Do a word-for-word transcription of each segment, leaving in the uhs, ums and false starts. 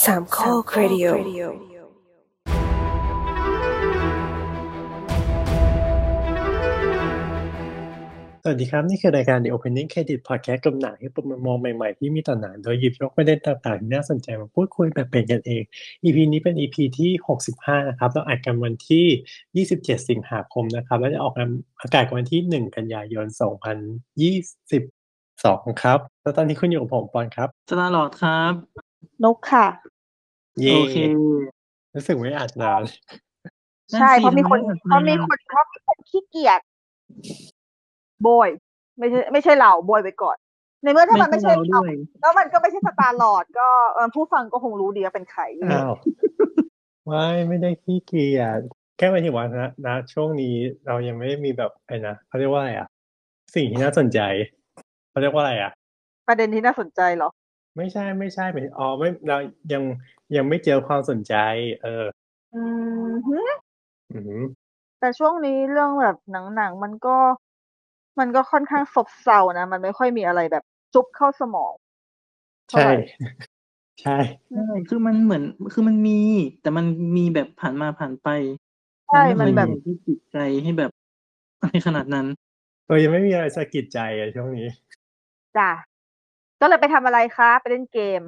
สามข้อครดิโอสวัสดีครับนี่คือรายการ The Opening Credit Podcast กับหนังที่เป็นมุมมองใหม่ๆที่มีต่อหนังโดยหยิบยกประเด็นต่างๆที่น่าสนใจมาพูดคุยแบบเป็นกันเอง อี พี นี้เป็น อี พี ที่หกสิบห้านะครับเราอัดกันวันที่ยี่สิบเจ็ดสิงหาคมนะครับแล้วจะออกอากาศกันวันที่หนึ่งกันยายนสองพันยี่สิบสองครับแล้วตอนนี้คุณอยู่กับผมปอนครับสตาร์ลอร์ดครับนกค่ะเย่โอเครู้สึกไม่อัดนานใช่เพราะมีคนเพราะมีคนเพราะมีคนขี้เกียจโบยไม่ใช่ไม่ใช่เราโบยไปก่อนในเมื่อถ้ามันไม่ใช่เราแล้วมันก็ไม่ใช่สตาร์ลอร์ดก็ผู้ฟังก็คงรู้ดีว่าเป็นใครอ้าวไม่ไม่ได้ขี้เกียจแค่หมายถึงว่านะนะช่วงนี้เรายังไม่ได้มีแบบไอ้นะเขาเรียกว่าอะไรอ่ะสิ่งที่น่าสนใจเขาเรียกว่าอะไรอ่ะประเด็นที่น่าสนใจเหรอไม่ใช่ไม่ใช่หมายอ๋อไม่เรายังยังไม่เจอความสนใจเอออืมฮึอืมแต่ช่วงนี้เรื่องแบบหนังๆมันก็มันก็ค่อนข้างซบเซานะมันไม่ค่อยมีอะไรแบบจุบเข้าสมองใช่ใช่ใช่คือมันเหมือนคือมันมีแต่มันมีแบบผ่านมาผ่านไปใช่มันแบบที่จิตใจให้แบบอะไรขนาดนั้นเออยังไม่มีอะไรสะกิดใจอ่ะช่วงนี้จ้ะก็เลยไปทำอะไรคะไปเล่นเกม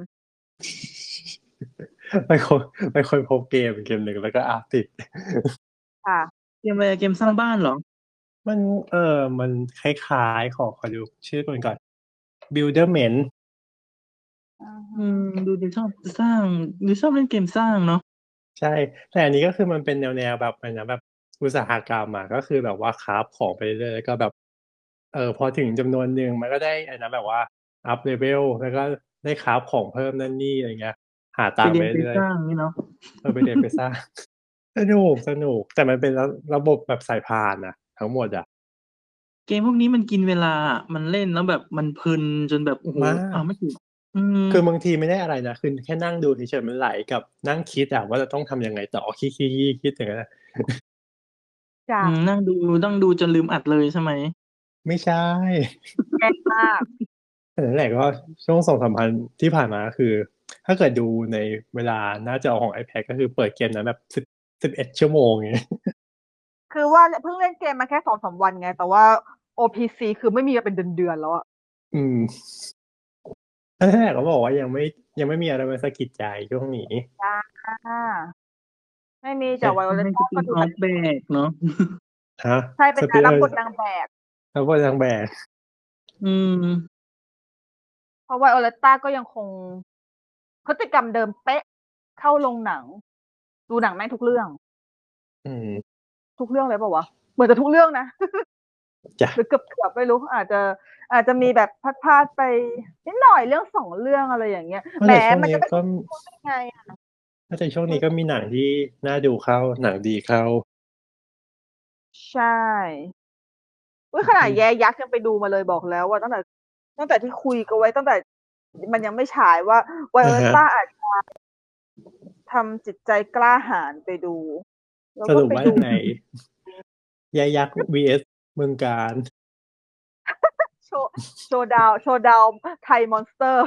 ไปคนไปคนพบเกมเกมหนึ่งแล้วก็อาติดค่ะเกมอะไรเกมสร้างบ้านเหรอมันเออมันคล้ายๆขอขอดูชื่อมันก่อน Builderman อืมดูดิชอบสร้างดูชอบเล่นเกมสร้างเนาะใช่แต่อันนี้ก็คือมันเป็นแนวๆแบบอะไรนะแบบอุตสาหกรรมอะก็คือแบบว่าคราฟของไปเรื่อยๆแล้วก็แบบเออพอถึงจำนวนหนึ่งมันก็ได้ไอ้นะแบบว่าอัพเลเวลแล้วก็ได้คราฟของเพิ่มนั่นนี่อะไรเงี้ยหาตังค์ไปไปเรียนไปเรื่อยสร้างนี่เนาะๆเออไปเรียนไปสร้าง สนุกสนุกแต่มันเป็นระระบบแบบสายพานอะทั้งหมดอะเกมพวกนี้มันกินเวลามันเล่นแล้วแบบมันเพลินจนแบบโอ้โหมาอ้าวไม่ถูกอืมคือบางทีไม่ได้อะไรนะคือแค่นั่งดูเฉยๆมันไหลกับนั่งคิดอะว่าจะต้องทำยังไงต่อคิดคิดคิดคิดอย่างนั้นอะจ้ะอืมนั่งดูนั่งดูจนลืมอัดเลยใช่ไหมไม่ใช่แย่มากแต่นั่นแหละก็ช่วงสองสามพันที่ผ่านมาคือ ถ้าเกิดดูในเวลาหน้าจอของ iPad ก็คือเปิดเกมนั้นแบบสิบสิบเอ็ดชั่วโมงอย่างเงี้ยคือว่าเพิ่งเล่นเกมมาแค่สองสามวันไงแต่ว่า โอ พี ซี คือไม่มีมาเป็นเดือนๆแล้วอ่ะอืมนั่นแหละก็บอกว่ายังไม่ยังไม่มีอะไรมาสะกิดใจช่วงนี้จ้าไม่มีจากไวโอเลให้สต้าปิก็นดูออฟแบกเนาะฮะใช่เป็นสปีดเออร์รับบทนางแบกแล้วก็ยังแบกอืมเพราะไวโอเลต้าก็ยังคงพฤติกรรมเดิมเป๊ะเข้าโรงหนัง ดูหนังแม่งทุกเรื่องอืมทุกเรื่องเลยเปล่าวะเหมือนจะทุกเรื่องนะจ้ะหรือเกือบๆไม่รู้อาจจะอาจจะมีแบบพลาดๆไปนิดหน่อยเรื่องสองเรื่องอะไรอย่างเงี้ยแหมแต่ช่วงมันจะไม่นี้ก็ได้ไงอ่ะแต่ช่วงนี้ก็มีหนังที่น่าดูเข้าหนังดีเข้าใช่อุ้ยขนาดแย่ยักษ์ยังไปดูมาเลยบอกแล้วว่าตั้งแต่ตั้งแต่ที่คุยกันไว้ตั้งแต่มันยังไม่ฉายว่าไวโอเลต้าอาจจะทำจิตใจกล้าหาญไปดูแล้วสรุปก็ไปดูว่ายังไงยายักษ์ วี เอส เมืองการโชว์โชว์ดาวโชว์ดาวไทยมอนสเตอร์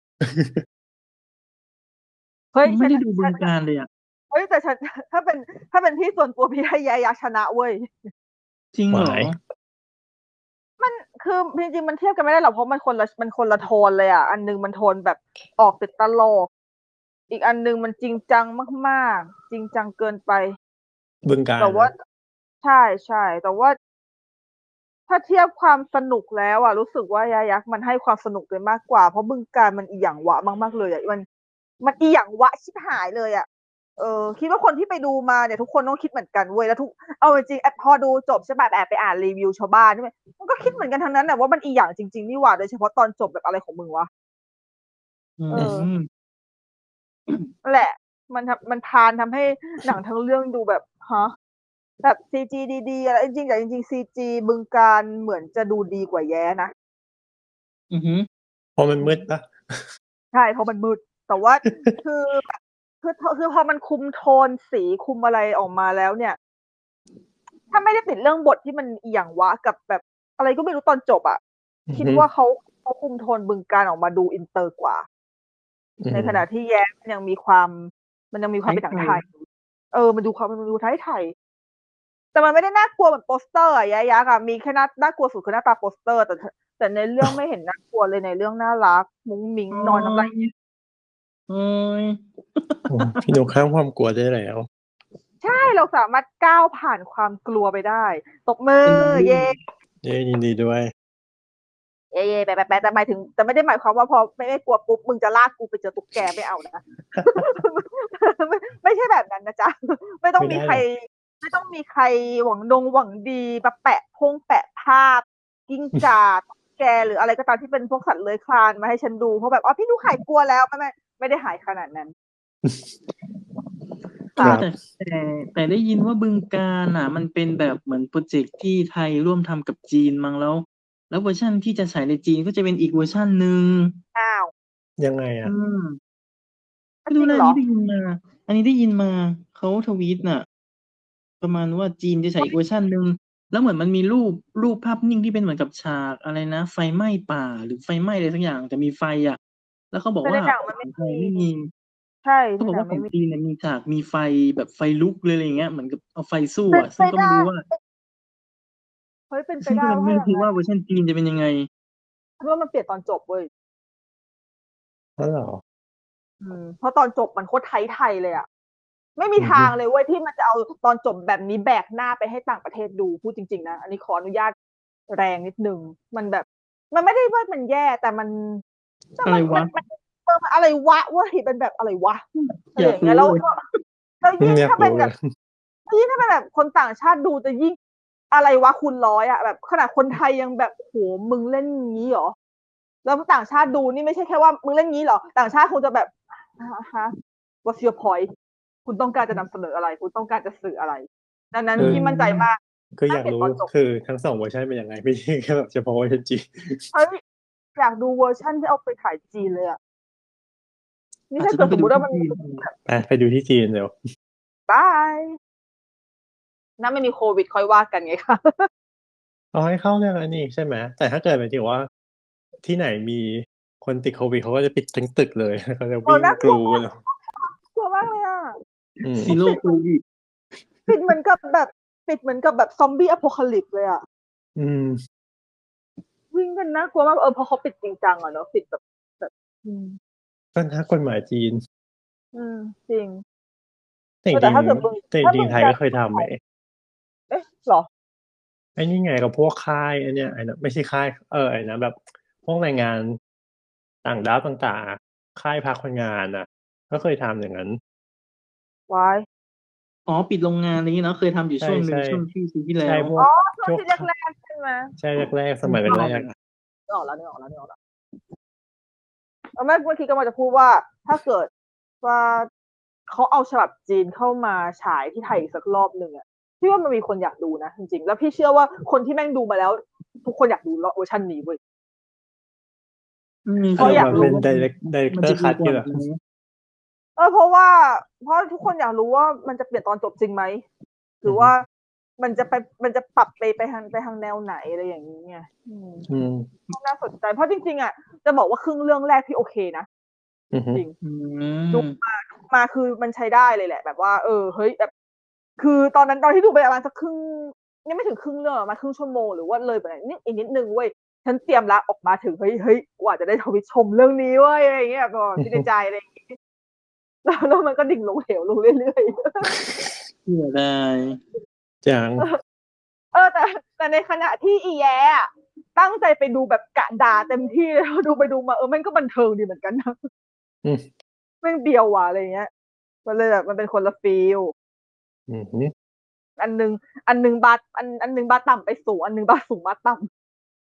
เฮ้ยไม่ได้ดูบึงการเลยอ่ะเฮ้ยแต่ฉันถ้าเป็นถ้าเป็นพี่ส่วนตัวพี่ให้แย่ยักษ์ชนะเว้ยจริงเหรอมันคือจริงๆมันเทียบกันไม่ได้หรอกเพราะมันคนละมันคนละโทนเลยอ่ะอันนึงมันโทนแบบออกติดตลกอีกอันนึงมันจริงจังมากๆจริงจังเกินไปบึงการแต่ว่าใช่ใช่แต่ว่าถ้าเทียบความสนุกแล้วอ่ะรู้สึกว่ายายักษ์มันให้ความสนุกเลยมากกว่าเพราะบึงการมันอีหยังวะมากๆเลยอ่ะมันมันอีหยังวะชิบหายเลยอ่ะเออคิดว่าคนที่ไปดูมาเนี่ยทุกคนต้องคิดเหมือนกันเว้ยแล้วทุกเอาจริงๆพอดูจบใช่ป่ะแอบไปอ่านรีวิวชาวบ้านใช่ไหมมันก็คิดเหมือนกันทั้งนั้นแหละว่ามันอีหยังจริงๆนี่หว่าโดยเฉพาะตอนจบแบบอะไรของมึงวะอืเออมนั่นแหละมันทำมันพานทำให้หนังทั้งเรื่องดูแบบฮะแบบซีจีดีๆอะไรจริงๆแต่จริงๆซีจีบึงการเหมือนจะดูดีกว่าแย้นะอือฮึพอมันมืดปะใช่เพราะมันมืดแต่ว่าคือคือคือพอมันคุมโทนสีคุมอะไรออกมาแล้วเนี่ยถ้าไม่ได้ติดเรื่องบทที่มันอีหยังวะกับแบบอะไรก็ไม่รู้ตอนจบอะคิดว่าเขาเขาคุมโทนบึงการออกมาดูอินเตอร์กว่าอืในมขณะที่แย้มันยังมีความ มันยังมีความเป็นหนังไทไทยย เออ มันดูความ มันดูไทย ๆ แต่มันไม่ได้น่ากลัวเหมือนโปสเตอร์อะ แย้ยักษ์อะ มีแค่น่า น่ากลัวสุดคือหน้าตาโปสเตอร์ แต่ ถ แต่ในเรื่องไม่เห็นน่ากลัวเลย ในเรื่องน่ารัก มุ้งมิ้งโอ๊นอนน้ำลายย โอ๊ยโอ้ พี่นุ๊กข้ามความกลัวได้แล้วใช่ เราสามารถก้าวผ่านความกลัวไปได้ ตบมืเป็อนบางเรื่เยองเย้ ยินดีด้วยเย้ ๆ แปะ ๆ ๆ แต่หมายถึง แต่ไม่ได้หมายความว่าพอไม่ได้กลัวปุ๊บ มึงจะลากกูไปเจอตุ๊กแก ไม่เอานะ ไม่ ไม่ใช่แบบนั้นนะจ๊ะ ไม่ต้อไมง่มีได้ใครหรอ? ไม่ต้องมีใครหวังดงหวังดีมาแปะพงแปะภาพ กิ้งก่า ตุ๊กแก หรืออะไรก็ตามที่เป็นพวกสัตว์เลื้อยคลานมาให้ฉันดู เพราะแบบ อ๋อ พี่นุ๊กหายกลัวแล้ว ไม่ ไม่ ไม่ได้หายขนาดนั้นเออ แต่ แต่ แต่ได้ยินว่าบึงกาฬน่ะ มันเป็นแบบเหมือนพรอเจกต์ที่ไทยร่วมทำกับจีนมั้ง แล้ว แล้วเวอร์ชันที่จะฉายในจีนก็จะเป็นอีกเวอร์ชันหนึ่งอ้าวยังไงออืะ? มอ้ไมา่รูจร้ิงนะเอัหรอ? นนี้ได้ยินมา อันนี้ได้ยินมา เขาทวีตน่ะ ประมาณว่าจีนจะฉายอีกเวอร์ชันหนึ่ง แล้วเหมือนมันมีรูป รูปภาพนิ่งที่เป็นเหมือนกับฉากอะไรนะ ไฟไหม้ป่า หรือไฟไหม้อะไรสักอย่าง แต่มีไฟอะ แล้วเขาบอแกต่วใน่าหนังขมันไมอ่งไทมยีไม่มีใช่เขาบอกว่าในหนังไขม่มีองจีนเนี่ยมีฉากมีไฟแบบไฟลุกเลย อะไรอย่างเงี้ย เหมือนกับเอาไฟสู้เป็อนะไซปึ่งก็ไดไม่้รู้ว่าเฮ้ย เป็นไปซึ่งไดก็้เลยถ้ไมา่อรูย่า้งทีงั้นว่าเวอร์ชันจีนจะเป็นยังไงฉันว่ามันเปลี่ยนตอนจบเว้ยอ้าว เหรอ? อืม เพราะตอนจบมันโคตรไทย ๆ เลยอะ ไม่มีอือทฮึางเลยเว้ยที่มันจะเอาตอนจบแบบนี้แบกหน้าไปให้ต่างประเทศดู พูดจริง ๆ นะ อันนี้ขออนุญาตแรงนิดหนึ่ง มันแบบ มันไม่ได้ว่ามันแย่ แต่มัน แต่อะไมันรวมัะ? น มัน เออ มันอะไรวะเว้ย เป็นแบบอะไรวะ อะไอรยอายก่างเงรีู้ย้แล้วเลยก็ แล้วอืมยิ่งอยาถ้ากเปร็ูน้แเบลบยแล้วยิ่งถ้าเป็นแบบคนต่างชาติดูจะยิ่ง อะไรวะคูณ ร้อย อะ แบบขนาดคนไทยยังแบบ โอ้โฮ มึงเล่นงี้เหรอ? แล้วต่างชาติดูนี่ไม่ใช่แค่ว่ามึงเล่นงี้เหรอ? ต่างชาติคงจะแบบ อะฮะ What's your point คุณต้องการจะนำเสนออะไร? คุณต้องการจะสื่ออะไร? ดังนั้นคือพี่มั่นใจมากคืออยห้ามากรูเปลี่ยน้ตอนจบคือทั้ง สอง เวอร์ชันเป็นยังไง ไม่ใช่แค่แบบเฉพาะเวอร์ชันจีนเฮ้ย อยากดูเวอร์ชันที่เอาไปฉายจีนเลยอะ นี่อาจถ้าเกจะติ้อดงไปดสมมุูทติว่าี่มันจีนไป ไปดูที่จีนเร็วบาย ถ้าไม่มีโควิดค่อยว่ากันไง คะเขาให้เข้าได้แล้วนี่ ใช่ไหม? แต่ถ้าเกิดหมายถึงว่า ที่ไหนมีคนติดโควิด เขาก็จะปิดทั้งตึกเลย เขาจะเออวิ่งกรน่ากลัวูมากเลยน่ากลัวมากเลยอะอืมเขา Zero ปิดโควิดปิดเหมือนกับแบบ ปิดเหมือนกับแบบ Zombie Apocalypse เลยอะอืมวิ่งกันน่ากลัวมาก เออ เพราะเขาปิดจริงจังอะเนาะ ปิดแบบ แบบ อืมก็นักกฎหมายจีนอืม จริงแต่จเออ แต่ริงถ้าเกิดบึงๆ แต่จริง ๆ ไทถ้าบึงกาฬยก็เคยทำไอ้เอ๊ะ เหรอ? ไอ้นี่ไง กับพวกค่ายไอ้เนี่ย ไอ้นะ ไม่ใช่ค่าย เออ ไอ้นั้นแบบพวกแรงงานต่างด้าวต่าง ๆ อะ ค่ายพักคนงานน่ะ ก็เคยทำอย่างงั้นว้ายอ๋อ ปิดโรงงาน อะไรงี้เนาะ เคยทำอยู่ใชช่วงหนึ่ง่ช่วงที่ปีที่แลๆ ใช่้วพวกอ๋อ ช่วพวกงที่คแรก ๆ ใช่ไหม? ใช่ แรก ๆ สมัยแรก ๆ อะนึกออกแล้ว นึกออกแล้ว นึกออกแล้ว เออ ไม่ เมื่อกี้กำลังจะพูดว่า ถ้าเกิดว่า เขาเอาฉบับจีนเข้ามาฉายที่ไทยอีกสักรอบหนึ่งอะ พี่ว่ามันมีคนอยากดูนะจริง ๆ แล้วพี่เชื่อว่าคนที่แม่งดูมาแล้ว ทุกคนอยากดูรอ เวอร์ชันนี้เว้ยอืมเอพาราะอยรมณ์แากรบบเปู็้นว่า direct มัน director จะดี cut กวงี้าเหรอ? ไหม? เออ เพราะว่า เพราะทุกคนอยากรู้ว่ามันจะเปลี่ยนตอนจบจริงไหม? หรอืือวอฮ่ึามันจะไป มันจะปรับไป ไปทาง ไปทางแนวไหน อะไรอย่างงี้ไง อืมอืมก็น่าสนใจ เพราะจริง ๆ อะ จะบอกว่าครึ่งเรื่องแรกพี่โอเคนะอือฮึจริงอืดูมมา ดูมาคือมันใช้ได้เลยแหละ แบบว่า เออ เฮ้ย แบบ คือตอนนั้น ตอนที่ดูไปประมาณสักครึ่ง ยังไม่ถึงครึ่งเรื่องหรอก ประมาณครึ่งชั่วโมง หรือว่าเลยไปหน่อย นิด อีกนิดหนึ่งเว้ย ฉันเตรียมแล้ว ออกมาถึง เฮ้ย ๆ กูอาจจะได้ทวิตชมเรื่องนี้เว้ย อะไรอย่างเงี้ย ก็คิดในใจ อะไรอย่างงี้ แล้ว แล้วมันก็ดิ่งลงเหวลงเรื่อย ๆเสียดายจังเออ เออ แต่ แต่ในขณะที่อีแย้อะ ตั้งใจไปดูแบบกะด่าเต็มที่เลย พอดูไปดูมา เออ แม่งก็บันเทิงดีเหมือนกันนะอืมแม่งเบียวว่ะ อะไรอย่างเงี้ย มันเลยแบบ มันเป็นคนละฟีลอือฮึอันหนึ่ง อันหนึ่งบาร์ อัน อันหนึ่งบาร์ต่ำไปสูง อันหนึ่งบาร์สูงมาต่ำ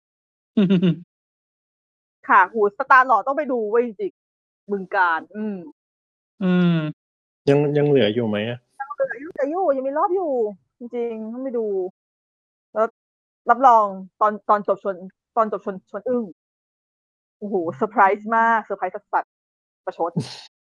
ค่ะ โอ้โฮ Star-Lord ต้องไปดูเว้ยจริง ๆ บึงกาฬ อืมอืมยัง ยังเหลืออยู่ไหมอะ? ยังเหลืออยู่ เหลืออยู่ ยังมีรอบอยู่ จริง ๆ ต้องไปดู แล้วรับรองตอน ตอนจบชวน ตอนจบชวน ชวนอึ้ง โอ้โฮ เซอร์ไพรส์มาก เซอร์ไพรส์สัส ๆ ประชด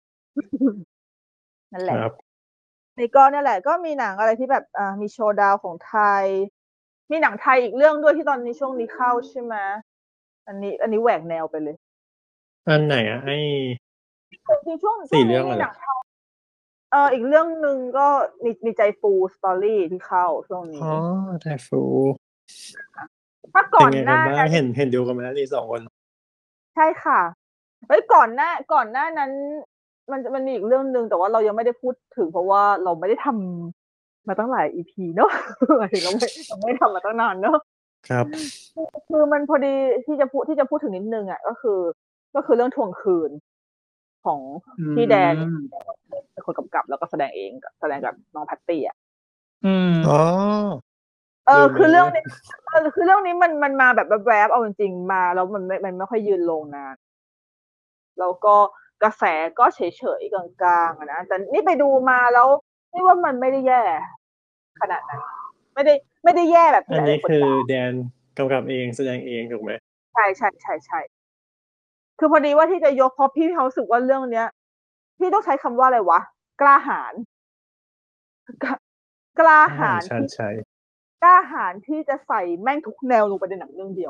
นั่นแคหละรับนี่ก็เนี่ยแหละ ก็มีหนังอะไรที่แบบ อ่า มีโชว์ดาวของไทย มีหนังไทยอีกเรื่องด้วยที่ตอนนี้ ช่วงนี้เข้าใช่ไหม? อันนี้ อันนี้แหวกแนวไปเลยอันไหนอะ? ไอ้จริงๆช่วงช่สี่วงเรื่นี้องมีอะเหหรนัอ? ง เข้า เออ อีกเรื่องหนึ่งก็มี มีใจฟู Story ที่เข้าช่วงนอ๋ี้อ ใจฟูถ้าเกป็่นอนไงกหนั้านบ้านัง้นเห็น เห็นดูกันมาแล้วนี่ สอง คนใช่ค่ะ เฮ้ย ก่อนหน้า ก่อนหน้านั้น มันจะ มันมีอีกเรื่องหนึ่ง แต่ว่าเรายังไม่ได้พูดถึง เพราะว่าเราไม่ได้ทำมาตั้งหลาย อี พี เนาะ หมายถึงเรา ไม่ เราไม่ได้ทำมาตั้งนานเนาะครับคือ คือมันพอดีที่จะพูด ที่จะพูดถึงนิดหนึ่งอะ ก็คือ ก็คือเรื่องทวงคืน ของอืพี่แดนมเป็นคนกำกับ แล้วก็แสดงเอง แสดงกับน้องแพตตี้อะอืมอ๋อเออลืมไปคือเลเรื่องนี้ เออ คือเรื่องนี้มัน มันมาแบบแวบ ๆ เอาจริง ๆ มาแล้วมันไม่ มันไม่ค่อยยืนโรงนาน แล้วก็กระแสก็เฉย ๆ กลาง ๆ อะนะ แต่นี่ไปดูมาแล้วนี่ว่ามันไม่ได้แย่ ขนาดนั้น ไม่ได้ ไม่ได้แย่แบบทอี่ันหลนีา้ย ๆ คคนือด่าแดนกำกับเอง แสดงเองถูกไหม? ใช่ ๆ ๆ ๆ คือพอดีว่าที่จะยก เพราะพี่มีความรู้สึกว่าเรื่องเนี้ย พี่ต้องใช้คำว่าอะไรวะ กล้าหาญ ก กล้าหาญชาที่ญชัยกล้าหาญที่จะใส่แม่งทุกแนวลงไปในหนังเรื่องเดียว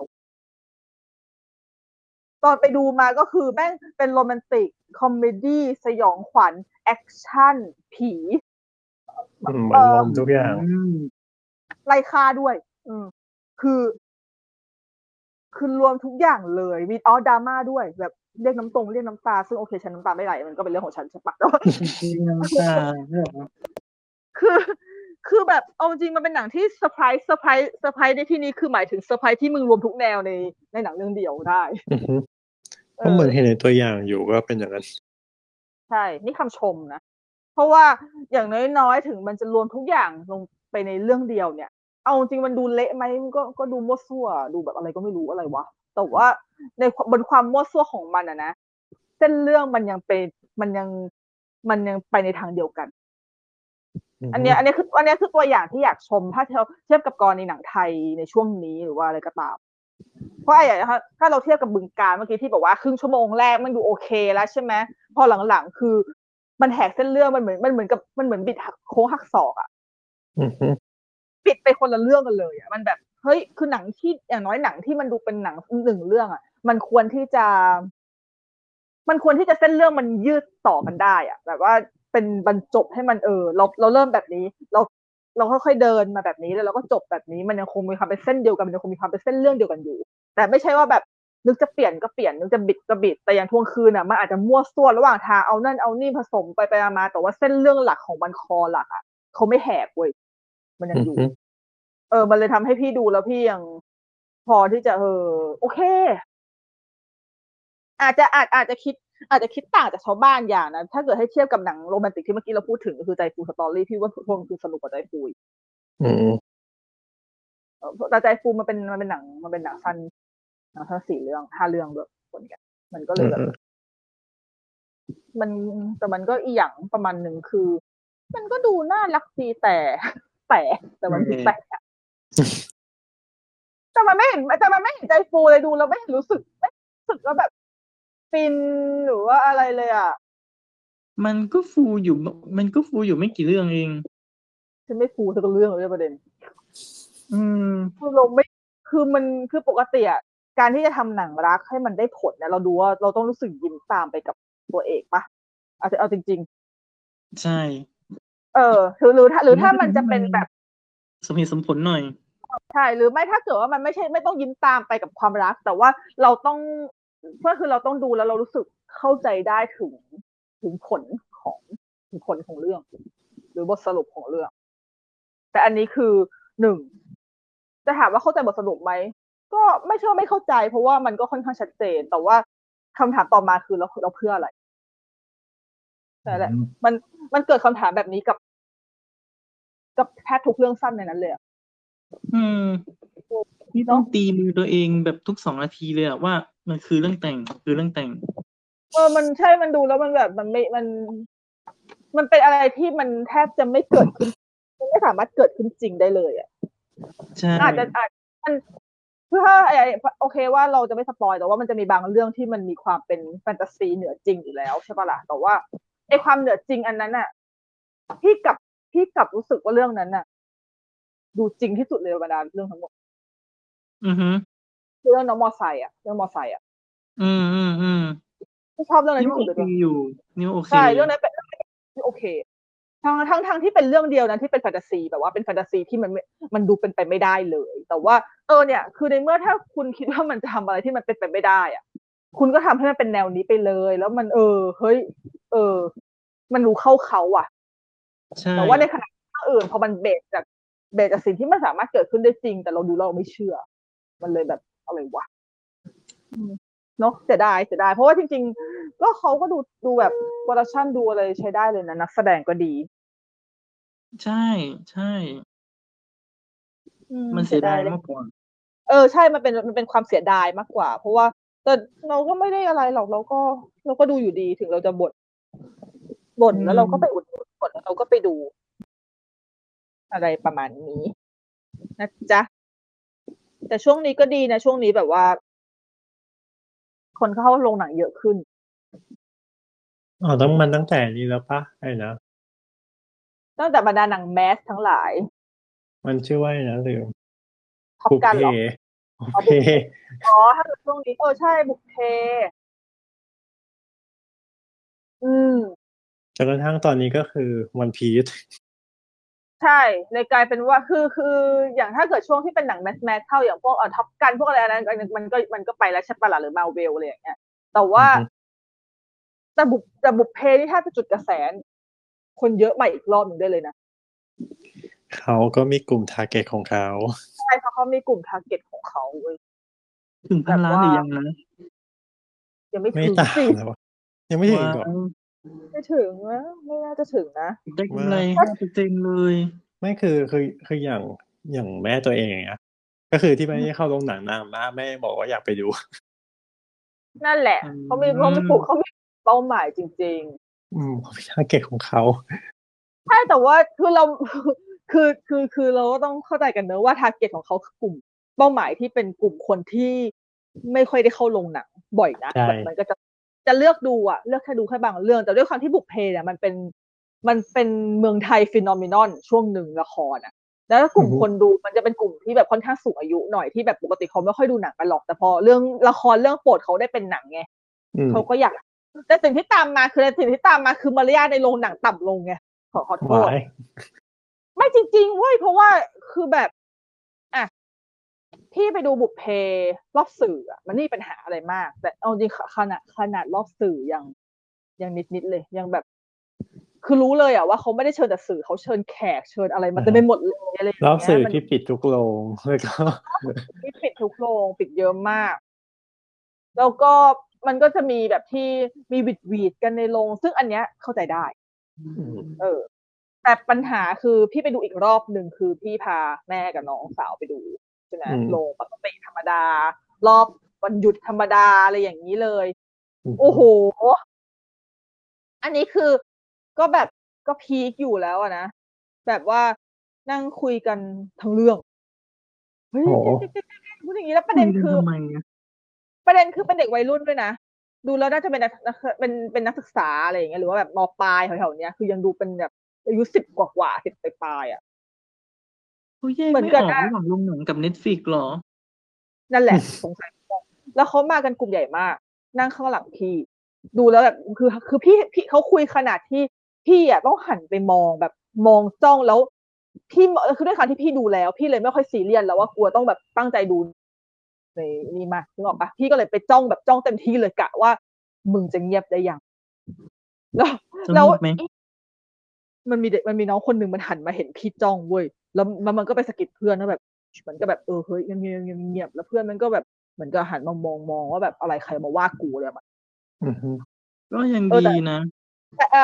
ตอนไปดูมาก็คือแม่งเป็นโรแมนติก คอเมดี สยองขวัญ แอกชัน ผีอืม เหมเืออนร่อวมทุกอย่างอืมไล่ฆ่าด้วย อืม คือ คือรวมทุกอย่างเลย วิด อ๋อ drama ด้วย แบบเรียกน้ำตงเรียกน้ำตา ซึ่งโอเค ฉันน้ำตาไม่ไหล มันก็เป็นเรื่องของฉัน ใช่เปล่า แต่ว่าเรียกน้ำตาด้วยเหรอ? คือ คือแบบเอาจริง ๆ มันเป็นหนังที่เซอร์ไพรส์ เซอร์ไพรส์ เซอร์ไพรส์ในที่นี้คือหมายถึงเซอร์ไพรส์ที่มึงรวมทุกแนวใน ในหนังเรื่องเดียวได้อือฮึเเอพราะเหมือนอเห็นในตัวอย่างอยู่ก็เป็นอย่างงั้นใช่ นี่คำชมนะ เพราะว่าอย่างน้อย ๆ ถึงมันจะรวมทุกอย่างลงไปในเรื่องเดียวเนี่ย เอาจริง ๆ มันดูเละไหม มันก็ ก็ดูมั่วซั่ว ดูแบบอะไรก็ไม่รู้ อะไรวะ แต่ว่าใน ค บนความมั่วซั่วของมันอะนะ เส้นเรื่องมันยังเป็น มันยัง มันยังไปในทางเดียวกันอือฮอันเึนี้ย อันเนี้ยคือ อันเนี้ยคือตัวอย่างที่อยากชม ถ้าเทียว เทียบกับกรณีหนังไทยในช่วงนี้ หรือว่าอะไรก็ตาม เพราะ อะ อย่าง ถ้า ถ้าเราเทียบกับบึงกาฬเมื่อกี้ที่บอกว่าครึ่งชั่วโมงแรกมันดูโอเคแล้ว ใช่ไหม พอหลัง ๆ คือมันแหกเส้นเรื่อง มันเหมือน มันเหมือนกับ มันเหมือนบิดหัก โค้งหักศอกอะอือฮึปิดไปคนละเรื่องกันเลยอะ มันแบบ เฮ้ย คือหนังที่ อย่างน้อยหนังที่มันดูเป็นหนัง หนึ่ง เรื่องอะ มันควรที่จะ มันควรที่จะเส้นเรื่องมันยืดต่อกันได้อะ แบบว่าเป็นบรรจบให้มัน เออ เรา เราเริ่มแบบนี้ เรา เราค่อย ๆ เดินมาแบบนี้ แล้วเราก็จบแบบนี้ มันยังคงมีความเป็นเส้นเดียวกัน มันยังคงมีความเป็นเส้นเรื่องเดียวกันอยู่ แต่ไม่ใช่ว่าแบบนึกจะเปลี่ยนก็เปลี่ยน นึกจะบิดก็บิด แต่อย่างทวงคืนน่ะมันอาจจะมั่วซั่วระหว่างทาง เอานั่นเอานี่ผสมไป ๆ มา ๆ แต่ว่าเส้นเรื่องหลักของมัน คอหลักอะ เขาไม่แหกเว้ย มันยัองืออยู่ฮึเออ มันเลยทำให้พี่ดูแล้วพี่ยังพอที่จะ เออ โอเค อาจจะ อาจ อาจจะคิด อาจจะคิดต่างจากชาวบ้านอย่างนะ ถ้าเกิดให้เทียบกับหนังโรแมนติกที่เมื่อกี้เราพูดถึง ก็คือใจฟู Story พี่ว่า ท ทวงคืนสนุกกว่าใจฟูอีกอืมเออ แต่ใจฟูมันเป็น มันเป็นหนัง มันเป็นหนังสั้น หนังสั้น สี่ เรื่อง ห้า เรื่องด้วยรวมกัน มันก็อเืลยแบบอ ๆมัน แต่มันก็อีหยังประมาณหนึ่ง คือมันก็ดูน่ารักดี แต่ แต่ แต่มันมีแต่อะ แต่มันไม่เห็น แต่มันไม่เห็นใจฟูเลย ดูแล้วไม่เห็นรู้สึก ไม่รู้สึกว่าแบบฟิน หรือว่าอะไรเลยอะมันก็ฟูอยู่ ม มันก็ฟูอยู่ไม่กี่เรื่องเองฉันไม่ฟูสักเรื่องเลยประเด็นอืมคือเราไม่ คือมัน คือปกติอะ การที่จะทำหนังรักให้มันได้ผลเนี่ย เราดูว่าเราต้องรู้สึกยิ้มตามไปกับตัวเอกเปล่า เอา จ เอาจริง ๆใช่เออ คือ หรือถ้า หรือถ้ามันจะใหเป็้นแบบสมเหตุสมผลหน่อยใช่ หรือไม่ถ้าเกิดว่ามันไม่ใช่ ไม่ต้องยิ้มตามไปกับความรัก แต่ว่าเราต้อง ก็คือเราต้องดูแล้วเรารู้สึกเข้าใจได้ถึง ถึงผลของ ถึงผลของเรื่อง หรือบทสรุปของเรื่อง แต่อันนี้คือ หนึ่ง จะถามว่าเข้าใจบทสรุปไหม ก็ไม่ใช่ว่าไม่เข้าใจ เพราะว่ามันก็ค่อนข้างชัดเจน แต่ว่าคำถามต่อมาคือ แล้ว แล้วเพื่ออะไร? อืนั่นแหละมมัน มันเกิดคำถามแบบนี้กับ กับแทบทุกเรื่องสั้นในนั้นเลยอะอืม นี่เนต้าองะตีมือตัวเองแบบทุก สอง นาทีเลยอะว่า มันคือเรื่องแต่ง คือเรื่องแต่งเออ มันใช่ มันดูแล้วมันแบบ มันไม่ มัน มันเป็นอะไรที่มันแทบจะไม่เกิดขึ้น มันไม่สามารถเกิดขึ้นจริงได้เลยอะใช่อาจจะ อาจ มัน คือถ้าไอ้ ไอ้ พ โอเคว่าเราจะไม่สปอยล์ แต่ว่ามันจะมีบางเรื่องที่มันมีความเป็นแฟนตาซีเหนือจริงอยู่แล้ว ใช่เปล่าล่ะ แต่ว่าไอ้ความเหนือจริงอันนั้นน่ะ พี่กลับ พี่กลับรู้สึกว่าเรื่องนั้นน่ะ ดูจริงที่สุดเลยในบรรดาเรื่องทั้งหมดอือฮึคือเรื่องน้องมอไซค์อะ เรื่องมอไซค์อะอืม ๆ ๆไม่ชอบเรื่องนั้นี่นว่าที่โอสุดเลยเคด้วยอยู่ นี่ว่าโอเคใช่ เรื่องนั้นเป็น เรื่องนั้นเป็น ที่โอเค ทั้ง ทั้ง ทั้งที่เป็นเรื่องเดียวนะที่เป็นแฟนตาซี แบบว่าเป็นแฟนตาซีที่มันไม่ มันดูเป็นไปไม่ได้เลย แต่ว่า เออ เนี่ย คือในเมื่อถ้าคุณคิด ว่า มันจะทำอะไรที่มันเป็นไปไม่ได้อะ คุณก็ทำให้มันเป็นแนวนี้ไปเลย แล้วมัน เออ เฮ้ย เออ มันดูเข้าเขาอะใช่แต่ว่าในขณะที่เรื่องอื่นพอมัน เบส จาก เบส จากสิ่งที่มันสามารถเกิดขึ้นได้จริง แต่เราดูแล้วเราไม่เชื่อ มันเลยแบบอะไรวะ อืม เนาะ เสียดาย เสียดาย เพราะว่าจริง ๆ ก็เขาก็ดู ดูแบบโพรดักชันดูอะไรใช้ได้เลยนะ นักแสดงก็ดีใช่ ใช่อืมมันเเสสีียดยดาายยเลยมากกว่าเออ ใช่ มันเป็น มันเป็นความเสียดายมากกว่า เพราะว่า แต่เราก็ไม่ได้อะไรหรอก เราก็ เราก็ดูอยู่ดี ถึงเราจะบ่น บ่นอืแล้วเราก็ไปมอุดหนุน บ่นแล้วเราก็ไปดู อะไรประมาณนี้ นะจ๊ะ แต่ช่วงนี้ก็ดีนะ ช่วงนี้แบบว่า คนเข้าโรงหนังเยอะขึ้นอ๋อ ต้อง มันตั้งแต่นี้แล้วเปล่า? อะไรนะตั้งแต่บรรดาหนัง Mass ทั้งหลายมันชื่อว่าอะไรนะ ลืม Top บุพ Gun เพเหรอ? บุพอ๋อเพบุพเพ อ๋อ ถ้าเกิดช่วงนี้ เออ ใช่ บุพเพ อืมจนกระทั่งตอนนี้ก็คือ One Piece ใช่ เลยกลายเป็นว่า คือ คืออย่างถ้าเกิดช่วงที่เป็นหนัง Mass Mass เข้าอย่างพวก เอ่อ Top Gun พวกอะไรอันนั้น อันนั้นมันก็ มันก็ไปแล้วใช่เปล่าล่ะ หรือ Marvel อะไรอย่างเงี้ย แต่วอื่าอฮึแต่บุ แต่บุพเพนี่ถ้าจะจุดกระแส คนเยอะใหม่อีกรอบหนึ่งได้เลยนะเขาก็มีกลุ่ม ทาร์เก็ต ของเขาใช่ เพราะเขามีกลุ่ม ทาร์เก็ต ของเขาเว้ยถึงแพบันบวล้าน่าหรือยังนะ? ยังไม่ไม่ถึงตาสิม แล้วอะ ยังไม่ถึว้งาอีกเหรอ? วไม่ถึงนะ ไม่น่าจะถึงนะได้กำไรว่าห้าเปอร์เซ็นต์ เลยไม่ คือ คือ คืออย่าง อย่างแม่ตัวเอง อย่างเงี้ย ก็คือที่ไม่อืมได้เข้าโรงหนังนานมาก แม่บอกว่าอยากไปดูนั่นแหละอืเขามี เขามีกลุ่มมเขามีเป้าหมายจริง ๆอืม เขามี ทาร์เก็ต ของเขาใช่ แต่ว่าคือเรา คือ คือ คือเราก็ต้องเข้าใจกันเนาะว่า ทาร์เก็ต ของเขาคือกลุ่มเป้าหมายที่เป็นกลุ่มคนที่ไม่ค่อยได้เข้าโรงหนังบ่อยนักใช่แบบมันก็จะ จะเลือกดูอะ เลือกแค่ดูแค่บางเรื่อง แต่ด้วยความที่บุพเพเนี่ยมันเป็น มันเป็นเมืองไทย Phenomenon ช่วงหนึ่งละครอะ แล้วกอลืุ่อฮึมคนดูมันจะเป็นกลุ่มที่แบบค่อนข้างสูงอายุหน่อย ที่แบบปกติเขาไม่ค่อยดูหนังกันหรอก แต่พอเรื่องละครเรื่องโปรดเขาได้เป็นหนังไงอืมเขาก็อยาก แต่สิ่งที่ตามมา คือ สิ่งที่ตามมาคือมารยาทในโรงหนังต่ำลงไง ขอ ขอโทว้าษยไม่จริง ๆ เว้ย เพราะว่าคือแบบ อะ พี่ไปดูบุพเพรอบสื่ออะ มันไม่มีปัญหาอะไรมาก แต่เอาจริง ๆ ข ขนาด ขนาดรอบสื่อยัง ยังนิด ๆ เลย ยังแบบ คือรู้เลยอะว่าเขาไม่ได้เชิญแต่สื่อ เขาเชิญแขก เชิญอะไรมาอะฮเต็มไะปหมดเลย อะไรอย่ราองเงี้ย มันบสื่อที่ปิดทุกโรง แล้วก็ที่ปิดทุกโรง ปิดเยอะมาก แล้วก็มันก็จะมีแบบที่มีหวีด ๆ กันในโรง ซึ่งอันเนี้ยเข้าใจได้อืมเออ แต่ปัญหาคือพี่ไปดูอีกรอบหนึ่ง คือพี่พาแม่กับน้องสาวไปดู ใช่ไหมอืมโรงปกติธรรมดา รอบวันหยุดธรรมดา อะไรอย่างงี้เลยอือโอ้ฮโฮึอันนี้คือ ก็แบบ ก็พีกอยู่แล้วอะนะ แบบว่านั่งคุยกันทั้งเรื่อง เฮ้ยโอ้โฮพูดอย่างงี้ แล้วปคระุเด็นคยกันือทำไมอะ? ประเด็นคือเป็นเด็กวัยรุ่นด้วยนะ ดูแล้วน่าจะเป็นนัก นัก เป็น เป็นนักศึกษา อะไรอย่างเงี้ย หรือว่าแบบ ม.ปลาย แถว ๆ เนี้ย คือยังดูเป็นแบบอายุ สิบ กว่า ๆ สิบ ปลาย ๆ อะเขาแยเกหมือไนม่กับ อออกระาหว่างโรงหนังกับ Netflix เหรอ? นั่นแหละ สงสัยเหมือนกัน แล้วเขามากันกลุ่มใหญ่มาก นั่งข้างหลังพี่ ดูแล้วแบบ คือ คือพี่ พี่ เขาคุยขนาดที่พี่อะต้องหันไปมองแบบมองจ้อง แล้วพี่ ม คือด้วยความที่พี่ดูแล้ว พี่เลยไม่ค่อยซีเรียสแล้วว่า กลัวต้องแบบตั้งใจดู ในนี่มาก นึกออกเปล่า? พี่ก็เลยไปจ้องแบบจ้องเต็มที่เลย กะว่ามึงจะเงียบได้ยัง แล้วสแลนุ้วกไหม? มันมีเด็ก มันมีน้องคนหนึ่งมันหันมาเห็นพี่จ้องเว้ย แล้ว แล้วมันก็ไปสะกิดเพื่อนว่าแบบ เหมือนกับแบบ เออ เฮ้ย เงียบ ๆ เงียบ ๆ แล้วเพื่อนมันก็แบบเหมือนกับหันมามอง ๆ ว่าแบบอะไร ใครมาว่ากู อะไรประมาณอือฮึก็ยังดเออีแต่นะแต่ อา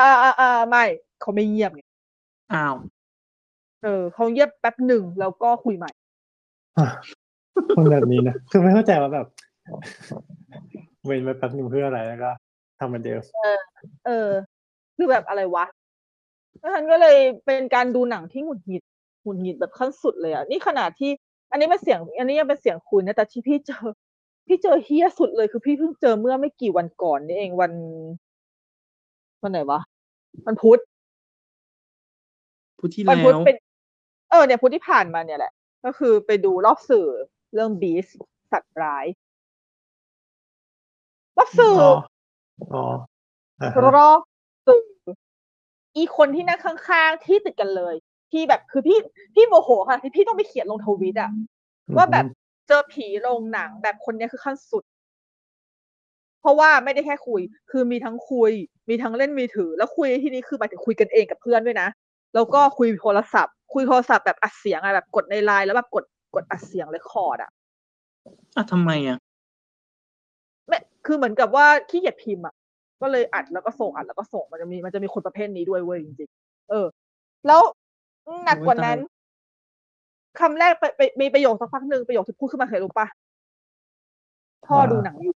ๆ ๆ ๆ ไม่ เขาไม่เงียบไงอ้าวเออ เขาเงียบแป๊บหนึ่ง แล้วก็คุยใหม่อา คนแบบนี้นะ คือไม่เข้าใจว่าแบบ เว้นไว้แป๊บหนึ่งเพื่ออะไร แล้วก็ทำเหมือนเดิมเออ เออ คือแบบอะไรวะ เพราะฉะนั้นก็เลยเป็นการดูหนังที่หงุดหงิด หงุดหงิดแบบขั้นสุดเลยอะ นี่ขนาดที่ อันนี้เป็นเสียง อันนี้ยังเป็นเสียงคุณนะ แต่ที่พี่ เจอ พี่เจอเหี้ยสุดเลย คือพี่เพิ่งเจอเมื่อไม่กี่วันก่อนนี้เอง วัน วันไหนวะ วันพุธพุธที่วัแนลพุ้ธวเป็น เออ เนี่ยพุธที่ผ่านมาเนี่ยแหละ ก็คือไปดูรอบสื่อเรื่อง Beast สัตว์ร้าย รอบอืสืม่ออ๋ออ๋ออ่าฮะรอบสื่ออีคนที่นั่งข้างๆที่ติดกันเลยที่แบบคือพี่พี่โมโหค่ะที่พี่ต้องไปเขียนลงทวิตอะว่าแบบเจอผีโรงหนังแบบคนนี้คือขั้นสุดเพราะว่าไม่ได้แค่คุยคือมีทั้งคุยมีทั้งเล่นมือถือแล้วคุยที่นี้คือหมายถึงคุยกันเองกับเพื่อนด้วยนะแล้วก็คุยโทรศัพท์คุยโทรศัพท์แบบอัดเสียงอะแบบกดในไลน์แล้วแบบกดกดอัดเสียงเรคคอร์ดอะอ่ะทำไมอ่ะไม่คือเหมือนกับว่าขี้เกียจพิมพ์อะก็เลยอัดแล้วก็ส่งอัดแล้วก็ส่งมันจะมีมันจะมีคนประเภทนี้ด้วยเว้ยจริงๆเออแล้วหนักกว่านั้นคำแรกไปไปมีประโยคสักพักหนึ่งประโยคที่พูดขึ้นมาเคยรู้ปะพ่อดูหนังอยู่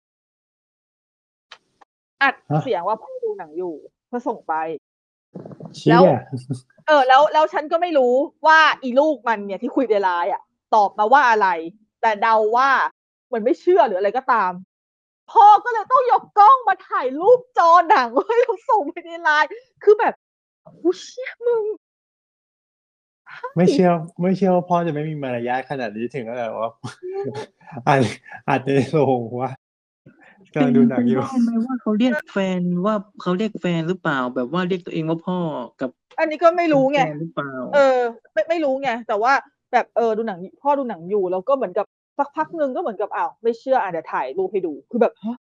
อัดเสียงว่าพ่อดูหนังอยู่เพื่อส่งไปแล้วเออแล้วแล้วฉันก็ไม่รู้ว่าอีลูกมันเนี่ยที่คุยในไลน์อ่ะตอบมาว่าอะไรแต่เดาว่าเหมือนไม่เชื่อหรืออะไรก็ตามพ่อก็เลยต้องยกกล้องมาถ่ายรูปจอหนังไว้แล้วส่งไปในไลน์คือแบบกูเชี่ยมึงไม่เชื่อไม่เชื่อว่าพ่อจะไม่มีมารยาทขนาดนี้ถึงขนาดว่าอาจอาจจะโรงว่ากำลังดูหนังอยู่ได้ไหมว่าเขาเรียกแฟนว่าเขาเรียกแฟนหรือเปล่าแบบว่าเรียกตัวเองว่าพ่อกับอันนี้ก็ไม่รู้ไงหรือเปล่าเออไม่ไม่รู้ไงแต่ว่าแบบเออดูหนังพ่อดูหนังอยู่แล้วก็เหมือนกับสักพักหนึ่งก็เหมือนกับอ้าวไม่เชื่ออ่ะเดี๋ยวถ่ายรูปให้ดูคือแบบฮะ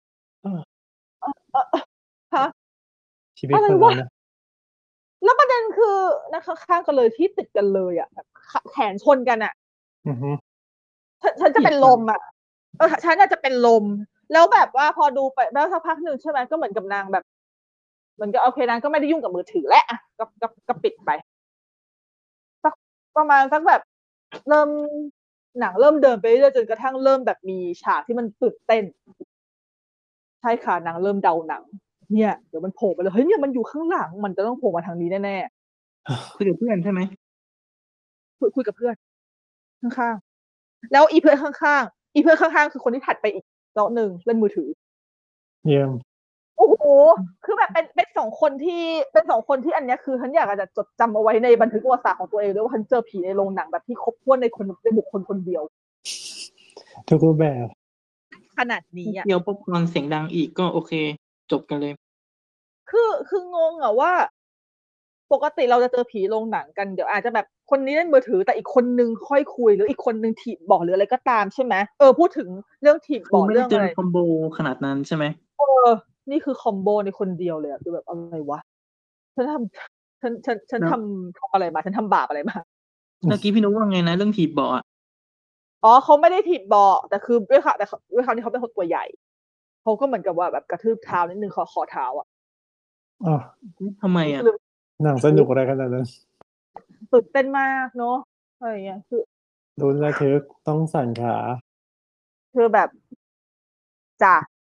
ฮะชีวิตคนเรานะแล้วประเด็นคือนั่งข้างๆกันเลยที่ติดกันเลยอ่ะแบบแขนชนกันอ่ะฉันฉันจะเป็นลมอ่ะเออฉันอาจจะเป็นลมแล้วแบบว่าพอดูไปแล้วสักพักหนึ่งใช่ไหมก็เหมือนกับนางแบบเหมือนกับโอเคนางก็ไม่ได้ยุ่งกับมือถือแล้วอ่ะก็ก็ก็ปิดไปสักประมาณสักแบบเริ่มหนังเริ่มเดินไปเรื่อยจนกระทั่งเริ่มแบบมีฉากที่มันตื่นเต้นใช่ค่ะนางเริ่มเดาหนังเนี่ยเดี๋ยวมันโผล่มาเลยเฮ้ยเนี่ยมันอยู่ข้างหลังมันจะต้องโผล่มาทางนี้แน่ๆคุยกับเพื่อนใช่ไหมคุยคุยกับเพื่อนข้างๆแล้วอีเพื่อนข้างๆอีเพื่อนข้างๆคือคนที่ถัดไปอีกโต๊ะหนึ่งเล่นมือถือเยี่ยมโอ้โหคือแบบเป็นเป็นสองคนที่เป็นสองคนที่อันนี้คือฉันอยากจะจดจำเอาไว้ในบันทึกประวัติศาสตร์ของตัวเองด้วยว่าฉันเจอผีในโรงหนังแบบที่ครบถ้วนในคนในบุคคลคนเดียวทุกรูปแบบขนาดนี้อ่ะเดียวป๊อปคอร์นเสียงดังอีกก็โอเคจบกันเลยคือคืองงอ่ะว่าปกติเราจะเจอผีโรงหนังกันเดี๋ยวอาจจะแบบคนนี้เล่นมือถือแต่อีกคนนึงค่อยคุยหรืออีกคนนึงถีบเบาะหรืออะไรก็ตามใช่ไหมเออพูดถึงเรื่องถีบคือเบาะไม่ได้เจอเรื่องอะไรคอมโบขนาดนั้นใช่ไหมเออนี่คือคอมโบในคนเดียวเลยอะคือแบบอะไรวะฉันทำฉันฉันฉันแล้วทำทำอะไรมาฉันทำบาปอะไรมาเมื่อกี้พี่นุ๊กว่าไงนะเรื่องถีบเบาะอ่ะอ๋อเขาไม่ได้ถีบเบาะแต่คือด้วยค่ะแต่ด้วยคราวนี้เขาเป็นคนตัวใหญ่เขาก็เหมือนกับว่าแบบกระทืบเท้านิดนึงคอคอเท้าอ่ะอ๋อทำไมอ่ะหนังสนุกอะไรขนาดนั้นตื่นเต้นมากเนาะอะไรเงี้ยคือลุ้นระทึกต้องสั่นขาคือแบบจ้ะ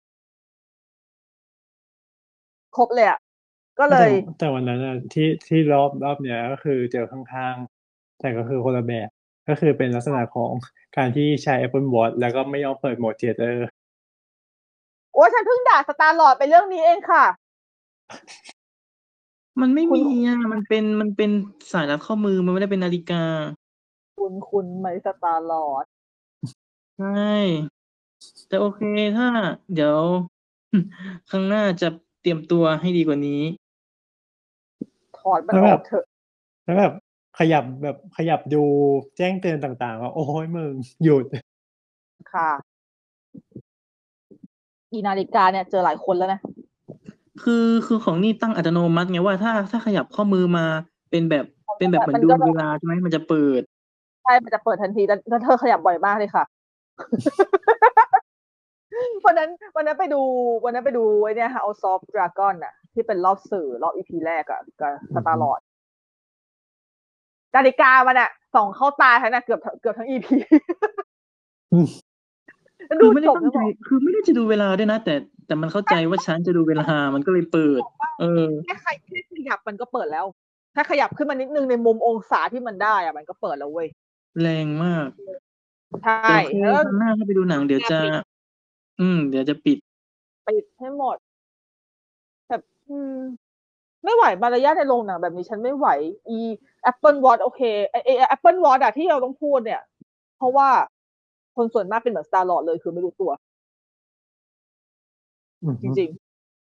ครบเลยอ่ะก็เลแต่ยแต่วันนั้นอะที่ที่รอบรอบเนี้ยก็คือเจอข้างๆแต่ก็คือคนละแบบก็คือเป็นลักษณะของการที่ใช้ Apple Watch แล้วก็ไม่ยอมเปิดโหมด Theater โอ้ฉันเพิ่งด่าสตาร์ลอร์ดไปเรื่องนี้เองค่ะมันไม่คุณมีอ่ะมันเป็นมันเป็นสายรัดข้อมือมันไม่ได้เป็นนาฬิกาคุณคุณไหมสตาร์ลอร์ดใช่แต่โอเคถ้าเดี๋ยวครั้งหน้าจะเตรียมตัวให้ดีกว่านี้ถอดมันแล้วแบบออกเถอะแล้วแบบขยับแบบขยับดูแจ้งเตือนต่างๆว่าโอ้ยมึงหยุดค่ะอีนาฬิกาเนี่ยเจอหลายคนแล้วนะคือคือของนี่ตั้งอัตโนมัติไงว่าถ้าถ้าขยับข้อมือมาเป็นแบบเป็นแบบเหมือนดูมันก็เวลาใช่ไหมมันจะเปิดใช่มันจะเปิดทันทีแล้วเธอขยับบ่อยมากเลยค่ะวันนั้นวันนั้นไปดูวันนั้นไปดูไอ้เนี่ย House of Dragon น่ะที่เป็นรอบสื่อรอบ อี พี แรกอะกับสตาร์ลอร์ดนาฬิกามันอะส่องเข้าตาฉันอะเกือบเกือบทั้ง อี พีคือไม่ได้ตั้งใจคือไม่ได้จะดูเวลาด้วยนะแต่แต่มันเข้าใจว่าฉันจะดูเวลามันก็เลยเปิดเออแค่ใครแค่ขยับมันก็เปิดแล้ว ถ้าขยับขึ้นมานิดนึงในมุมองศาที่มันได้อะมันก็เปิดแล้วเว้ยแรงมากใช่แต่โอเคแล้วครั้งหน้าถ้าไปดูหนังเดี๋ยวจะอืมเดี๋ยวจะปิดปิดให้หมดแบบอืมไม่ไหวมารยาทในโรงหนังแบบนี้ฉันไม่ไหวอี Apple Watch โอเคไอไอ Apple Watch อะที่เราต้องพูดเนี่ยเพราะว่าคนส่วนมากเป็นเหมือน Star Lord เลยคือไม่รู้ตัวจริง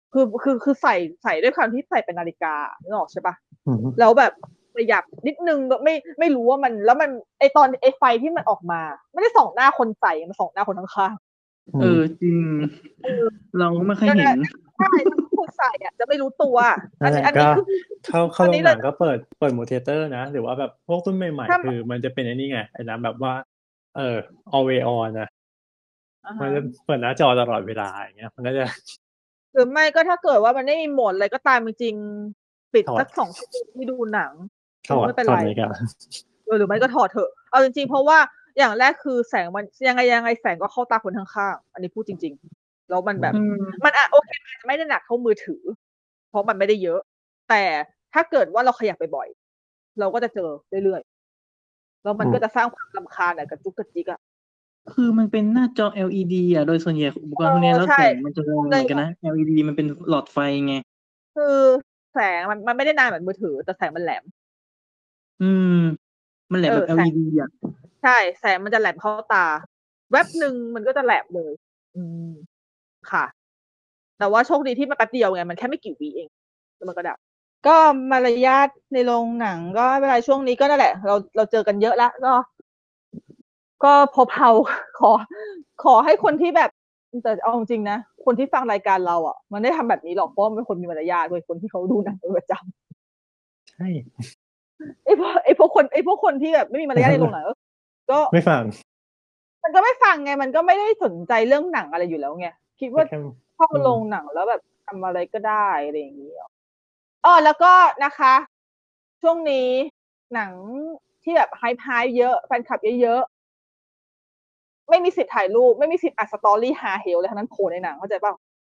คือคือคือใส่ใส่ด้วยความที่ใส่เป็นนาฬิกานึกออกใช่ปะอืมแล้วแบบประหยัดนิดนึงก็ไม่ไม่รู้ว่ามันแล้วมันไอตอนไอไฟที่มันออกมา ไม่ได้ส่องหน้าคนใส่มันส่องหน้าคนข้างเออจริงๆเออเราไม่ค่อยนั่นเห็แหนละใช่ถ้าคนใส่อ่ะจะไม่รู้ตัว อันั่นนแหนี้ละอันก็นี้คือเข้าเข้าอันโรนี้งเลหนัยงก็เปิดเปิดโมเทเตอร์นะ หรือว่าแบบพวกรุ่นใหม่ถ้าๆ คือมันจะเป็นไอ้นี่ไงไอ้นั้นแบบว่า เออ always on นะอ่ามันฮะจะเปิดหน้าจอตลอดเวลาอย่างเงี้ย มันก็จะหรือไม่ก็ถ้าเกิดว่ามันไม่มีโหมดอะไรก็ตามจริงๆปิดถอสัดก สอง ชั่วโมงที่ดูหนังถก็อดไม่เป็นถอไรดนาฬิกาเออ หรือไม่ก็ถอดเถอะ เอาจริง ๆ เพราะว่าอย่างแรกคือแสงมัน ยังไง ยังไงแสงก็เข้าตาคนข้าง ๆ อันนี้พูดจริง ๆ แล้วมันแบบอืมมันอะ โอเค มันอาจจะไม่ได้หนักเท่ามือถือ เพราะมันไม่ได้เยอะ แต่ถ้าเกิดว่าเราขยับบ่อย ๆ เราก็จะเจอเรื่อย ๆ แล้วมัอืนก็มจะสร้างความรำคาญอะกระจุกกระจิกอะคือมันเป็นหน้าจอ แอล อี ดี อะ โดยส่วนใหญ่อุปกรณ์พวกเนี้ยเออแล้วใช่แสงมันจะแรงเลเหมืยอนกันแบบนะ แอล อี ดี มันเป็นหลอดไฟไงคือแสงมัน มันไม่ได้นานเหมือนมือถือ แต่แสงมันแหลมอืม มันแหลเมอแบบ แอลแสอี ดี อะใช่ แสงมันจะแหลมเข้าตา แว็บหนึ่งมันก็จะแหลมเลย อืม ค่ะ แต่ว่าโชคดีที่มันแป๊บเดียวไง มันแค่ไม่กี่วิเอง แล้วมันก็ดับ ก็มารยาทในโรงหนังก็ไม่เป็นไร ช่วงนี้ก็นั่นแหละ เรา เราเจอกันเยอะแล้ว ก็ ก็เพลา ๆ ขอ ขอให้คนที่แบบ แต่เอาจริง ๆ นะ คนที่ฟังรายการเราอะ มันไม่ได้ทำแบบนี้หรอก เพราะว่ามันเป็นคนมีมารยาทเว้ย คนที่เขาดูหนังเป็นประจำใช่ไอ้พวก ไอ้พวกคน ไอ้พวกคนที่แบบไม่มีมารยาทในโรงหนัง ก็ ก็ไม่ฟังมันก็ไม่ฟังไง มันก็ไม่ได้สนใจเรื่องหนังอะไรอยู่แล้วไง คิดก็ว่าแค่เข้าอืโรมงหนังแล้วแบบทำอะไรก็ได้ อะไรอย่างงี้ อ้อ แล้วก็นะคะ ช่วงนี้หนังที่แบบ hype-hype เยอะ แฟนคลับเยอะ ๆ ไม่มีสิทธิ์ถ่ายรูป ไม่มีสิทธิ์อัด story ฮาเฮลอะไรทั้งนั้น โผล่ในหนัง เข้าใจเปล่า?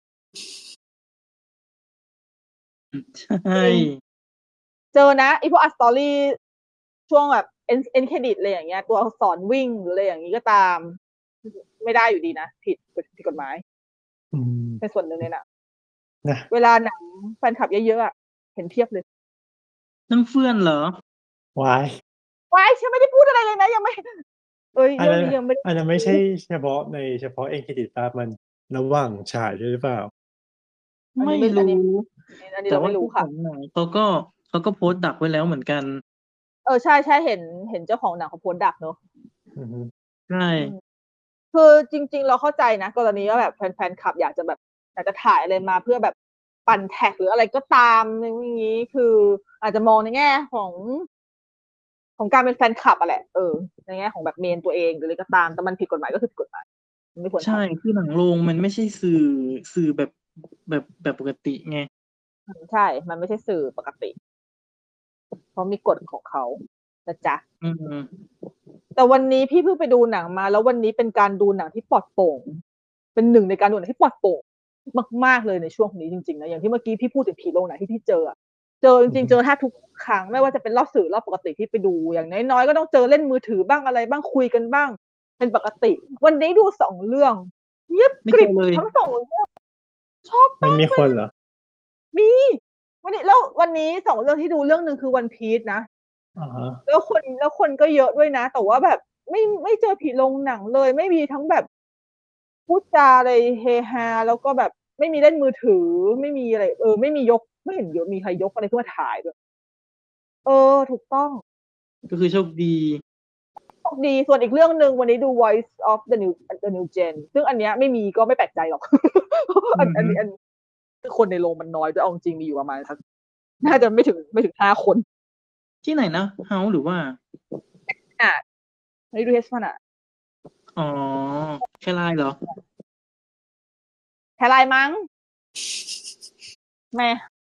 ใชจริ่ ง เจอนะไอ้พวกอัด story ช่วงแบบ end end credit อะไรอย่างเงี้ย ตัวอักษรวิ่ง หรืออะไรอย่างงี้ก็ตาม ไม่ได้อยู่ดีนะ ผิด ผิด ผิดกฎหมายอืมเป็นส่วนหนึ่งในหนังนะเวลาหนังแฟนคลับเยอะ ๆ อะ เห็นเพียบเลยนั่นเฟื่อนเหรอ? วายว้าย ฉันไม่ได้พูดอะไรเลยนะ ยังไม่ เฮ้ยอัเรนื่อนั้งนนี้ยังไม่ได้อันนั้นไม่ใชพู่ดเฉพาะใน เฉพาะ end credit เปล่า มันระหว่างฉายด้วยหรือเปล่า? อันไมนี้่ไม่ อันรนีู้้อันนี้แต่เราว่ไาม่รเูจ้้าคข่ะองหนังเขาก็ เขาก็โพสต์ดักไว้แล้วเหมือนกันเออ ใช่ ๆ เห็น เห็นเจ้าของหนังเขาโพสต์ดักเนาะอือฮึใช่อืม คือจริง ๆ เราเข้าใจนะ กรณีว่าแบบแฟน ๆ คลับอยากจะแบบ อยากจะถ่ายอะไรมาเพื่อแบบปั่นแท็ก หรืออะไรก็ตาม อะไรพวกนี้ คืออาจจะมองในแง่ของ ของการเป็นแฟนคลับอะแหละ เออ ในแง่ของแบบเมนตัวเอง หรืออะไรก็ตาม แต่มันผิดกฎหมายก็คือผิดกฎหมาย มันไม่ควรใช่ทำคือหนังโรงมันไม่ใช่สื่อ สื่อแบบ แบบ แบบปกติไงอืม ใช่ มันไม่ใช่สื่อปกติ เขามีกฎของเขานะจ๊ะอืมแต่วันนี้พี่เพิ่งไปดูหนังมา แล้ววันนี้เป็นการดูหนังที่ปลอดโปร่ง เป็นหนึ่งในการดูหนังที่ปลอดโปร่งมาก ๆ เลยในช่วงนี้จริง ๆ นะ อย่างที่เมื่อกี้พี่พูดถึงผีโรงหนังที่พี่เจออะ เจอจริง ๆอือฮึเจอแทบทุกครั้ง ไม่ว่าจะเป็นรอบสื่อรอบปกติที่ไปดู อย่างน้อย ๆ ก็ต้องเจอเล่นมือถือบ้างอะไรบ้าง คุยกันบ้าง เป็นปกติ วันนี้ดู สอง เรื่อง เงียบไม่กเจริบอเลยทั้ง สอง เรื่อง ชอบมันมากมีเลคนยเหรอ? มี วันนี้ แล้ววันนี้ สอง เรื่องที่ดู เรื่องหนึ่งคือ One Piece นะอะฮะแล้วคน แล้วคนก็เยอะด้วยนะ แต่ว่าแบบไม่ ไม่เจอผีโรงหนังเลย ไม่มีทั้งแบบพูดจาอะไรเฮฮา แล้วก็แบบไม่มีเล่นมือถือ ไม่มีอะไร เออ ไม่มียก ไม่เห็นยก มีใครยกอะไรขึ้นมาถ่ายด้วย เออ ถูกต้องก็คือโชคดีโชคดี ส่วนอีกเรื่องหนึ่งวันนี้ดู Voice of the New the New Gen ซึ่งอันเนี้ยไม่มีก็ไม่แปลกใจหรอกอือันออันฮึอัน คือคนในโรงมันน้อยด้วย เอาจริง ๆ มีอยู่ประมาณสัก น่าจะไม่ถึง ไม่ถึง ห้า คนที่ไหนนะ House หรือว่า? Esplanade วันนี้ดู Esplanade อ๋อ แคไลน์เหรอ? แคไลน์มั้ง แหม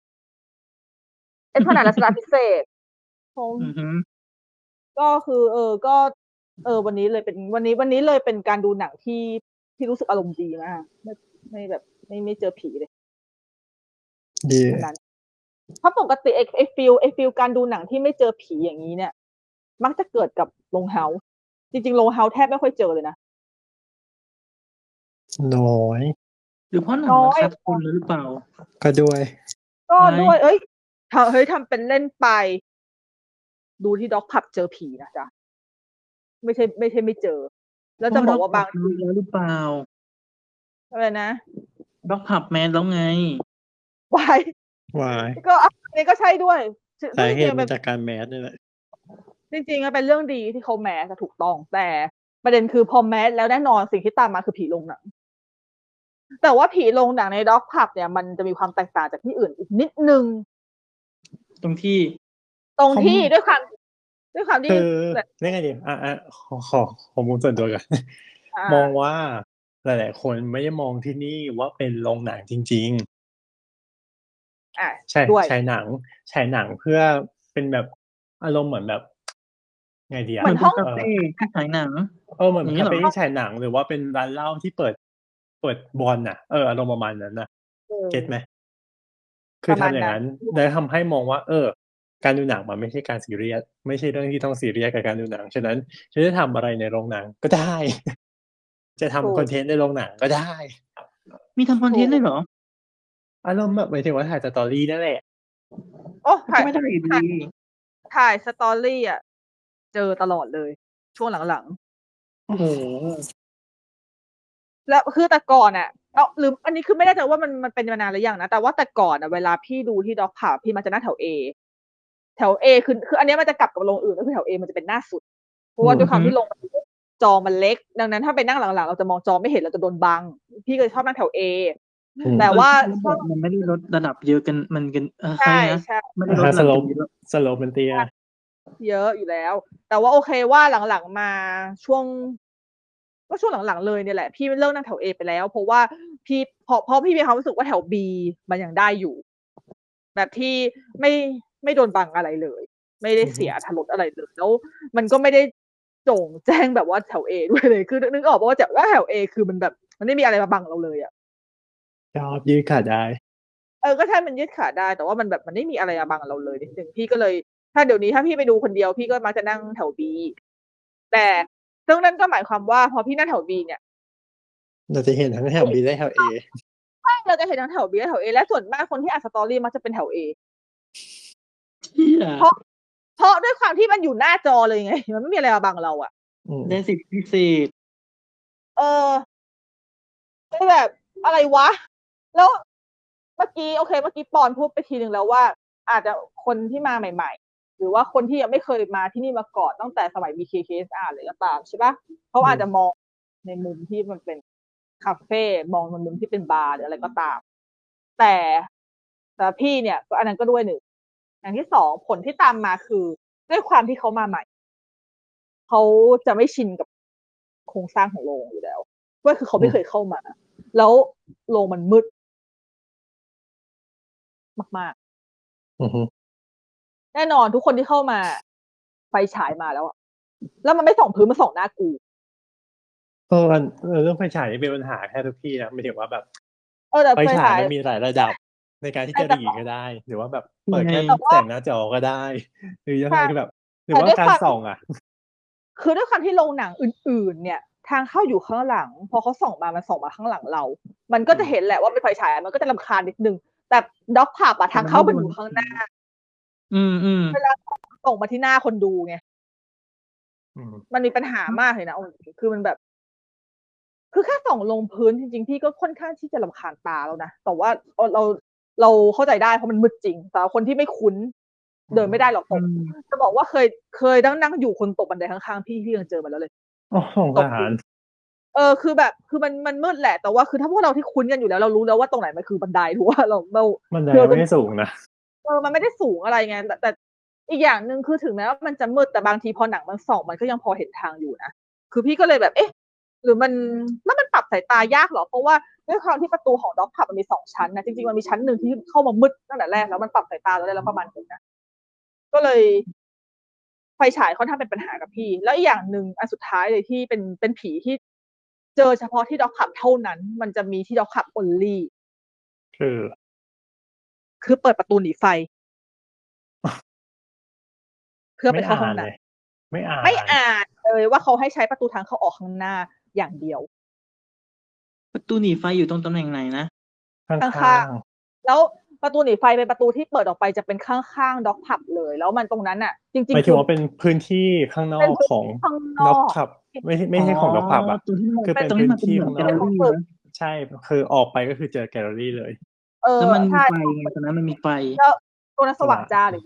Esplanade รัชดาภิเษก คงอือฮึก็คือ เออ ก็ เออ วันนี้เลยเป็น วันนี้ วันนี้เลยเป็นการดูหนังที่ ที่รู้สึกอารมณ์ดีมาก ไม่ ไม่แบบ ไม่ ไม่เจอผีเลยดีอันนั้น เพราะปกติไอ้ ไอ้ฟีล ไอ้ฟีลการดูหนังที่ไม่เจอผีอย่างงี้เนี่ย มักจะเกิดกับโรง House จริง ๆ โรง House แทบไม่ค่อยเจอเลยนะน้อยหรือเพราะหนังน้อยมันคัดคนแล้วหรือเปล่า? ก็ด้วยก็ไหม? ด้วย เฮ้ย ท เฮ้ย ทำเป็นเล่นไป ดูที่ Dog Pub เจอผีนะจ๊ะ ไม่ใช่ ไม่ใช่ไม่เจอ แล้วจะเพราะบอก Dog ว่าบาง Pub ทีแมสแล้วหรือเปล่า? อะไรนะ? Dog Pub แมสแล้วไงวายวายก็อ่ะอันนี้ก็ใช่ด้วยซสาซึ่งจเหริงตุๆมามันจากการแมสนี่แหละจริง ๆ มันเป็นเรื่องดีที่เขาแมสอะถูกต้อง แต่ประเด็นคือพอแมสแล้วแน่นอนสิ่งที่ตามมาคือผีโรงหนัง แต่ว่าผีโรงหนังใน Dog Pub เนี่ยมันจะมีความแตกต่างจากที่อื่นอีกนิดหนึ่งตรงที่ตรงเขาที่ด้วยความ ด้วยความที่คือแบบเรียกไงดี อ่า ๆ ขอ ขอข้อมูลส่วนตัวก่อนอามองว่าหลาย ๆ คนไม่ได้มองที่นี่ว่าเป็นโรงหนังจริง ๆอาใช่ด้วยฉายหนัง ฉายหนังเพื่อเป็นแบบอารมณ์เหมือนแบบ ไงดีเหอะมืมัอนนเปห็้องนคาเฟที่ฉายหนังเออ เหมือนอย่างคงี้คาเหรอ? เฟที่ฉายหนัง หรือว่าเป็นร้านเหล้าที่เปิด เปิดบอลน่ะ เออ อารมณ์ประมาณนั้นน่ะเอเก็ตไหม? คืปอระทมาณำอย่านัง้นนั้น แล้วทำให้มองว่า เออ การดูหนังมันไม่ใช่การซีเรียส ไม่ใช่เรื่องที่ต้องซีเรียสกับการดูหนัง ฉะนั้นฉันจะทำอะไรในโรงหนังก็ ได้ จะถูทำคอก นเทนต์ในโรงหนังก็ได้มีทำคอนถเทู นต์กเลยเหรอ? อารมณ์แบบ หมายถึงว่าถ่าย Story นั่นแหละโอ้มันถ่ก็ายไม่ได้อยู่ถ่ายดีถ่าย Story อะ เจอตลอดเลย ช่วงหลัง ๆโอ้โฮแล้ว คือแต่ก่อนน่ะ อ้าว หรืออันนี้คือไม่แน่ใจว่ามัน มันเป็นมานานหรือยังนะ แต่ว่าแต่ก่อนน่ะเวลาพี่ดูที่ Dog Pub พี่มักจะนั่งแถว A แถว A คือ คืออันเนี้ยมันจะกลับกับโรงอื่น ก็คือแถว A มันจะเป็นหน้าสุด เพราะว่าอืมด้วยความอือฮึที่โรงมัน จอมันเล็ก ดังนั้นถ้าไปนั่งหลัง ๆ เราจะมองจอไม่เห็น เราจะโดนบัง พี่ก็เลยชอบนั่งแถว A อืมแต่เออว่าที่เขาชบอกมันไม่ได้ลดระดับเยอะกัน มันกัน เออใเขาเรียกนะช่ไม่ๆได้ลดอะระดับกัน slope เยอะ slope มันเตี้ยใช่ เยอะอยู่แล้ว แต่ว่าโอเคว่าหลัง ๆ มาช่วง ก็ช่วงหลัง ๆ เลยเนี่ยแหละ พี่เลิกนั่งแถว A ไปแล้ว เพราะว่าพี่ เพราะ เพราะพี่มีความรู้สึกว่าแถว B มันยังได้อยู่ แบบที่ไม่ ไม่โดนบังอะไรเลย ไม่ได้อือฮเสึียอรรถรสอะไรเลย แล้วมันก็ไม่ได้โจ่ง แจ้ง แบบว่าแถว A ด้วยเลย คือ น นึกออกเปล่าว่า แจ ว่าแถว A คือมันแบบมันไม่มีอะไรมาบังเราเลยอะชอบ ยืดขาได้เออ ก็ใช่ มันยืดขาได้ แต่ว่ามันแบบมันไม่มีอะไรมาบังเราเลยนิดหนึ่ง พี่ก็เลย ถ้าเดี๋ยวนี้ถ้าพี่ไปดูคนเดียว พี่ก็มักจะนั่งแถว B แต่ซึ่งนั่นก็หมายความว่าพอพี่นั่งแถว B เนี่ยเราจะเห็นทั้งแถว B และแถว A ใช่ เราจะเห็นทั้งแถว B และแถว A และส่วนมากคนที่อ่าน Story มักจะเป็นแถว A เหี้ยเพราะ เพราะด้วยความที่มันอยู่หน้าจอเลยไง มันไม่มีอะไรมาบังเราอะอืมได้สิทธิพิเศษเออ คือแบบอะไรวะ แล้วเมื่อกี้ โอเค เมื่อกี้ปอนพูดไปทีหนึ่งแล้วว่า อาจจะคนที่มาใหม่ ๆ หรือว่าคนที่ยังไม่เคยมาที่นี่มาก่อนตั้งแต่สมัย บี เค เค เอส อาร์ เลยก็ตาม ใช่เปล่า เขาอาจจะมองในมุมที่มันเป็นคาเฟ มองในมุมที่เป็นบาร์ หรืออะไรก็ตาม แต่ แต่พี่เนี่ย ก็อันนั้นก็ด้วย หนึ่ง อย่างที่ สอง ผลที่ตามมาคือด้วยความที่เขามาใหม่ เขาจะไม่ชินกับโครงสร้างของโรงอยู่แล้ว ด้วยคือเขาไม่เคยเข้ามา แล้วโรงมันมืด มาก ๆอือฮึแน่นอนทุกคนที่เข้ามา ไฟฉายมาแล้วอะ แล้วมันไม่ส่องพื้น มันส่องหน้ากูเออ มัน เออ เรื่องไฟฉายนี่เป็นปัญหาแทบทุกที่นะ หมายถึงว่าแบบเออ แต่ไฟฉไฟฉาาย ยมันมีหลายระดับในการที่ใช่จะแต่หรี่ว่าก็ได้ หรือว่าแบบยัเปิดงไง? แค่แต่ว่าแสงหน้าจอก็ได้ หรือยังใช่ไง คือแบบ หรืแอต่ด้วยว่าการความส่องอะคือด้วยความที่โรงหนังอื่น ๆ เนี่ย ทางเข้าอยู่ข้างหลัง พอเขาส่องมา มันส่องมาข้างหลังเรา มันก็อืมจะเห็นแหละว่าเป็นไฟฉาย มันก็จะรำคาญนิดหนึ่ง แต่ Dog Pub อะแตท่างมันเข้าไม่มัโนดนอยู่ข้างหน้าอืมเวๆลาส่อง ส่องมาที่หน้าคนดูไงอืมมันมีปัญหามากเลยนะ เอาจริง ๆ คือมันแบบ คือแค่ส่องลงพื้นจริง ๆ พี่ก็ค่อนข้างที่จะรำคาญตาแล้วนะ แต่ว่า เออ เรา เราเข้าใจได้ เพราะมันมืดจริง สำหรับคนที่ไม่คุ้น เดินไม่ได้หรอกอืตกมจะบอกว่าเคย เคยนั่ง นั่งอยู่คนตกบันไดข้าง ๆ พี่ พี่ยังเจอมาแล้วเลยโอ้ สงสตการเออ คือแบบ คือมัน มันมืดแหละ แต่ว่าคือถ้าพวกเราที่คุ้นกันอยู่แล้ว เรารู้แล้วว่าตรงไหนมันคือบันได ถูก เปล่า เรา เราบันไดคือเราไม่จะได้สูงนะเออ มันไม่ได้สูงอะไรไง แต่ แต่อีกอย่างหนึ่งคือถึงแม้ว่ามันจะมืด แต่บางทีพอหนังมันส่อง มันก็ยังพอเห็นทางอยู่นะ คือพี่ก็เลยแบบ เอ๊ะ หรือมัน แล้วมันปรับสายตายากเหรอ? เพราะว่าด้วยความที่ประตูของ Dog Pub มันมี สอง ชั้นนะ จริง ๆ มันมีชั้นหนึ่งที่เข้ามามืดตั้งแต่แรกแล้ว มันปรับสายตาเราได้แล้วประมาณหนึ่งนะ ก็เลย ไฟฉายค่อนข้างเป็นปัญหากับพี่ แล้วอีกอย่างหนึ่ง อันสุดท้ายเลยที่เป็น เป็นผีที่เจอเฉพาะที่ Dog Pub เท่านั้น มันจะมีที่ Dog Pub only คือคือเปิดประตูหนีไฟ เพื่อไมไป่เข้าอ่ห้าองนนเ้ลย ไม่อ่าำ ไม่นอ่านเลยว่าเขาให้ใช้ประตูทางเข้าออกข้างหน้าอย่างเดียวประตูหนีไฟอยู่ตรงตำแหน่งไหนนะ? ข้ข้าางง ๆๆ แล้วประตูหนีไฟเป็นประตูที่เปิดออกไปจะเป็นข้าง ๆ Dog Pub เลย แล้วมันตรงนั้นน่ะ จรหมิงายๆ คถึืงอว่าเป็นพื้นที่ข้างนเป็อกขอนพื้นทงี่ข้างนอ Dog ก Pub ไม่ใช่ ไม่อ๋อใช่ของ Dog Pub อะตรงที่มันคือเป็เป็น นตรงทพีื้่นทมันเป็นี่เหมือข้นางแกนอกลเลอรีเปิดนะใช่ คือออกไปก็คือเจอแกลเลอรีเลยเออแล้วมันมีใช่ไฟไง ตอนนั้นมันมีไฟแล้วตรงนั้นสว่างสว่างจ้าเลย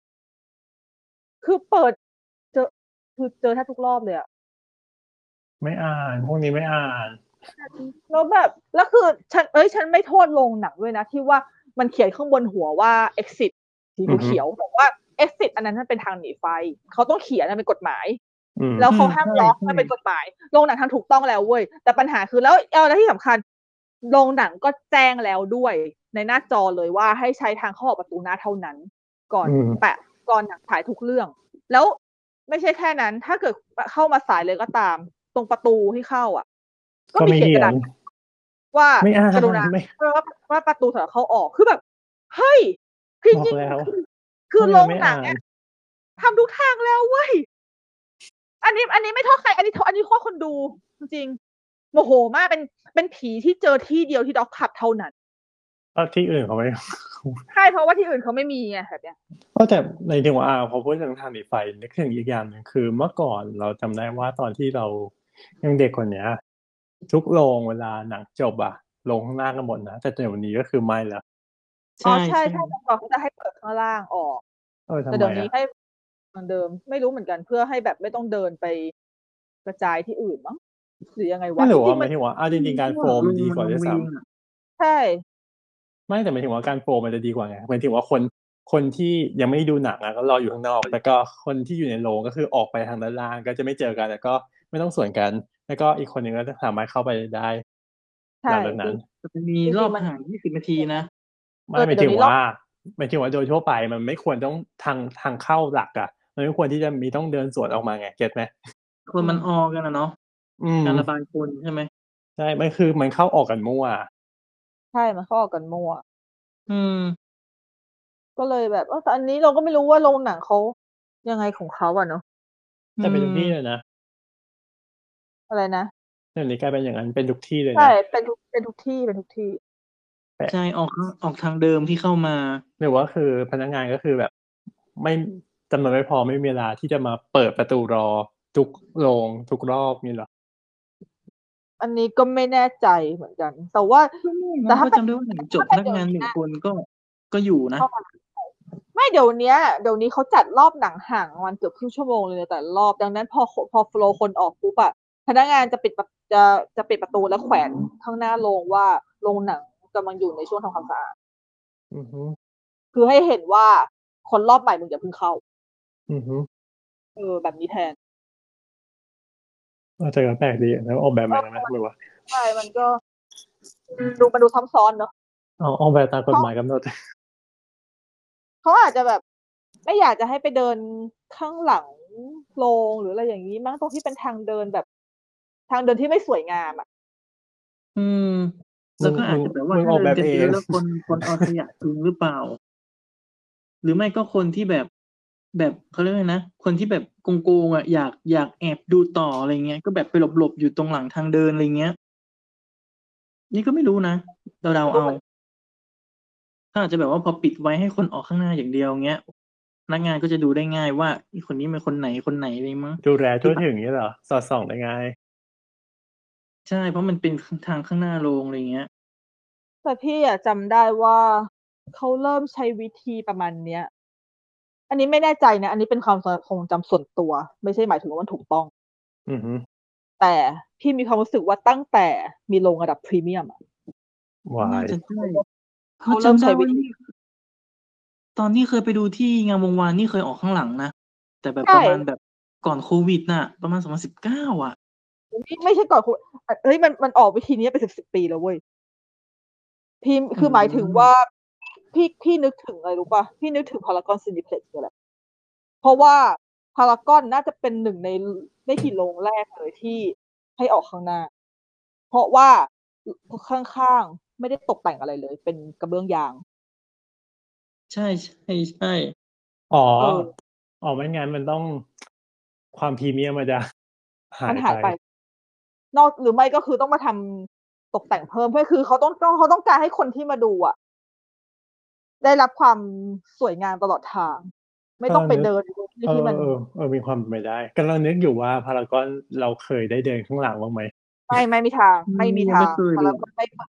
คือเปิด เจอ คือเจอแทบทุกรอบเลยอะไม่อ่าน พวกนี้ไม่อ่านแล้วแบบ แล้วคือฉัน เอ๊ย ฉันไม่โทษโรงหนังด้วยนะ ที่ว่ามันเขียนข้างบนหัวว่า Exit สีอือฮึเขียว แต่ว่า Exit อันนั้นมันเป็นทางหนีไฟ เขาต้องเขียนอะเป็นกฎหมายอืมแล้วเขาอืมห้ามใช่ล็อกใช่มันเป็นกฎหมาย โรงหนังทำถูกต้องแล้วเว้ย แต่ปัญหาคือ แล้ว เออ แล้วที่สำคัญ โรงหนังก็แจ้งแล้วด้วยในหน้าจอเลยว่า ให้ใช้ทางเข้าออกประตูหน้าเท่านั้น ก่อนอืมแปะ ก่อนหนังฉายทุกเรื่อง แล้วไม่ใช่แค่นั้น ถ้าเกิด ป เข้ามาสายเลยก็ตาม ตรงประตูที่เข้าอะ ก็ก็มีไม่เขียนเขียกระดาษนว่าไม่อ่านกรุณาไม่เออ ว่า ว่าประตูสำหรับเข้าออก คือแบบ เฮ้ย คือบอจริกงแล้วๆ คือ คือพวกโรนี้งไม่หนัอ่างอนะ ทำทุกทางแล้วเว้ย อันนี้ อันนี้ไม่โทษใคร อันนี้ โท อันนี้โทษคนดู จริง ๆ โมโหมาก เป็น เป็นผีที่เจอที่เดียวที่ Dog Club เท่านั้นก็ที่อื่นเขาไม่ใช่ เพราะว่าที่อื่นเขาไม่มีไงแบบเนี้ยก็แต่หมายถึงว่า อ่า พอพูดถึงทางหนีไฟ นึกถึงอีกอย่างหนึ่ง คือเมื่อก่อนเราจำได้ว่า ตอนที่เรายังเด็กกว่าเนี้ย ทุกโรงเวลาหนังจบอะ ลงข้างล่างกันหมดนะ แต่เดี๋ยวนี้ก็คือไม่แล้วใชอ๋อ ใช่่ๆ เมื่อก่อนเขาจะให้เปิดข้างล่างออกเออ ทแำไมต่เดี๋ยวนี้อะ? ให้เหมือนเดิม ไม่รู้เหมือนกัน เพื่อให้แบบไม่ต้องเดินไปกระจายที่อื่นมั้ง หรือยังไงวไม่ะหรจือว่าริง ๆหมมัาน ยถึงว่า เอาจริง ๆ การโฟมลงดีมันกว่าด้วัวยงเวซ้งอะใช่ำ ไม่ แต่หมายถึงว่า การโฟมมันจะดีกว่าไง หมายถึงว่า คน คนที่ยังไม่ดูหนังอะ ก็รออยู่ข้างนอก แล้วก็คนที่อยู่ในโรง ก็คือออกไปทางด้านล่าง ก็จะไม่เจอกัน แล้วก็ไม่ต้องสวนกัน แล้วก็อีกคนหนึ่งก็จะสามารถเข้าไปได้ใช่หลังจากนจรั้งนแต่มันมีจริง ๆรอบมันห่าง ยี่สิบ นาทีนะไมเอ่อหแมต่ายเดี๋ถยึวนี้งวรอ่าบหมายถึงว่าโดยทั่วไปมันไม่ควรต้องทาง ทางเข้าหลักอะ มันไม่ควรที่จะมีต้องเดินสวนออกมาไง เก็ตไหม? คนมันออกันอะเนาะอืมการระบายคนใช่ไหม? ใช่ มัน คือมันเข้าออกกันมั่วอะใช่ มันเข้าออกกันมั่วอืมก็เลยแบบ เออ แต่อันนี้เราก็ไม่รู้ว่าโรงหนังเขายังไงของเขาอะเนาะอืแต่เป็นทุกที่มเลยนะอะไรนะ? เดี๋ยวนี้กลายเป็นอย่างนั้น เป็นทุกที่เลยใช่นะเป็นทุก เป็นทุกที่ เป็นทุกที่แปลใช่กออก ข้าง ออกทางเดิมที่เข้ามาหรือว่าคือพนักงาน ก็คือแบบ ไม่ จำนวนไม่พอ ไม่มีเวลาที่จะมาเปิดประตูรอทุกโรงทุกรอบงี้เหรอ? อันนี้ก็ไม่แน่ใจเหมือนกัน แต่ว่าก็ไม่แนต่ะถ้าก็เป็นจำได้ว่าหนังจถ้บาเปพ็นนัเกงานดี๋ยวเหนนี่ง้ยคนก็ ก็อยู่นะเข้ามา ไม่ เดี๋ยวเนี้ย เดี๋ยวนี้เขาจัดรอบหนังห่างประมาณเกือบครึ่งชั่วโมงเลยในแต่ละรอบ ดังนั้นพอ ค พอโฟลว์คนออกปุ๊บอะ พนักงานจะปิดปะ จะ จะปิดประตูแล้วแขวนข้างหน้าโรงว่า โรงหนังกำลังอยู่ในช่วงทำความสะอาดอือฮึคือให้เห็นว่า คนรอบใหม่มึงอย่าเพิ่งเข้าอือฮึเออ แบบนี้แทนเออ แต่ก็แปลกดีอะ แล้วออกแบบเมอาออย่างงั้นไหม หรือว่า? ใช่ มันก็ อืม ดู มันดูซ้ำซ้อนเนาะอ๋อ ออกแบบตามกเขฎาหมายกำหนดเขาอาจจะแบบ ไม่อยากจะให้ไปเดินข้างหลังโรง หรืออะไรอย่างงี้มั้ง ตรงที่เป็นทางเดินแบบ ทางเดินที่ไม่สวยงามอะอืม แมล้ึงวก็อมาึงจจะแบบว่มาึงถ้าเดินกันเยอออกแบบเองะ แล้วคน คนเอาขยะทิ้งหรือเปล่า? หรือไม่ก็คนที่แบบ แบบ เขาเรียกว่าไรนะ คนที่แบบโกง ๆ อะ อยาก อยากแอบดูต่อ อะไรเงี้ย ก็แบบไปหลบ ๆ อยู่ตรงหลังทางเดิน ไรเงี้ย นี่ก็ไม่รู้นะ เดาไม่ๆรเูอ้าเหมือนเขาอาจจะแบบว่าพอปิดไว้ให้คนออกข้างหน้าอย่างเดียว เงี้ย พนักงานก็จะดูได้ง่ายว่า อีคนนี้เป็นคนไหน คนไหน อะไรมั้งดูแลหรทืั่อวเปล่า? ถึงงี้เหรอ? สอดส่องได้ง่ายใช่ เพราะมันเป็น ข ทางข้างหน้าโรง ไรเงี้ยแต่พี่อะจำได้ว่า เขาเริ่มใช้วิธีประมาณเนี้ย อันนี้ไม่แน่ใจนะ อันนี้เป็นความทรง ทรงจำส่วนตัว ไม่ใช่หมายถึงว่ามันถูกต้องอือฮึแต่พี่มีความรู้สึกว่า ตั้งแต่มีโรงระดับพรีเมียมอะน่า Why? จะใช่ เพเขราาะเจริ่มำไใดช้้วว่ิาธีนี่ ตอนที่เคยไปดูที่งามวงวานนี่เคยออกข้างหลังนะ แต่แบบใชประมาณ่แบบก่อนโควิดน่ะ ประมาณ สองพันสิบเก้า อะอุ๊ย ไม่ใช่ก่อนโค อ เฮ้ย มัน มันออกวิธีนี้เป็นสิบ ๆ ปีแล้วเว้ย พี่อืคือหมายถึงว่มา พี่ พี่นึกถึงอะไรรู้เปล่า พี่นึกถึง Paragon Cineplex เนี่ยแหละ เพราะว่า Paragon น่าจะเป็น หนึ่ง ใน ร ไม่กี่โรงแรกเลยที่ให้ออกข้างหน้า เพราะว่า อ พ ข้าง ๆ ไม่ได้ตกแต่งอะไรเลย เป็นกระเบื้องยางใช่ ๆ ๆอ๋อเอออ๋อ ไม่งั้นมันต้อง ความพรีเมียมมันจะ หามันหยไปายไป นอก หรือไม่ก็คือต้องมาทำตกแต่งเพิ่ม เพื่อ คือเขาต้อง ต้อง เขาต้องการให้คนที่มาดูอะ ได้รับความสวยงามตลอดทาง ไม่กต้ำองไปเดลังนึกินในที่เอที่มันอ ๆ เออ มีความเป็นไปได้ กำลังนึกอยู่ว่า Paragon เราเคยได้เดินข้างหลังบ้างไหม? ไม่ ไม่มีทางอืมไม่มีทยังไาม่งเคยเลยอะ Paragon ไม่เปิด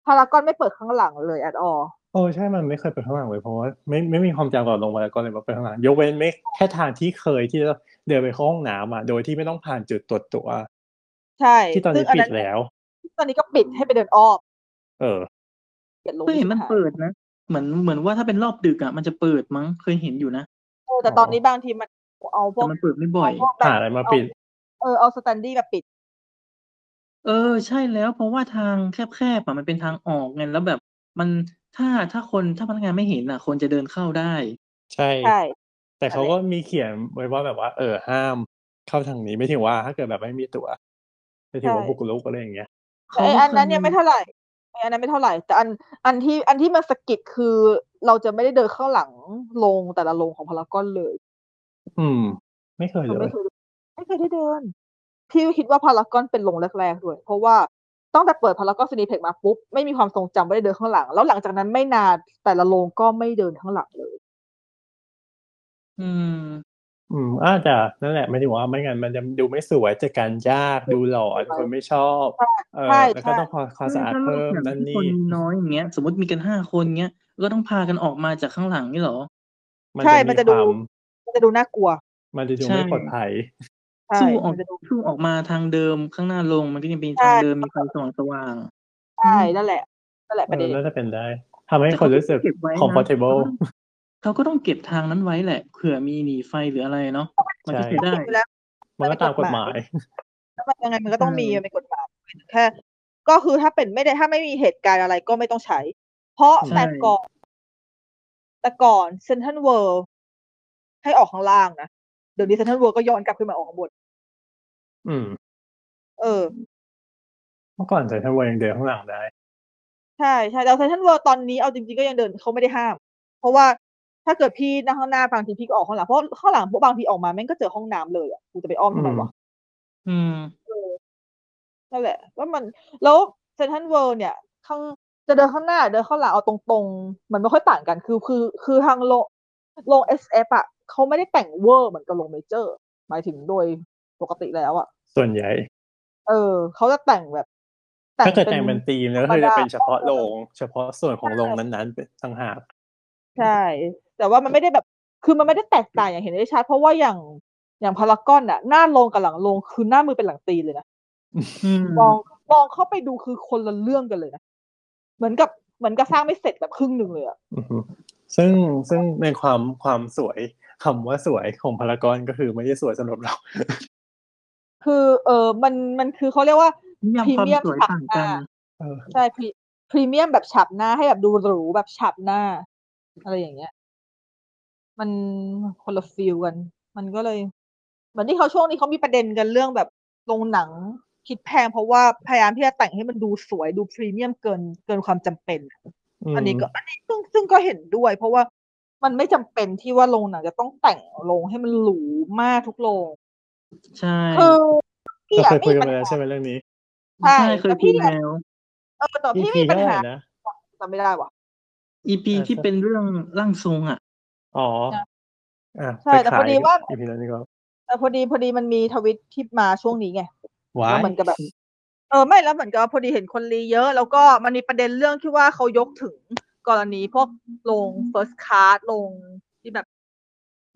พารากอนไม่เปิดข้างหลังเลย at all โอ้ใช่มันไม่เคยไปข้างหลังเลยเพราะว่าไม่ไม่มีความจำก่อนลงพารากอนเลยว่าไปข้างหลังยกเว้นไม่แค่ทางที่เคยที่จะเดินไปเข้าห้องน้ำอ่ะโดยที่ไม่ต้องผ่านจุดตรวจตั๋วใช่ที่ตอนซึ่นี้งอันปินั้ดนแล้วตอนนี้ก็ปิดให้ไปเดินอ้อมเออเกลียดลงเคยเห็นมันชิบหายเปิดนะ เหมือนเหมือนว่าถ้าเป็นรอบดึกอ่ะมันจะเปิดมั้งเคยเห็นอยู่นะเออแต่ตอนนี้บางทีมันเอาพแต่วกมันเปิดไม่บ่อเอายพวกแบหาบอะไรมาเอาปิดเออเอาสแตนดี้มาปิดเออใช่แล้วเพราะว่าทางแคบๆอ่ะมันเป็นทางออกไงแล้วแบบมันถ้าถ้าคนถ้าพนักงานไม่เห็นอ่ะ คนจะเดินเข้าได้ใช่ใช่แต่นั่เขานแหก็ละมีเขียนไว้ว่าแบบว่า เออห้ามเข้าทางนี้ไม่ถึงว่าถ้าเกิดแบบไม่มีตั๋วจะถือว่าใช่บุกรุกอะไรอย่างเงี้ยแต่ไอ้อันนั้นยังไม่เท่าไหร่ไอ้อันนั้นไม่เท่าไหร่แต่อันอันที่อันที่มันสะกิดคือเราจะไม่ได้เดินข้างหลังโรงแต่ละโรงของพารากอนเลยอืม ไม่เคยเราเลไม่ยเคยไม่เคยได้เดินพี่ก็คิดว่าพารากอนเป็นโรงแรกๆด้วยเพราะว่าตั้งแต่เปิดพารากอน Cineplex มาปุ๊บไม่มีความทรงจำว่าได้เดินข้างหลังแล้วหลังจากนั้นไม่นานแต่ละโรงก็ไม่เดินข้างหลังเลยอืมอืมอาจจะนั่นแหละหมายถึงว่าไม่งั้นมันจะดูไม่สวยจัดการยากดูหลอนคนไม่ชอบ เอใช่อ แล้วก็ใช่ต้องความความใช่สะอาดถ้ารอเพิ่บมอย่างนั่นที่นีคน่ มีน้อยอย่างเงี้ย สมมุติมีกันห้าคนเงี้ยก็ต้องพากันออกมาจากข้างหลังงี้เหรอ? มันใช่จะมัมีนจะคดูวามมันจะดูน่ากลัวมันจะดูใช่ไม่ปลอดภัยใช่สู้ออมักนจะดูสู้ออกมาทางเดิมข้างหน้าโรงมันก็ยังเป็นใช่ทางเดิมมีไฟสว่าง ๆใช่ นั่นแหละ นั่นแหละเอประเด็อนน่าจะเป็นได้ ทำให้แต่คเขานก็รู้สึกเก็บไว้นะ comfortable เขาก็ต้องเก็บทางนั้นไว้แหละเผื่อมีหนีไฟหรืออะไรเนาะ มันใช่ก็ใช้ได้เก็บอยู่แล้วมันก็ตามกฎหมายแล้วมันยังไงมันก็ใช่ต้องมี มันเป็นกฎหมาย แค่ ก็คือถ้าเป็นไม่ได้ ถ้าไม่มีเหตุการณ์อะไรก็ไม่ต้องใช้ เพราะอืมใช่แต่ก่อน แต่ก่อน Central World ให้ออกข้างล่างนะ เดี๋ยวนี้ Central World ก็ย้อนกลับขึ้นมาออกข้างบนอืมเออเมื่อก่อน Central World ยังเดินข้างหลังได้ใช่ ๆ แต่ Central World ตอนนี้เอาจริง ๆ ก็ยังเดิน เขาไม่ได้ห้าม เพราะว่าถ้าเกิดพี่นั่งข้างหน้าบางทีพี่ก็ออกข้างหลัง เพราะข้างหลังบางทีออกมาแม่งก็เจอห้องน้ำเลยอะ กูจะไปอ้อมอืทำไมมวะ? อืมเออ นั่นแหละ แล้วมัน แล้ว Central World เนี่ย ข้าง จะเดินข้างหน้าหรือเดินข้างหลังเอาตรง ๆ มันไม่ค่อยต่างกัน คือ คือ คือทางโรง โรง เอส เอฟ อะ เขาไม่ได้แต่งเวอร์เหมือนกับโรงเมเจอร์ หมายถึงโดยปกติแล้วอะส่วนใหญ่เออ เขาจะแต่งแบบ แต่ถ้าง เกิดเป็แต่นงเป็นธีมธแล้รวรก็มคือจะดาเป็นเฉพาะเอโรอง เฉพาะส่วนของใช่โรงนั้น ๆ เป็นต่างหากใช่ แต่ว่ามันไม่ได้แบบ คือมันไม่ได้แตกต่างอย่างเห็นได้ชัด เพราะว่าอย่าง อย่างพารากอนน่ะ หน้าโรงกับหลังโรงคือหน้ามือเป็นหลังตีนเลยนะอืมมอง มองเข้าไปดูคือคนละเรื่องกันเลยนะ เหมือนกับ เหมือนกับสร้างไม่เสร็จแบบครึ่งหนึ่งเลยอะอือฮึ ซึ่ง ซึ่งในความ ความสวย คำว่าสวยของพารากอนก็คือไม่ได้สวยสำหรับ เราคือ เอ่อ มัน มันคือเขาเรียกว่านิยามพรีควาเมมียมสวยฉาบต่างหน้ากันเออใช่ พรี พรีเมียมแบบฉาบหน้าให้แบบดูหรูแบบฉาบหน้า อะไรอย่างเงี้ย มันคนละฟีลกัน มันก็เลย เหมือนที่เขา ช่วงนี้เขามีประเด็นกันเรื่องแบบโรงหนังคิดแพง เพราะว่าพยายามที่จะแต่งให้มันดูสวยดูพรีเมียมเกิน เกินความจำเป็นอือันนี้ก็มอันนี้ซึ่ง ซึ่งก็เห็นด้วย เพราะว่ามันไม่จำเป็นที่ว่าโรงหนังจะต้องแต่งโรงให้มันหรูมากทุกโรงใช่คือพี่อเราเคะยคุยกัไม่มีปันไปญแล้วหาใช่ไหมเรื่องนี้? ใช่ใช่ เคแตย่พคุี่ยอะแล้วเออ แต่พี่ EP ไม่มีเปัท่าญไรหานะ? จำไม่ได้ว่ะ EP อาที่สักเป็นเรื่องร่างทรงอะอ๋อใช่อาใช่ไปแต่ขาพอดีอีว่าอี พี นั้นดีกว่าแต่พอดี พอดีมันมีทวิตที่มาช่วงนี้ไงว้แล้าวเหย! มือนกับแบบ เออ ไม่ แล้วเหมือนกับว่าพอดีเห็นคนรีเยอะ แล้วก็มันมีประเด็นเรื่องที่ว่าเขายกถึงกรณีพวกโรง First Class โรงที่แบบ มี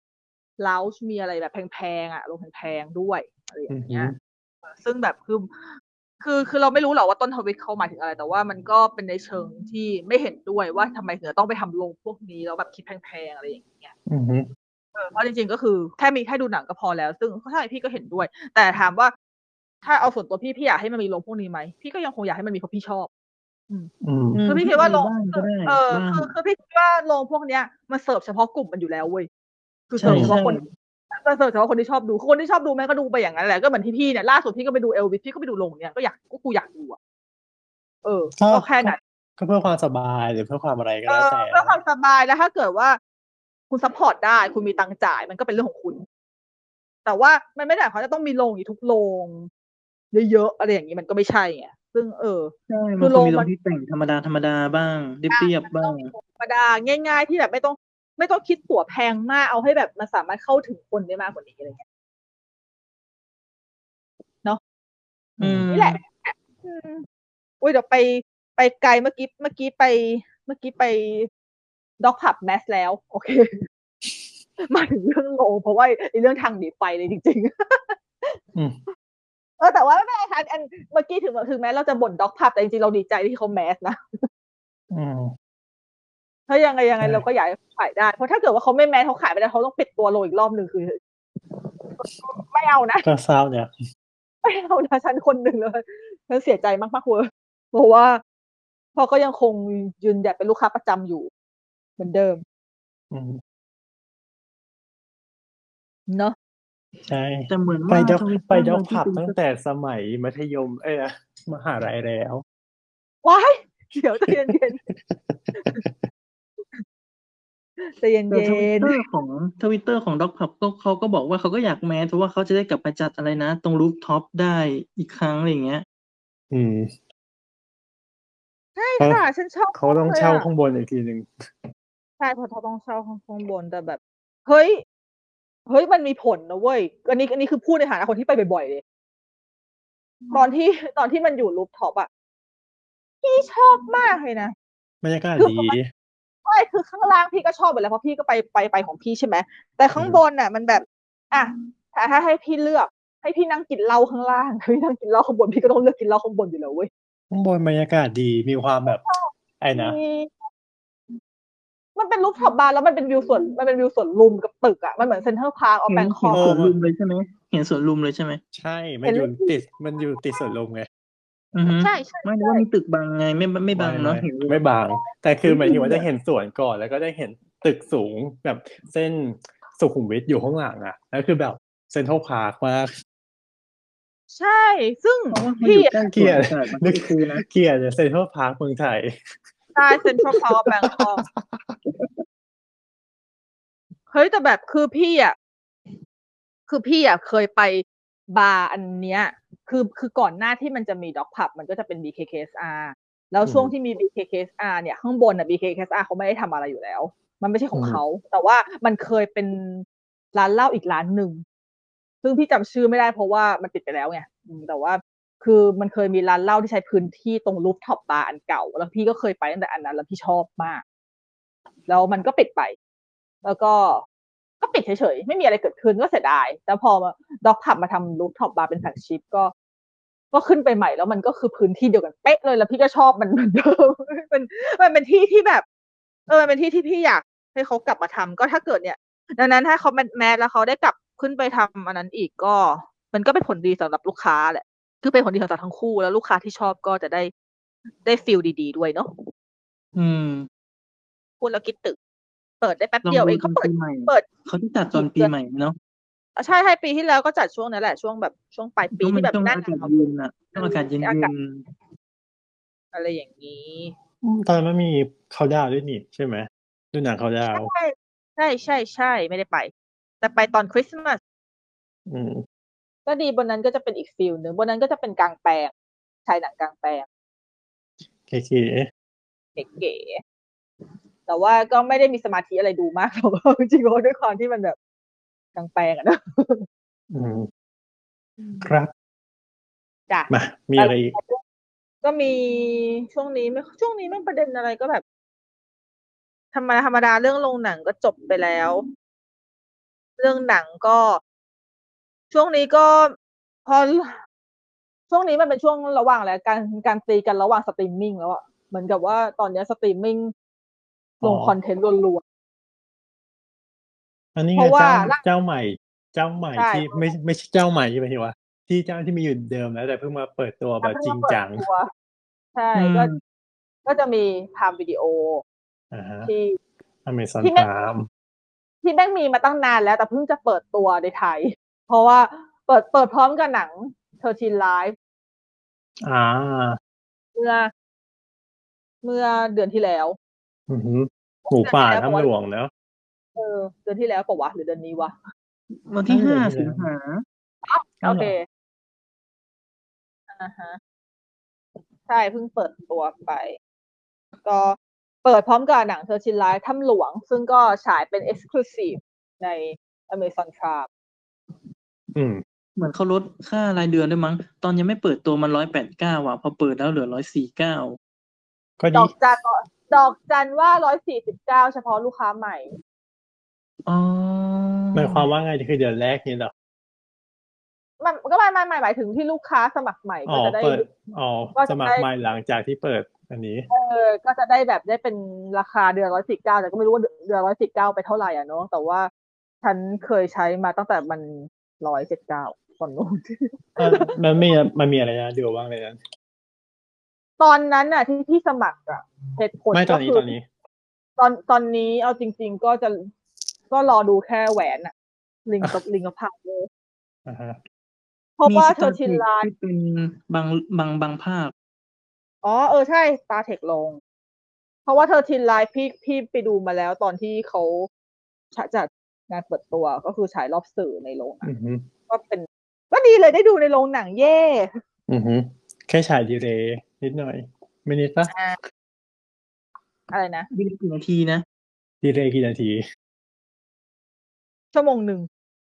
lounge มีอะไรแบบแพง ๆ อะ โรงแพง ๆ ด้วย อะไรออืย่าอฮงเงี้ึย เออ ซึ่งแบบคือ คือ คือเราไม่รู้หรอกว่าต้นทวิตเขาหมายถึงอะไร แต่ว่ามันก็เป็นในเชิงที่ไม่เห็นด้วยว่าทำไมถึงจะต้องไปทำโรงพวกนี้ แล้วแบบคิดแพง ๆ อะไรอย่างเงี้ยอือฮึเออ เพราะจริง ๆ ก็คือแค่มี แค่ดูหนังก็พอแล้ว ซึ่ง ใช่ พี่ก็เห็นด้วย แต่ถามว่า ถ้าเอาส่วนตัวพี่ พี่อยากให้มันมีโรงพวกนี้ไหม? พี่ก็ยังคงอยากให้มันมีเพราะพี่ชอบ อืมอืมอืมคือพี่พี่คิดว่ามีโรงบ้างคก็ได้เออบ้างคือ คือพี่คิดว่าโรงพวกเนี้ยมันเสิร์ฟเฉพาะกลุ่มมันอยู่แล้วเว้ย คือใชเสิร์ฟเฉพาะคนๆมันเสิร์ฟเฉพาะคนที่ชอบดู คนที่ชอบดูแม่งก็ดูไปอย่างนั้นแหละ ก็เหมือนที่พี่เนี่ย ล่าสุดพี่ก็ไปดู Elvis พี่ก็ไปดูโรงเนี้ย ก็อยาก ก็กูอยากดูอะ เออก็ก็แค่ก็นั้นก็เพื่อความสบาย หรือเพื่อความอะไรก็เออแล้วแต่เพื่อความสบาย แล้วถ้าเกิดว่าคุณซัปพอร์ตได้ คุณมีตังค์จ่าย มันก็เป็นเรื่องของคุณ แต่ว่ามันไม่ได้หมายความว่าจะต้องมีโรงอย่างงี้ทุกโรง เยอะ ๆ อะไรอย่างงี้ มันก็ไม่ใช่ไง ซึ่ง เออใช่คมัืนควรมีโรอโรงมังนที่แต่งธรรมดา ๆ บ้าง เใช่รียบมันๆ บ้าต้องงมีโรงธรรมดา ง่าย ๆ ที่แบบไม่ต้อง ไม่ต้องคิดตั๋วแพงมาก เอาให้แบบมันสามารถเข้าถึงคนได้มากกว่านี้ อะไรอย่างเงี้ย เนาะอืมนี่แหละ อืม อุ๊ย เดี๋ยวไปไปไกลเมื่อกี้เมื่อกี้ไปเมื่อกี้ไปด็อกผับแมสแล้วโอเค มาถึงเรื่องโลเพราะว่าไอ้เรื่องทางหนีไฟเลยจริงๆอืมเออแต่ว่าไม่เป็นไรค่ะอันเมื่อกี้ถึงถึงแม้เราจะบ่นด็อกผับแต่จริงๆเราดีใจที่เขาแมสนะอืมถ้ายังไงยังไงใช่เราก็อยากให้ขายได้เพราะถ้าเกิดว่าเขาไม่แมสเขาขายไม่ได้เขาต้องปิดตัวโลอีกรอบหนึ่งคือ ไม่เอานะก็เศร้าเนี่ยไม่เอานะฉันคนหนึ่งเลยฉันเสียใจมากๆเวอร์เพราะว่าพ่อก็ยังคงยืนหยัดเป็นลูกค้าประจำอยู่เหมือนเดิมอืมเนาะใช่แต่เหมือนไปว่าด็อกทวิตเตไปอร์ด็อกที่ผับเป็นตั้งแต่สมัยมัธยม เอ้ยมหาลัยแล้วว้ายเดี๋ยวใจเย็นๆใจเย็แต่ทวิตนเตอร์ของทวิตเตอร์ของด็อกผับก็เขาก็บอกว่าเขาก็อยากแมสเพราะว่าเขาจะได้กลับไปจัดอะไรนะ ตรงรูฟท็อปได้อีกครั้งอะไรอย่างเงี้ยอืมๆใช่เขาค่ะฉันชอบเขาต้องมากเลยเช่าอะข้างบนอีกทีหนึ่งใช่เพราะเขาต้องเช่าข้างข้างบนแต่แบบ เฮ้ย เฮ้ยมันมีผลนะเว้ยอันนี้อันนี้คือพูดในฐานะคนที่ไปบ่อยๆเลย ตอนที่ตอนที่มันอยู่รูฟท็อปอะพี่ชอบมากเลยนะบรรยากาศคือดีใช่คือข้างล่างพี่ก็ชอบอยู่แล้วเพราะพี่ก็ไปไปไปของพี่ใช่ไหมแต่ข้างบนน่ะ มันแบบอ่ะถ้าถ้าให้พี่เลือกให้พี่นั่งกินเหล้าข้างล่างพี่นั่งกินเหล้าข้างบนพี่ก็ต้องเลือกกินเหล้าข้างบนอยู่แล้วเว้ยข้างบนบรรยากาศดีมีความแบบไอ้นะมีมันเป็นรูฟท็อปบาร์แล้วมันเป็นวิวสวนมันเป็นวิวสวนลุมกับตึกอ่ะมันเหมือนเซ็นทรัลพาร์คออฟเห็แบนงคเห็อน กสวนลุมเลยใช่ไหมเห็นสวนลุมเลยใช่ไหมใช่ มันอยู่ติดมันอยู่ติดสวนลมไงอือฮึใช่ใช่ไม่รู้ว่ามีตึกบังไงไม่ไม่บังเนาะไม่เห็นเลยไม่บาง แต่คือหมายถึงว่าเฮ้ยจะเห็นสวนก่อนแล้วก็ได้เห็นตึกสูงแบบเส้นสุขุมวิทอยู่ข้างหลังอ่ะแล้วคือแบบเซ็นทรัลพาร์คมากใช่ซึ่งเพราะว่ามันอพี่ยู่ใกล้สเกลีวนยดอากาศมันนึก็กโอเคนะเกลียดเซ็นทรัลพาร์คเมืองไทยใช่เซ็นทรัลพาร์คออฟแบงคอกเฮ้ยแต่แบบคือพี่อ่ะคือพี่อ่ะเคยไปบาร์อันเนี้ย คือคือก่อนหน้าที่มันจะมีด็อกผับมันก็จะเป็น บี เค เค เอส อาร์ แล้วช่วงอืมที่มี บี เค เค เอส อาร์ เนี่ยข้างบนอ่ะ บี เค เค เอส อาร์ เขาไม่ได้ทำอะไรอยู่แล้ว มันไม่ใช่ของอืมเขา แต่ว่ามันเคยเป็นร้านเหล้าอีกร้านหนึ่งซึ่งพี่จำชื่อไม่ได้เพราะว่ามันปิดไปแล้วไงอืมแต่ว่าคือมันเคยมีร้านเหล้าที่ใช้พื้นที่ตรงรูฟท็อปบาร์อันเก่า แล้วพี่ก็เคยไปตั้งแต่อันนั้นแล้วพี่ชอบมาก แล้วมันก็ปิดไป แล้วก็ก็ปิดเฉยๆไม่มีอะไรเกิดขึ้นก็เสียดายแล้วพอด็อกผับมาทำรูฟท็อปบาร์เป็นแฟลกชิพก็ ก็ขึ้นไปใหม่แล้วมันก็คือพื้นที่เดียวกันเป๊ะเลยแล้วพี่ก็ชอบมันเหมือนเดิม มันมันเป็นที่ที่แบบ เออมันเป็นที่ที่พี่อยากให้เขากลับมาทำก็ถ้าเกิดเนี่ย ดังนั้นถ้าเขาแมสแล้วเขาได้กลับขึ้นไปทำอันนั้นอีกก็ มันก็เป็นผลดีสำหรับลูกค้าแหละคือเป็นผลดีสำหรับทั้งคู่แล้วลูกค้าที่ชอบก็จะได้ได้ฟีลดีๆด้วยเนาะอืมพูดแล้วคิดตึก เปิดได้แป๊บลองเดียวดูเองตอเขานเปิปีดใหม่เปิดเขาจะจัดตอนปีใหม่เนาะอ่ะใช่ใช่ปีที่แล้วก็จัดช่วงนั้นแหละช่วงแบบช่วงปลายปีช่วงมัที่นแบบช่วงหน้าอาหกาศนาวเย็นน่ะช่วงอากาศเย็อากาศนอะไรอย่างนี้อืมตอนนั้นมันมีเขาน์ดาวน์ด้วยนี่ใช่ไหมดูหนังเขาน์ดาวน์ใช่ใช่ใช่ใช่ไม่ได้ไป แต่ไปตอนคริสต์มาสอืมก็ดีบนนั้นก็จะเป็นอีกฟิลหนึ่งบนนั้นก็จะเป็นกลางแปลงฉายหนังกลางแปลงเก๋เก๋ๆแต่ว่าก็ไม่ได้มีสมาธิอะไรดูมากหรอก จริงๆเพราะด้วยความที่มันแบบกลางแปลงอะเนอะๆอืม ครับจ้ะมา มีอะไรอีกก็มีช่วงนี้ไม่ช่วงนี้ไม่ประเด็นอะไรก็แบบ ธรรมดาธรรมดาเรื่องโรงหนังก็จบไปแล้ว เรื่องหนังก็ ช่วงนี้ก็พอ ช่วงนี้มันเป็นช่วงระหว่างแล้วการการตีกันระหว่างสตรีมมิ่งแล้วอะเหมือนกับว่าตอนนี้สตรีมมิ่งลงอ๋อคอนเทนต์รัวอันนี้เพไงราะว่าเจ้าเจ้าใหม่ เจ้าใหม่ใช่ที่ไม่ไม่ใช่เจ้าใหม่ใช่ไหมที่ว่า ที่เจ้าที่มีอยู่เดิมแล้วแต่เพิ่งมาเปิดตัวแบบเพิ่จริมาง เปิจัดงตัว ใช่อืมก็ ก็จะมี Prime Video อ่าฮะที่ Amazon ที่ไม่ Prime ที่แม่งมีมาตั้งนานแล้วแต่เพิ่งจะเปิดตัวในไทย เพราะว่าเปิดเปิดพร้อมกับหนัง เทอร์ทีน Live อ่าเมื่อ เมื่อเดือนที่แล้วอือฮึหมูป่าเดือนที่แล้วถ้ำหลวงเนาะเออเดือนที่แล้วเปล่าวะหรือเดือนนี้วะวันที่น่าจะห้าเดือนที่สิแล้วงหาโอเคอ่าฮะใช่เพิ่งเปิดตัวไป ก็เปิดพร้อมกับหนังเทอร์ชินไลท์ถ้ำหลวง ซึ่งก็ฉายเป็น Exclusive ใน Amazon Prime อืมเหมือนเขาลดค่ารายเดือนด้วยมั้ง ตอนยังไม่เปิดตัวมันร้อยแปดสิบเก้าอ่ะ พอเปิดแล้วเหลือร้อยสี่สิบเก้าก็ดดีอกจันดอกจันว่าร้อยสี่สิบเก้าเฉพาะลูกค้าใหม่อ๋อหมายความว่าไงคือเดือนแรกนี่เหรอมันก็ไม่ไม่ไม่หมายถึงที่ลูกค้าสมัครใหม่อ๋ก็อจะได้เปิด อ๋อก็สจะมัคได้รใหม่หลังจากที่เปิดอันนี้เออก็จะได้แบบได้เป็นราคาเดือนร้อยสี่สิบเก้าแต่ก็ไม่รู้ว่าเดือนร้อยสี่สิบเก้าไปเท่าไหร่อ่ะเนาะแต่ว่าฉันเคยใช้มาตั้งแต่มันร้อยเจ็ดสิบเก้าตอนนู้นเออมันมีมันมีอะไรนะเดี๋ยวว่างเลยนะตอนนั้นน่ะที่ที่สมัครอ่ะเหตุผลไม่ตอก็นนี้คือตอนนี้ตอนตอนนี้เอาจริง ๆ ก็จะก็รอดูแค่แหวนอ่ะ ลิงกับลิงกับผักเลยอ่าฮะเพราะมีว่าสเธตาอร์ชิเทนคไลที่น์เป็นบางบางบางภาคอ๋อเออใช่ตาเทคลง เพราะว่าเธอชินไลน์พี่พี่ไปดูมาแล้วตอนที่เขาจัดงานเปิดตัวก็คือฉายรอบสื่อในโรงหนัอืงอฮึก็เป็นก็ดีเลยได้ดูในโรงหนังเย่อือฮึแค่ฉายดีเลย์นิดหน่อยไม่นิดปะอ่าอะไรนะดีเลย์กี่นาทีนะดีเลย์กี่นาทีชั่วโมงหนึ่ง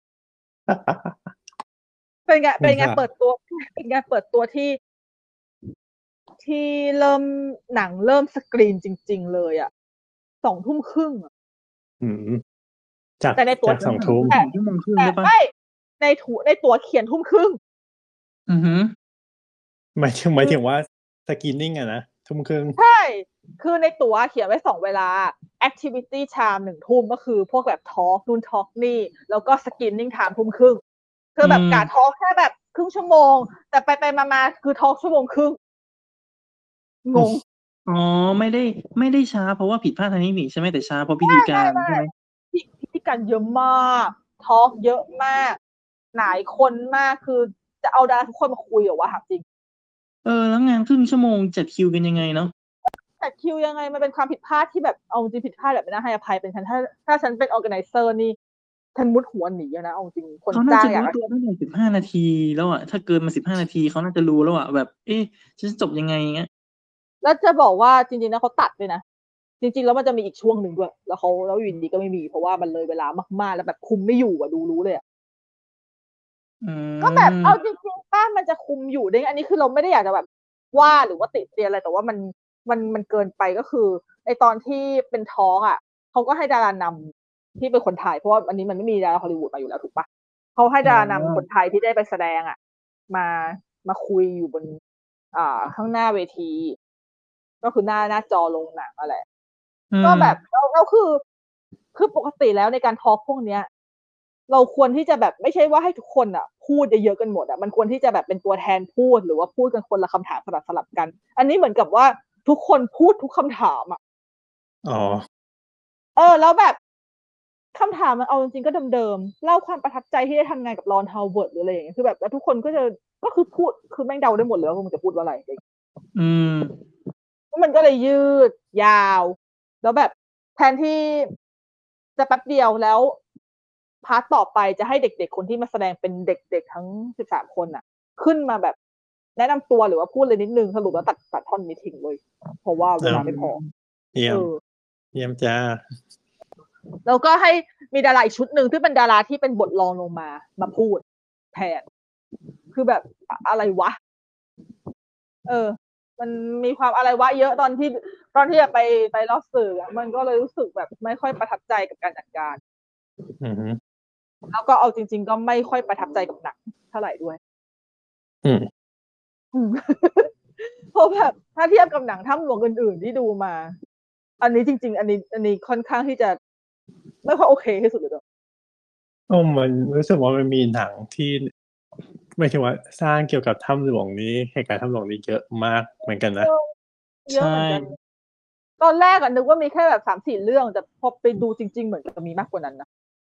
เป็นไงเป็นไงครับเปิดตัวเป็นไงเปิดตัวที่ ที่เริ่มหนังเริ่มสกรีนจริง ๆ เลยอ่ะสองทุ่มครึ่งอืมจากแต่ในตั๋วจากสองทุ่มสองชั่วโมงครึ่งแต่ได้ปะไม่ในถูในตั๋วเขียนทุ่มครึ่งอือฮึหมายถึงหมายถึงว่าสกรีนนิ่งอะนะทุ่มครึ่งใช่ คือในตั๋วเขียนไว้สองเวลา activity time หนึ่งทุ่มก็คือพวกแบบทอล์กนู่นทอล์กนี่ แล้วก็ screening time ทุ่มครึ่งคือแบบอืมกะทอล์กแค่แบบครึ่งชั่วโมง แต่ไปไปมามาคือทอล์กชั่วโมงครึ่งงงอ๋อไม่ได้ไม่ได้ช้าเพราะว่าผิดพลาดทางเทคนิคใช่ไหมแต่ช้าเพราะพิธีการใช่ไหมพิพิธีการเยอะมากทอล์กเยอะมาก หลายคนมากคือจะเอาดาราทุกคนมาคุยเหรอวะถามจริงเออแล้วงานครึ่งชั่วโมงจัดคิวกันยังไงเนาะแต่คิวยังไงมันเป็นความผิดพลาดที่แบบเอาจริงผิดพลาดแบบไม่น่าให้อภัยเป็นฉันถ้าถ้าฉันเป็น organizer นี่ฉันมุดหัวหนีอะนะเอาจริงคนเขาน่าจ้างจะอยากรู้ตัวตั้งแต่สิบห้านาทีแล้วอ่ะถ้าเกินมาสิบห้านาทีเขาน่าจะรู้แล้วอ่ะแบบ เอ๊ะฉันจะจบยังไงเงี้ยแล้วจะบอกว่าจริงๆนะเขาตัดด้วยนะจริงๆแล้วมันจะมีอีกช่วงหนึ่งด้วยแล้วเขาแล้วอยู่ดีก็ไม่มีเพราะว่ามันเลยเวลามากๆแล้วแบบคุมไม่อยู่อะดูรู้เลยอะอืมก็แบบเอาจริงๆป้ามันจะคุมอยู่ได้ไงอันนี้คือเราไม่ได้อยากจะแบบว่าหรือว่าติเตียนอะไรแต่ว่ามันมันมันเกินไปก็คือในตอนที่เป็นทอล์กอ่ะเขาก็ให้ดารานำที่เป็นคนไทยเพราะว่าอันนี้มันไม่มีดาราฮอลลีวูดมาอยู่แล้วถูกปะเขาให้ดารานำคนไทยที่ได้ไปแสดงอ่ะมามาคุยอยู่บนอ่าข้างหน้าเวที ก็คือหน้าหน้าจอโรงหนังอะไรอืมก็แบบเราเราคือคือปกติแล้วในการทอล์กพวกเนี้ย เราควรที่จะแบบไม่ใช่ว่าให้ทุกคนอ่ะ พูดเยอะๆกันหมดอ่ะมันควรที่จะแบบเป็นตัวแทนพูดหรือว่าพูดกันคนละคำถามสลับสลับกัน อันนี้เหมือนกับว่าทุกคนพูดทุกคำถามอ่ะอ๋อเออ แล้วแบบคำถามมันเอาจริงๆก็เดิมๆเล่าความประทับใจที่ได้ทำงานกับรอนฮาวเวิร์ดหรืออะไรอย่างเงี้ยคือแบบแล้วทุกคนก็จะก็คือพูดคือแม่งเดาได้หมดเลยว่ามึงจะพูดว่าอะไรอืมมันก็เลยยืดยาว แล้วแบบแทนที่จะแป๊บเดียวแล้วพาร์ทต่อไปจะให้เด็กๆคนที่มาแสดงเป็นเด็กๆทั้งสิบสามคนน่ะ ขึ้นมาแบบแนะนำตัวหรือว่าพูดเลยนิดนึงสรุปแล้วตัดตัดท่อนนี้ทิ้งเลยเพราะว่าเวลาไม่พอเยี่ยเอมอเยี่ยมจ้าแล้วก็ให้มีดาราอีกชุดหนึ่งที่เป็นดาราที่เป็นบทรองลงมามาพูดแทน คือแบบอะไรวะ เออ มันมีความอะไรวะเยอะตอนที่ตอนที่จะไปไปรอบสื่ออะมันก็เลยรู้สึกแบบไม่ค่อยประทับใจกับการจัดการอือฮึแล้วก็เอาจริง ๆ ก็ไม่ค่อยประทับใจกับหนังเท่าไหร่ด้วยอืมอืม เพราะแบบถ้าเทียบกับหนังถ้ำหลวงอื่นๆที่ดูมา อันนี้จริง ๆ อันนี้ อันนี้ค่อนข้างที่จะไม่ค่อยโอเคที่สุดเลยด้วยโอ้มันรู้สึกว่ามันมีหนังที่หมายถึงว่าสร้างเกี่ยวกับถ้ำหลวงนี้เหตุการณ์ถ้ำหลวงนี้เยอะมากเหมือนกันนะเยอะเหมือนกัน ตอนแรกอะนึกว่ามีแค่แบบสามสี่เรื่อง แต่พอไปดูจริง ๆ เหมือนจะมีมากกว่านั้นนะ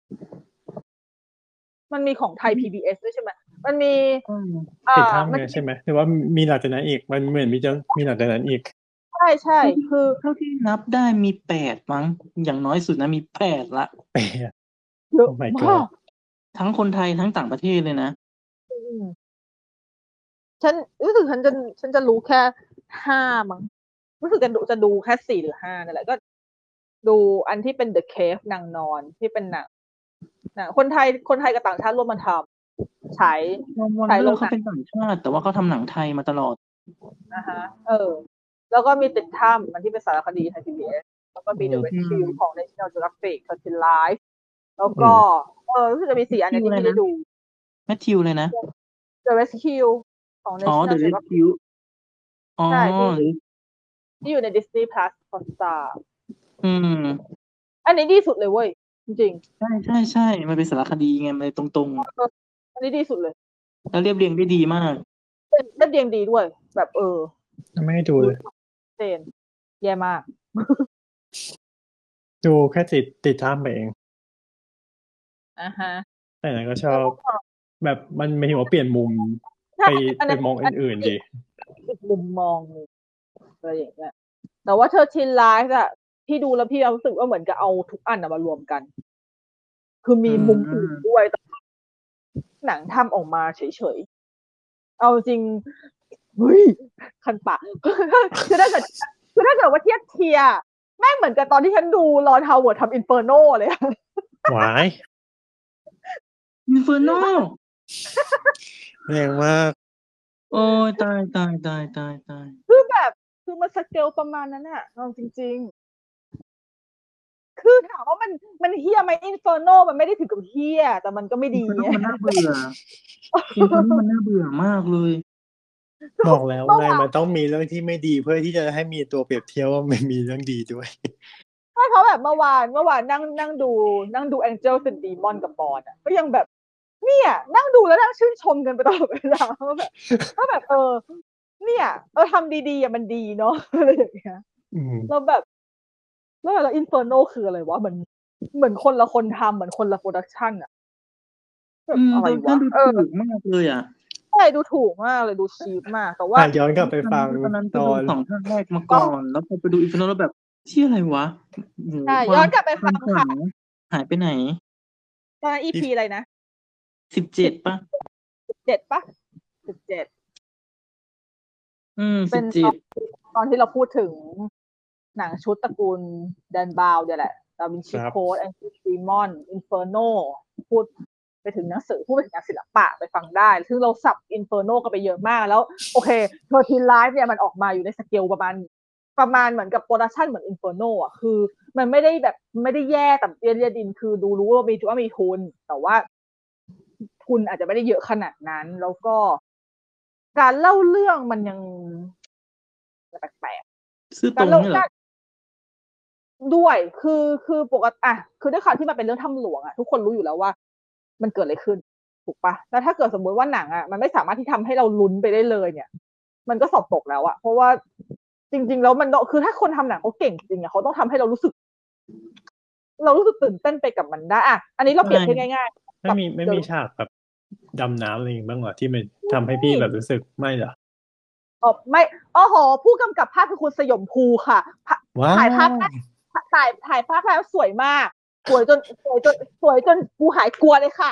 มันมีของไทย พี บี เอส ด้วยใช่ไหม มันมีอืมอ่าติดถ้ำมันเนี่ยใช่ไหมหรือว่ามีหลังจากนั้นอีก มันเหมือนมีจะมีหลังจากนั้นอีกใช่ใช่คือเท่าที่นับได้มีแปดมั้งอย่างน้อยสุดนะมีแปดละแปดเยอะ Oh my มา god กทั้งคนไทยทั้งต่างประเทศเลยนะอืมฉันรู้สึกฉันจะฉันจะรู้แค่ห้ามั้งรู้สึกจะดูจะดูแค่สี่หรือห้านั่นแหละก็ดูอันที่เป็น The Cave นางนอนที่เป็นหนังหนังคนไทยคนไทยกับต่างชาติร่วมมาทำฉายวอร์ฉายเนโรอร์งหเขานังเป็นต่างชาติแต่ว่าเขาทำหนังไทยมาตลอดนะคะเออแล้วก็มีติดถ้ำมันที่เป็นสารคดีไทย พี บี เอส แล้วก็มี The อื Rescue มของ National Geographic Thirteen Life แล้วก็เออรู้สึกจะมีสี่อันเนี้ยที่ไม่ได้ดูแมทธิวเลยนะ The Rescue ของอ๋อ National The Geographic Rescue อ๋อใช่ที่ที่อยู่ใน Disney Plus Hotstar อืมอันนี้ดีสุดเลยเว้ยจริงใช่ใช่ใช่มันเป็นสารคดีไงมันเลยตรงๆอันนี้ดีสุดเลยๆ แล้วเรียบเรียงได้ดีมากเป็นเรียบเรียงดีด้วย แบบเออไม่ให้ดูเลยเจนแย่มากดูแค่ติดติดท่ามไปเองอ่าฮะแต่นั้นก็ชอบ แบบมันไม่ถึงว่าเปลี่ยนมุมใช่ไปอันไปนั้นมองอื่นๆดีอีกมุมมองหนึงอะไรอย่างเงี้ยแต่ว่าเธอชินไลฟ์อะพี่ดูแล้วพี่รู้สึกว่าเหมือนกับเอาทุกอันอะมารวมกัน คือมีมุมอื่นด้วยแต่หนังทำออกมาเฉยๆเอาจริงเฮ้ยคันปาก คือถ้าเกิดคือถ้าเกิดว่าเทียบเทียร์แม่งเหมือนกับตอนที่ฉันดูรอนฮาวเวิร์ดทำอินเฟอร์โนเลยอะหวายอินเฟอร์โนแรงมากโอ้ยตายตายตายตายตายคือแบบคือมันสเกลประมาณนั้นอะเอาจริงๆ คือถามว่ามันมันเฮี้ยไหมอินเฟอร์โนมันไม่ได้ถึงกับเฮี้ยแต่มันก็ไม่อินดีเฟอร์โนมันน่าเบื่ออินเฟอร์โนมันน่าเบื่อมากเลยบอกแล้วไงมันต้องมีเรื่องที่ไม่ดีเพื่อที่จะให้มีตัวเปรียบเทียบว่ามันมีเรื่องดีด้วยใช่เพราะแบบเมื่อวานเมื่อวานนั่งนั่งดูนั่งดู Angels and Demons กับบอลอ่ะก็ยังแบบเนี่ยนั่งดูแล้วนั่งชื่นชมกันไปตลอดเวลาว่าแบบว่าแบบเออ เนี่ยเออทำดีๆอ่ะมันดีเนาะอะไรอย่างเงี้ยอืมแล้วแบบแล้วแล้วอินเฟอร์โนคืออะไรวะเหมือนเหมือนคนละคนทำเหมือนคนละโปรดักชันอ่ะแบบอืมอะไรตอนวะดูเออถูกมากเลยอ่ะใช่ดูถูกมากเลยดูชีพมากแต่ว่าอ่ะย้อนกลับไปฟังตอนนั้นตไปอดูนสองภาคแรกมาก่อน แล้วพอไปดูอินฟินิตแล้วแบบเชื่ออะไรวะโอ้โหใช่ควาย้อมนกลับไปควาฟัมงขลัค่ะงหายไปไหนตอนนั้น อี พี อะไรนะสิบเจ็ดป่ะสิบเจ็ดป่ะสิบเจ็ดอืมเป็สินบเจ็ตอดนตอนที่เราพูดถึงหนังชุดตระกูลแดนบาวน์เนี่ยแหละดาวินชีครับโค้ดแองกิซีมอนอินเฟอร์โนพูดไปถึงหนังสือพูดไปถึงงานศิลปะไปฟังได้ ซึ่งเราสับอินเฟอร์โนกันไปเยอะมากแล้วโอเคเทอร์ทีนไลฟ์เนี่ยมันออกมาอยู่ในสเกลประมาณประมาณเหมือนกับโปรดักชันเหมือนอินเฟอร์โนอ่ะคือมันไม่ได้แบบไม่ได้แย่แต่เตี้ยเรียดินคือดูรู้ว่ามีว่ามีทุน แต่ว่าทุนอาจจะไม่ได้เยอะขนาดนั้นแล้วก็การเล่าเรื่องมันยังแปลกซื้อๆตการรงเล่านี่เหรอด้วยคือคือปกติอ่ะคือด้วยความที่มันเป็นเรื่องถ้ำหลวงอ่ะทุกคนรู้อยู่แล้วว่า มันเกิดอะไรขึ้นถูกปะแล้วถ้าเกิดสมมติว่าหนังอ่ะมันไม่สามารถที่ทำให้เราลุ้นไปได้เลยเนี่ย มันก็สอบตกแล้วอ่ะเพราะว่าจริง ๆ แล้วมันคือถ้าคนทำหนังเขาเก่งจริงอ่ะเขาต้องทำให้เรารู้สึก เรารู้สึกตื่นเต้นไปกับมันได้อ่ะอันนี้เราเปรียบเทียบง่ายๆไม่มีไม่มีฉากแบบดำน้ำอะไรอย่างบ้างเหรอที่มันทำให้พี่แบบรู้สึกไม่เหรออ๋อไม่อ๋อโหผู้กำกับภาพคือคุณสยมภูค่ะว้าวถ่ายภาพได้ถ่ายถ่ายภาพแล้วสวยมากสวยจนสวยจนสวยจนกูหายกลัวเลยค่ะ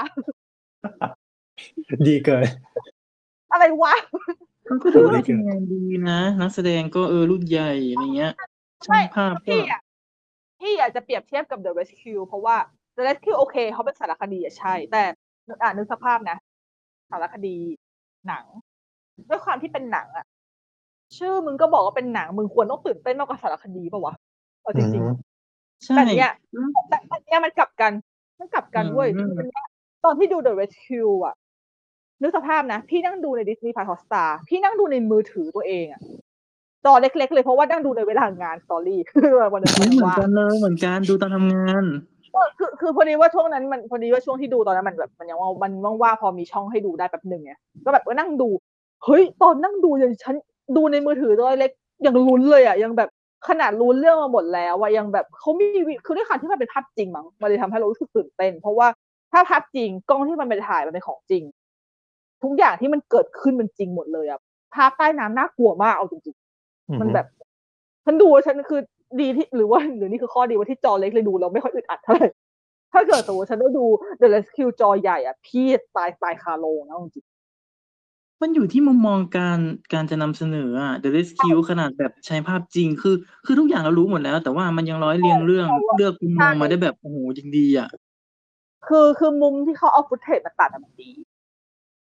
ดีเกินอะไรวะเขาก็ถือว่าได้ทีมงานดีนะ นักแสดงก็เออรุ่นใหญ่อะไรเงี้ยช่างภาพก็พี่อ่ะพี่อยากจะเปรียบเทียบกับ The Rescue เพราะว่า The Rescue โอเคเขาเป็นสารคดีอะใช่ แต่อ่านนึกสภาพนะสารคดีหนังด้วยความที่เป็นหนังอะชื่อมึงก็บอกว่าเป็นหนังมึงควรต้องตื่นเต้นมากกว่าสารคดีป่ะวะเอาจริงๆใช่แต่เนี้ยแต่อันเนี้ยมันกลับกันมันกลับกันเว้ยตอนที่ดู The Rescue อ่ะนึกสภาพนะพี่นั่งดูใน Disney Plus Hotstar พี่นั่งดูในมือถือตัวเองอ่ะจอเล็กๆเลยเพราะว่านั่งดูในเวลางานสตอรี่คือวันนึงเหมือนกันเลยเหมือนกันดูตอนทำงานคือคือพอดีว่าช่วงนั้นมันพอดีว่าช่วงที่ดูตอนนั้นมันแบบมันยังว่ามันว่างๆพอมีช่องให้ดูได้แป๊บนึงไงก็แบบว่านั่งดูเฮ้ยตอนนั่งดูอย่างฉันดูในมือถือตัวเล็กยังลุ้นเลยอ่ะยังแบบขนาดรู้เรื่องมาหมดแล้วว่ายังแบบเขามีคือด้วยความที่มันเป็นภาพจริงมั้งมันเลยทำให้เรารู้สึกตื่นเต้นเพราะว่าถ้าภาพจริงกล้องที่มันไปถ่ายมันเป็นของจริงทุกอย่างที่มันเกิดขึ้นมันจริงหมดเลยอ่ะภาพใต้น้ำน่ากลัวมากเอาจริงๆมันแบบฉันดูฉันคือดีที่หรือว่าหรือนี่คือข้อดีว่าที่จอเล็กเลยดูเราไม่ค่อยอึดอัดเท่าไหร่ถ้าเกิดสมมติฉันได้ดู The Rescue จอใหญ่อ่ะพี่ตายตายคาโลนะจริงมันอยู่ที่มุมมองการการจะนำเสนออ่ะ The Rescue ขนาดแบบใช้ภาพจริงคือคือทุกอย่างเรารู้หมดแล้ว แต่ว่ามันยังร้อยเรียงเรื่องเลือกมุมมองมาได้แบบโอ้โหจริงดีอ่ะคือคือมุมที่เขาเอาฟุตเทจมาตัดมันดี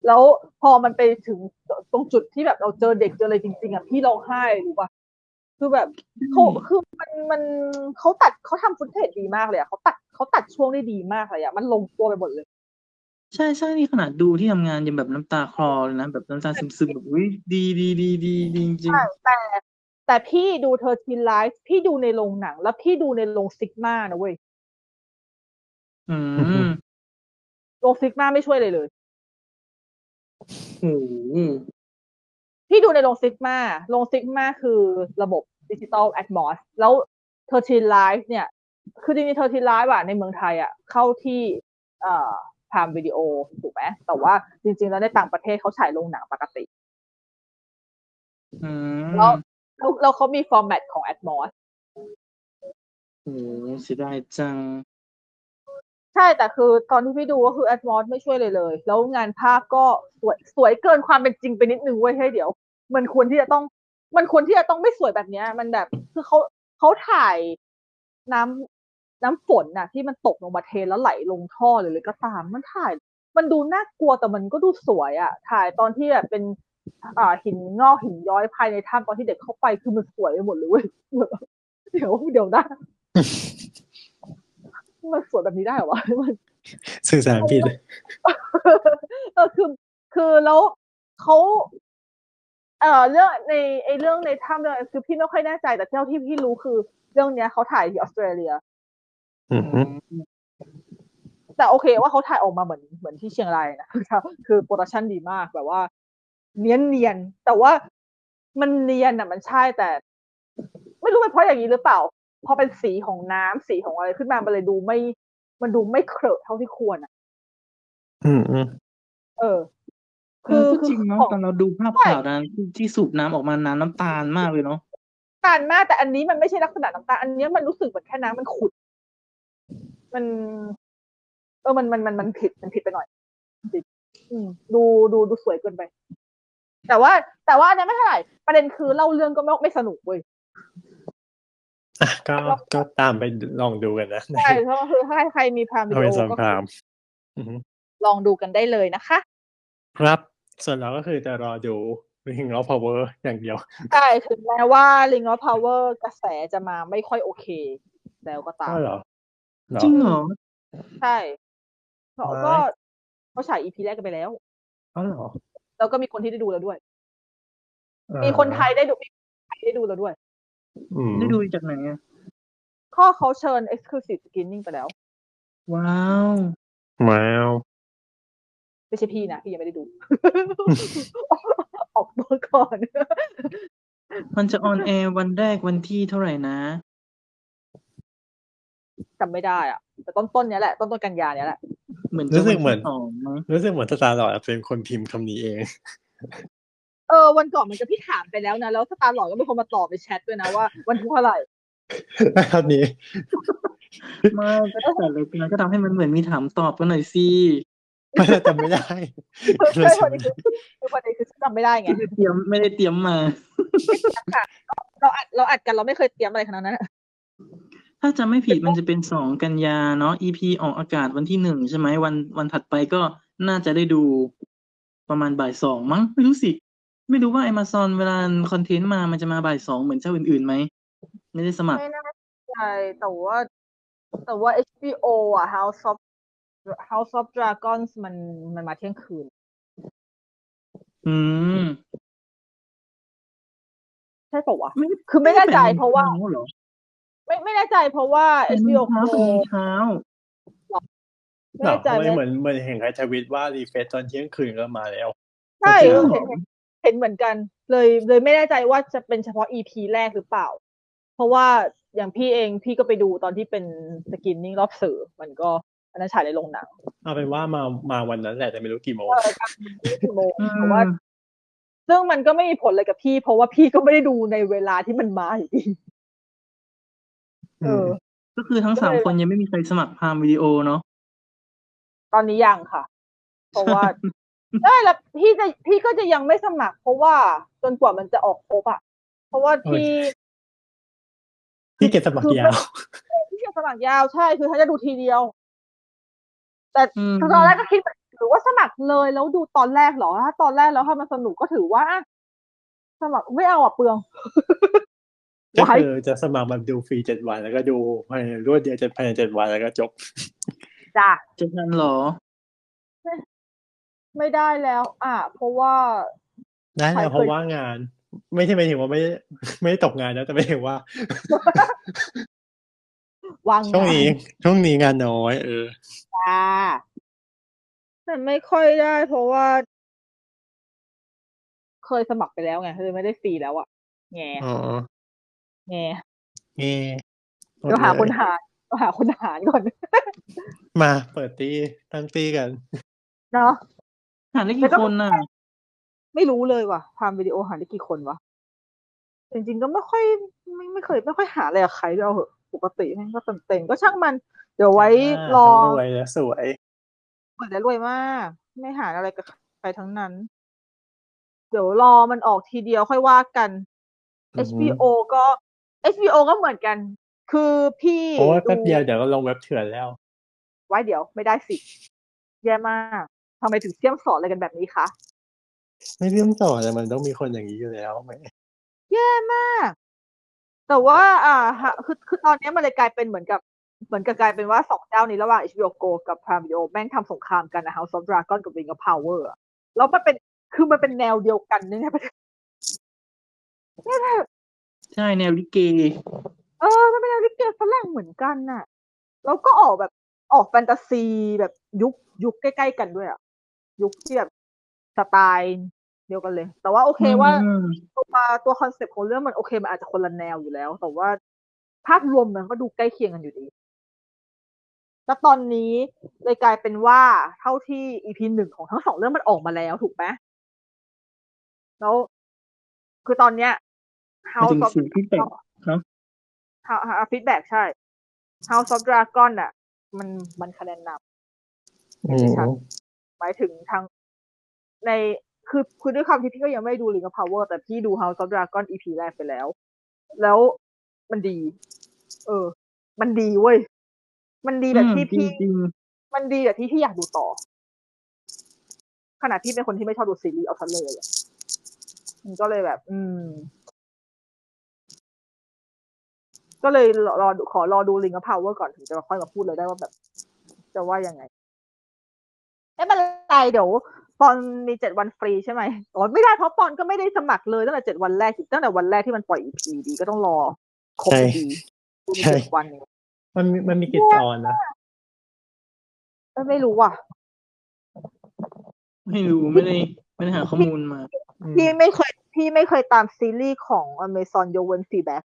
แล้วพอมันไปถึงตรงจุดที่แบบเราเจอเด็กเจออะไรจริงๆอ่ะพี่ร้องไห้รู้ป่ะคือแบบเขาคือมันมันเขาตัดเขาทำฟุตเทจดีมากเลยอ่ะเขาตัดเขาตัดช่วงได้ดีมากเลยอ่ะมันลงตัวไปหมดเลยใช่ใช่นี่ขนาดดูที่ทำงานยังแบบน้ำตาคลอเลยนะแบบน้ำตาซึมๆแบบอุ้ยดีดีดีดีดีจริงแต่แต่พี่ดูเธอทีไลฟ์พี่ดูในโรงหนังแล้วพี่ดูในโรงซิกมานะเว้ยอืมโรงซิกมาไม่ช่วยเลยเลยโอ้โหพี่ดูในโรงซิกมาโรงซิกมาคือระบบดิจิตอลแอดมอสแล้วเทอร์ทีไลฟ์เนี่ยคือจริงๆเทอร์ทีไลฟ์อะในเมืองไทยอะเข้าที่เอ่อพามวิดีโอถูกไหมแต่ว่าจริงๆแล้วในต่างประเทศเขาฉายโรงหนังปกติอืมแล้วแล้วเขามีฟอร์แมตของแอดมอสโอ้เสียดายจังใช่แต่คือตอนที่พี่ดูก็คือแอดมอสไม่ช่วยเลยเลยแล้วงานภาพก็สวยสวยเกินความเป็นจริงไปนิดนึงเว้ยให้เดี๋ยวมันควรที่จะต้องมันควรที่จะต้องไม่สวยแบบนี้มันแบบคือเขาเขาถ่ายน้ำน้ำฝนน่ะที่มันตกลงมาเทแล้วไหลลงท่อหรืออะไรก็ตามมันถ่ายมันดูน่ากลัวแต่มันก็ดูสวยอ่ะถ่ายตอนที่แบบเป็นอ่าหินงอกหินย้อยภายในถ้ำตอนที่เด็กเข้าไปคือมันสวยไปหมดเลยเว้ยเดี๋ยวเดี๋ยวนะมันสวยแบบนี้ได้เหรอวะมันสื่อสารผิดเออคือคือแล้วเขาเอ่อเรื่องในไอเรื่องในถ้ำเนี่ยคือพี่ไม่ค่อยแน่ใจแต่เท่าที่พี่รู้คือเรื่องเนี้ยเขาถ่ายที่ออสเตรเลียอือฮึแต่โอเคว่าเขาถ่ายออกมาเหมือนเหมือนที่เชียงรายนะคือคือโปรดักชันดีมากแบบว่าเนียนเนียนแต่ว่ามันเนียนอ่ะมันใช่แต่ ไม่รู้เป็นเพราะอย่างนี้หรือเปล่าพอเป็นสีของน้ำสีของอะไรขึ้นมามันเลยดูไม่มันดูไม่เคลอะเท่าที่ควรอ่ะอืมอืมเออเอคืออก็คืจอริงเนาะของตอนเราดูภาพใช่ข่าวนั้นที่ที่สูบน้ำออกมาน้ำน้ำตาลมากเลยเนาะตาลมากแต่อันนี้มันไม่ใช่ลักษณะน้ำตาลอันนี้มันรู้สึกเหมือนแค่น้ำมันขุ่นมัน เออมันมันมันมันผิดมันผิดไปหน่อยอืมดูดูดูสวยเกินไป แต่ว่า แต่ว่าอันนี้ไม่เท่าไหร่ประเด็นคือเล่าเรื่องก็ไม่ไม่สนุกเว้ยอ่ะก็ก็ตามไปลองดูกันนะใช่เพราะคือถ้าใครมีพามวิเอาดีเป็โอนสอนก็พรามอือฮึลองดูกันได้เลยนะคะครับส่วนเราก็คือจะรอดู Ring of Power อย่างเดียวใช่ถึงแม้ว่า Ring of Power กระแสจะมาไม่ค่อยโอเค แล้วก็ตาก็มเหรอเหรอจริงเหรอใช่เขาไม่ก็เขาฉาย อี พี แรกกันไปแล้วอ๋อเหรอแล้วก็มีคนที่ได้ดูแล้วด้วยอ่ามีคนไทยได้ดูมีคนไทยได้ดูแล้วด้วยอืมได้ดูจากไหนอะข้อเขาเชิญ exclusive screening ไปแล้วว้าวว้าวไม่ใช่พี่นะพี่ยังไม่ได้ดู ออกตัวก่อนมันจะออนแอร์วันแรกวันที่เท่าไหร่นะจำไม่ได้อ่ะ แต่ต้นต้นๆเนี้ยแหละ ต้นต้นๆกันยาเนี้ยแหละเหมือนจะรู้สึวักนเหมืที่อนสองมั้งรู้สึกเหมือนสตาร์ลอร์ดเป็นคนพิมพ์คำนี้เองเออวันก่อนมันจะพี่ถามไปแล้วนะ แล้วสตาร์หลอดก็เป็นคนมาตอบในแชทด้วยนะว่าวันที่เท่าไหร่ตอนนี้ไม่ก็แต่รายการก็ทำให้มันเหมือนมีถามตอบกันหน่อยสิไม่จำไม่ได้ใช่วันนี้คือคือวันนี้คือจำไม่ได้ไงไม่ได้เตรียมไม่ได้เตรียมมาเราอัดเราอัดกันเราไม่เคยเตรียมอะไรขนาดนั้นถ้าจำไม่ผิดมันจะเป็นสองกันยาเนาะ อี พี ออกอากาศวันที่หนึ่งใช่ไหมวันวันถัดไปก็น่าจะได้ดูประมาณบ่ายสองมั้งไม่รู้สิ ไม่รู้ว่า Amazon เวลาคอนเทนต์มามันจะมาบ่ายสองเหมือนเจ้าอื่นๆไหม ไม่ได้สมัครไม่แน่ใจแต่ว่าแต่ว่า เอช บี โอ อ่ะ House of House of Dragons มันมันมาเที่ยงคืนอืมใช่ป่าววะไม่คือไม่แน่ใจเพราะว่าแปดโมงช้เหรอไม่ไม่แน่ใจเพราะว่าแปเอดชโมบีงโอเช้าแปดโมงเช้าไม่เนาะแน่ใจทำไมไม่เหมือนเหมือนเห็นใครทวิตว่ารีเฟซตอนเที่ยงคืนก็มาแล้วใช่จริงเออเหรเห็อนเห็นเหมือนกัน เลยเลยไม่แน่ใจว่าจะเป็นเฉพาะ อี พี แรกหรือเปล่า เพราะว่าอย่างพี่เองพี่ก็ไปดูตอนที่เป็นสกินนิ่งรอบสื่อมันก็อันนั้นฉายในโรงหนังเอาเป็นว่ามามาวันนั้นแหละแต่ไม่รู้กี่โมงเออการกี่โมงอืเพราะว่ามซึ่งมันก็ไม่มีผลอะไรกับพี่ เพราะว่าพี่ก็ไม่ได้ดูในเวลาที่มันมาอยู่ดี เออก็คือทั้งก็สามเลยคนยังไม่มีใครสมัครพามวิดีโอเนาะตอนนี้ยังค่ะ เพราะว่า ได้แล้วพี่จะพี่ก็จะยังไม่สมัคร เพราะว่าจนกว่ามันจะออกครบอะเพราะว่าพี่พี่เก็บสมัครยาวพี่จะสมัครยาวใช่คือเขาจะดูทีเดียว แต่อืมตอนแรกก็คิดหรือว่าสมัครเลยแล้วดูตอนแรกเหรอถ้าตอนแรกแล้วถ้ามันสนุกก็ถือว่าอ่ะสมัครไม่เอาอ่ะเปลืองก็ไว้คือจะสมัครแบบดูฟรีเจ็ดวันแล้วก็ดูภายในรวดเดียวจะภายในเจ็ดวันแล้วก็จบจ้ะจะทันเหรอไม่ได้แล้ว อ่ะเพราะว่าได้ใครแล้วเคเพราะยว่างาน ไม่ใช่หมายถึงว่าไม่ได้ไม่ได้ตกงานนะแต่หมายถึงว่าวางช่วงงานนี้ช่วงนี้งานน้อยเออจ้าแต่ไม่ค่อยได้ เพราะว่า เคยสมัครไปแล้วไงเลยไม่ได้ฟรีแล้วอ่ะแงอ๋อแงเง่หมเดี๋ดยวหาเลคนยหารเดี๋ยวหาคนหารก่อนมาเปิดตี้ตั้งตี้กันเนาะหารได้แต่กี่ก็คนน่ะไม่รู้เลยว่ะทำวิดีโอหารได้กี่คนวะจริงๆก็ไม่ค่อยไม่ไม่เคยไม่ค่อยหาอะไรกับใครด้วยเอาเหอะปกติแม่งก็เต็มๆก็ช่างมัน เดี๋ยวไว้รอทั้งรวยและสวยเปิดแล้วรวยมาก ไม่หาอะไรกับใครทั้งนั้น เดี๋ยวรอมันออกทีเดียวค่อยว่ากันอือเอชฮึบี โอ ก็ เอช บี โอ ก็เหมือนกัน คือพี่เพราะว่าดูแป๊บเดียวเดี๋ยวก็ลงเว็บเถื่อนแล้วไว้เดี๋ยวไม่ได้สิ แย่มากทำไมถึงเสี่ยมสอนอะไรกันแบบนี้คะไม่เรื่องต่อแต่มันต้องมีคนอย่างนี้อยู่แล้วไหมแย่มาก แต่ว่า อ่าฮะคือคือตอนนี้มันเลยกลายเป็นเหมือนกับ เหมือนกับกลายเป็นว่าสองเจ้านี้ระหว่าง เอช บี โอ Go กับ Prime Video แม่งทำสงครามกันนะ House of Dragon กับ Ring of Power อะแล้วมันเป็นคือมันเป็นแนวเดียวกันเนี่ยนะ เนี่ยแบบใช่แนวลิเกเออมันเป็นแนวลิเกฝรั่งเหมือนกันน่ะ แล้วก็ออกแบบออกแฟนตาซีแบบยุคยุคใกล้ๆกันด้วยอะยุคที่แบบสไตล์เดียวกันเลย แต่ว่าโอเคอืว่ามตัวตัวคอนเซ็ปต์ของเรื่องมันโอเคมันอาจจะคนละแนวอยู่แล้ว แต่ว่าภาพรวมมันก็ดูใกล้เคียงกันอยู่ดี แล้วตอนนี้เลยกลายเป็นว่าเท่าที่ อี พี หนึ่งของทั้งสองเรื่องมันออกมาแล้วถูกไหมแล้ว คือตอนเนี้ยหมายถึ House ง of สื่อ feedback เนาะ House House feedback ใช่ House of Dragon น่ะ มันมันคะแนนนำอืเห็นได้ชัดมหมายถึงทางในคือคือด้วยความที่พี่ก็ยังไม่ได้ดู Ring of Power แต่พี่ดู House of Dragon อี พี แรกไปแล้ว แล้วมันดี เออ มันดีเว้ย มันดีอืแบบมที่จพี่ริงมันดีแบบที่พี่อยากดูต่อ ขนาดพี่เป็นคนที่ไม่ชอบดูซีรีส์เอาซะเลยอะมันก็เลยแบบ อืม ก็เลยรอรอดูขอรอดู Ring of Power ก่อนถึงจะค่อยมาพูดเลยได้ว่าแบบ จะว่ายังไง ไม่เป็นไรเดี๋ยวปอนมีเจ็ดวันฟรีใช่ไหมอ๋อไม่ได้เพราะปอนก็ไม่ได้สมัครเลยตั้งแต่เจ็ดวันแรกตั้งแต่วันแรกที่มันปล่อย อี พี ดีก็ต้องรอครบใช่อยู่ดีดูมีใช่เจ็ดวันเองมันมีมันมีกี่ตอนนะเอ้ยไม่รู้ว่ะๆ ไม่รู้ไม่ได้ไม่ได้หาข้อมูลมาอืมพี่ไม่เคยพี่ไม่เคยตามซีรีส์ของ Amazon ยกเว้น Fleabag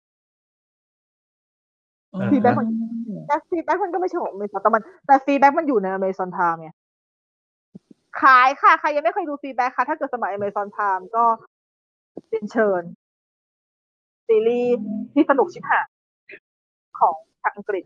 อ๋อ Fleabag มันแต่ Fleabag มันก็ไม่ใช่ของ Amazon แต่มันแต่ Fleabag มันอยู่ใน Amazon Prime ไงขายค่ะใครยังไม่เคยดู Fleabag ค่ะถ้าเกิดสมัคร Amazon Prime ก็เรียนเชิญ ซีรีส์ที่สนุกชิบหายของทางอังกฤษ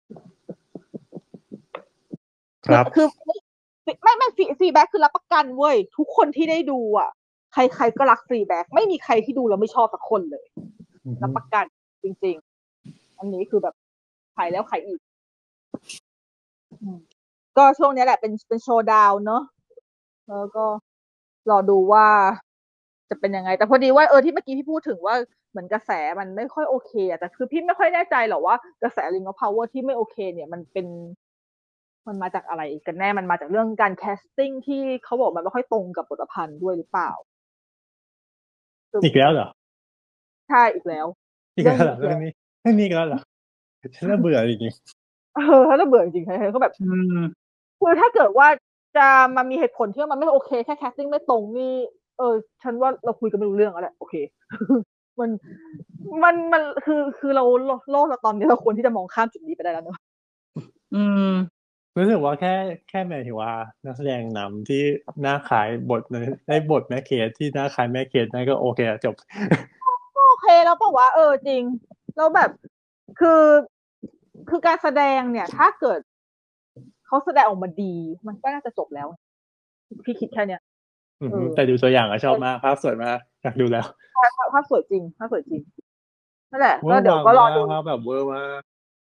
ครับคือคือไม่ไม่ฟรีฟรีแบ็กคือรับประกันเว้ยทุกคนที่ได้ดูอ่ะ ใครๆก็รักฟรีแบ็กไม่มีใครที่ดูแล้วไม่ชอบสักคนเลยอืมรับประกันจริงๆ อันนี้คือแบบขายแล้วขายอีกอืมก็ช่วงนี้แหละเป็นเป็นโชว์ดาวน์เนอะแล้วก็รอดูว่าจะเป็นยังไง แต่พอดีว่าเออที่เมื่อกี้พี่พูดถึงว่าเหมือนกระแสมันไม่ค่อยโอเคอะแต่คือพี่ไม่ค่อยแน่ใจหรอกว่ากระแส Ring of Power ที่ไม่โอเค เนี่ยมันเป็น มันมาจากอะไรกันแน่ มันมาจากเรื่องการแคสติ้งที่เขาบอกมันไม่ค่อยตรงกับบทพันธ์ด้วยหรือเปล่าอีกแล้วเหรอใช่อีกแล้วอีกแล้วเหรอเรื่องนี้เรื่องนี้อีกแล้วเหรอฉันน่าเบื่อจริงเออถ้าจะเบื่อจริงๆใครๆก็แบบอืมคือถ้าเกิดว่าจะมามีเหตุผลที่ว่ามันไม่โอเคแค่แคสติ้งไม่ตรงนี่เออ ฉันว่าเราคุยกันไม่รู้เรื่องแล้วแหละโอเค มันมันมันคือคือเราโลกเราตอนนี้เราควรที่จะมองข้ามจุดนี้ไปได้แล้วเนอะอืมๆรู้สึกว่าแค่แค่หมายถึงว่านักแสดงนำที่หน้าขายบทในได้บทแม่เคสที่หน้าขายแม่เคสนั่นก็โอเคอะจบโอเคแล้วป่าวว่าเออจริงแล้วแบบคือคือการแสดงเนี่ย ถ้าเกิดเขาแสดงออกมาดี มันก็น่าจะจบแล้ว พี่คิดแค่เนี้ยอืมเออแต่ดูตัวอย่างอะชอบมากภาพสวยมากอยากดูแล้วภาพภาพสวยจริงภาพสวยจริงนั่นแหละเวก็อร์เดี๋ยววังก็รอมากดูภาพแบบเวอร์มาก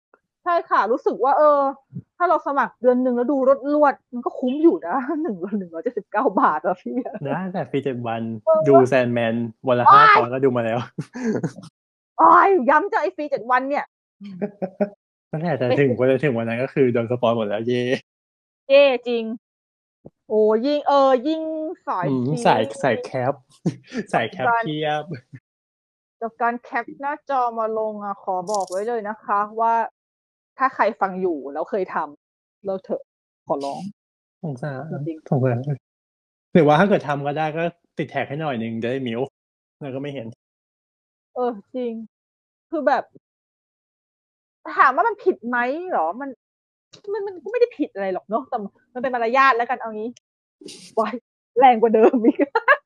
ใช่ค่ะ รู้สึกว่า เออ ถ้าเราสมัครเดือนหนึ่งแล้วดูรวดรวดมันก็คุ้มอยู่นะ หนึ่ง หนึ่งร้อยเจ็ดสิบเก้า บาทอะพี่ได้แต่ฟรีเจ็ดวันเออดู Sandman วันละโอ๊ห้าย ตอนก็ดูมาแล้วโอ๊ย ย้ำจังไอ้ฟรี เจ็ด วันเนี่ยนั่นแหละแต่ไม่ถึง กว่าจะถึงวันนั้นก็คือโดนสปอยล์หมดแล้ว เย้เย้จริง โอ้โฮ ยิ่ง เออ ยิ่งสายอืมซีสายรีส์สายแคป สายแคปการเพียบกับการแคปหน้าจอมาลงอะ ขอบอกไว้เลยนะคะว่า ถ้าใครฟังอยู่แล้วเคยทำ เลิกเถอะ ขอร้องสงสารจริงสงสาร หรือว่าถ้าเกิดทำก็ได้ก็ติดแท็กให้หน่อยหนึ่งจะได้มิ้ว แล้วก็ไม่เห็นเออ จริง คือแบบ ถามว่ามันผิดไหมเหรอ มัน มัน มันก็ไม่ได้ผิดอะไรหรอกเนาะ แต่มันเป็นมารยาทแล้วกัน เอางี้ ว้าย แรงกว่าเดิมอีก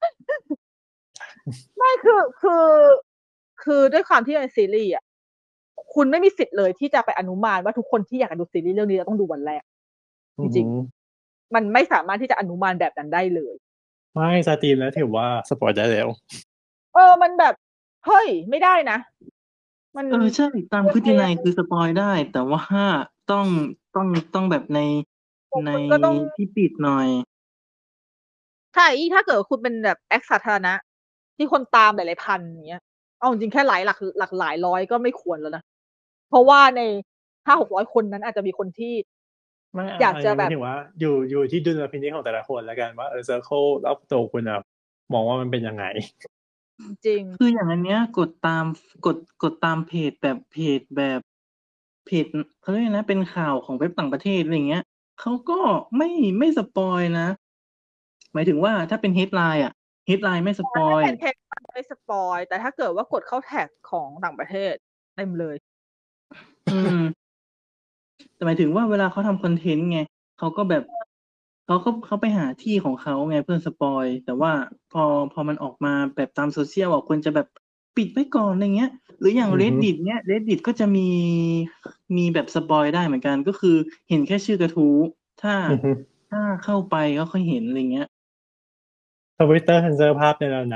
ไม่ คือ คือ คือด้วยความที่มันเป็นซีรีส์อะ คุณไม่มีสิทธิ์เลยที่จะไปอนุมานว่าทุกคนที่อยากจะดูซีรีส์เรื่องนี้จะต้องดูวันแรกอือฮจริงึๆ มันไม่สามารถที่จะอนุมานแบบนั้นได้เลยไม่ สตรีมแล้วถือว่าสปอยล์ได้แล้วเออ มันแบบ เฮ้ย ไม่ได้นะ มันเออ ใช่ ตามพฤตินัยคือสปอยล์ได้ แต่ว่าต้อง ต้อง ต้องแบบในพวกในคุณก็ต้องที่ปิดหน่อยใช่ ยิ่งถ้าเกิดว่าคุณเป็นแบบ X สาธารณะ ที่คนตามหลาย ๆ พัน อย่างเงี้ย เอาจริง ๆ แค่หลายหลัก หลักหลายร้อยก็ไม่ควรแล้วนะ เพราะว่าใน ห้าหกร้อย คนนั้นอาจจะมีคนที่ไม่อยากอันจะนี้หแหบมายบถึงว่า อยู่ อยู่ที่ดุลพินิจของแต่ละคนแล้วกันว่า เออ เซิร์เคิลรอบตัวคุณอะมองว่ามันเป็นยังไงจริงคืออย่างอันเนี้ยกดตาม กด กดตามเพจแบบ เพจแบบ เพจ เขาเรียกอะไรนะ เป็นข่าวของเว็บต่างประเทศ อะไรอย่างเงี้ย เขาก็ไม่ ไม่สปอยล์นะ หมายถึงว่าถ้าเป็น headline อะ headline ไม่สปอยถ้าเป็ล์น headline ไม่สปอยล์ แต่ถ้าเกิดว่ากดเข้าแท็กของต่างประเทศ เต็มเลยอืม แต่หมายถึงว่าเวลาเขาทำคอนเทนต์ไง เขาก็แบบ เขาก็ เขาไปหาที่ของเขาไงเพื่อสปอยล์ แต่ว่าพอ พอมันออกมาแบบตาม social อะ คนจะแบบปิดไว้ก่อน อะไรเงี้ย หรืออย่างอือฮึ Reddit เงี้ย Reddit ก็จะมี มีแบบสปอยล์ได้เหมือนกัน ก็คือเห็นแค่ชื่อกระทู้ ถ้าอือฮึถ้าเข้าไปก็ค่อยเห็น อะไรเงี้ย Twitter เซนเซอร์ภาพได้แล้วนะ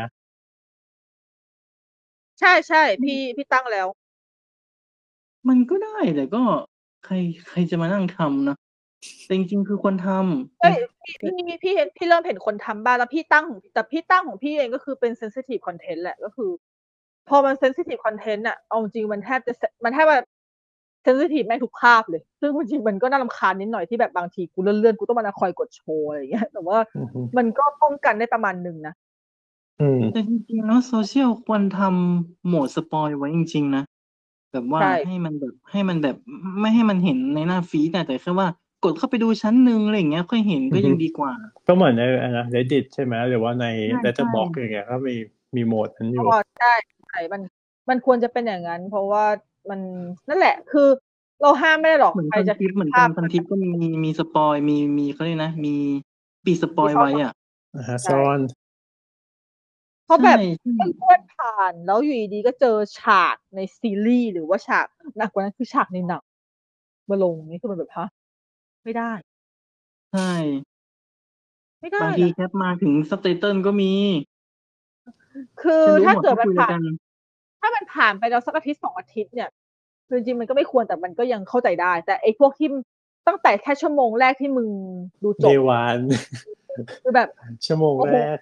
ใช่ ๆ พี่ พี่ตั้งแล้วมันก็ได้ แต่ก็ใคร ใครจะมานั่งทำนะ แต่จริง ๆ คือควรทำเฮ้ยอือพี่ พี่ พี่เห็น พี่เริ่มเห็นคนทำบ้างแล้ว พี่ตั้ง แต่พี่ตั้งของพี่เองก็คือเป็น เซนซิทิฟ คอนเทนต์ แหละ ก็คือ พอมัน เซนซิทิฟ คอนเทนต์ อะ เอาจริง ๆ มันแทบจะ ส มันแทบว่า เซนซิทิฟ แม่งทุกภาพเลย ซึ่งจริง ๆ มันก็น่ารำคาญนิดหน่อยที่แบบบางทีกูเลื่อน ๆ กูต้องมานั่งคอยกดโชว์ อะไรอย่าง เงี้ย แต่ว่าอือฮึมันก็ป้องกันได้ประมาณหนึ่งนะอืมแต่จริง ๆ แล้ว social ควรทำโหมดสปอยล์ไว้จริง ๆ นะ แบบว่าใช่ให้มันแบบ ให้มันแบบ อ ไม่ให้มันเห็นในหน้าฟีดอะ แต่แค่ว่ากดเข้าไปดูชั้นหนึ่ง อะไรอย่างเงี้ย ค่อยเห็นอือฮก็ยัึงดีกว่าก็เหมือนในอะไรนะ Reddit ใช่ไหม หรือว่าในใช่ Letterboxd ๆอย่างเงี้ย ก็มี มีโหมดนั้นออยู่๋อ ใช่ ๆ มัน มันควรจะเป็นอย่างงั้น เพราะว่ามัน นั่นแหละ คือเราห้ามไม่ได้หรอกเหมือนใครจะพันทิป เหมือนภกัานพมพันันทิปก็มี มีสปอยล์ มี มี เขาเรียกนะ มีปิดสปมอียล์ข้อไว้อะอะฮะใชซ่อ่นเพราะใช่แบบอืมเลื่อน ๆ ผ่าน แล้วอยู่ดี ๆ ก็เจอฉากในซีรีส์ หรือว่าฉาก หนักกว่านั้นคือฉากในหนัง มาลง นี่คือมันแบบ ฮะ ไม่ได้ใช่ไม่ได้บางทีนะแคปมาถึง subtitle ก็มีคือถ้าเกิดฉันรู้หมดก็คมันุยผอะ่ไารกนันถ้ามันผ่านไปแล้วสัก อาทิตย์สอง อาทิตย์เนี่ย คือจริง ๆ มันก็ไม่ควร แต่มันก็ยังเข้าใจได้ แต่ไอ้พวกที่ ตั้งแต่แค่ชั่วโมงแรกที่มึงดูจบ Day วันคือแบบชั่วโมงโอ้แรโฮก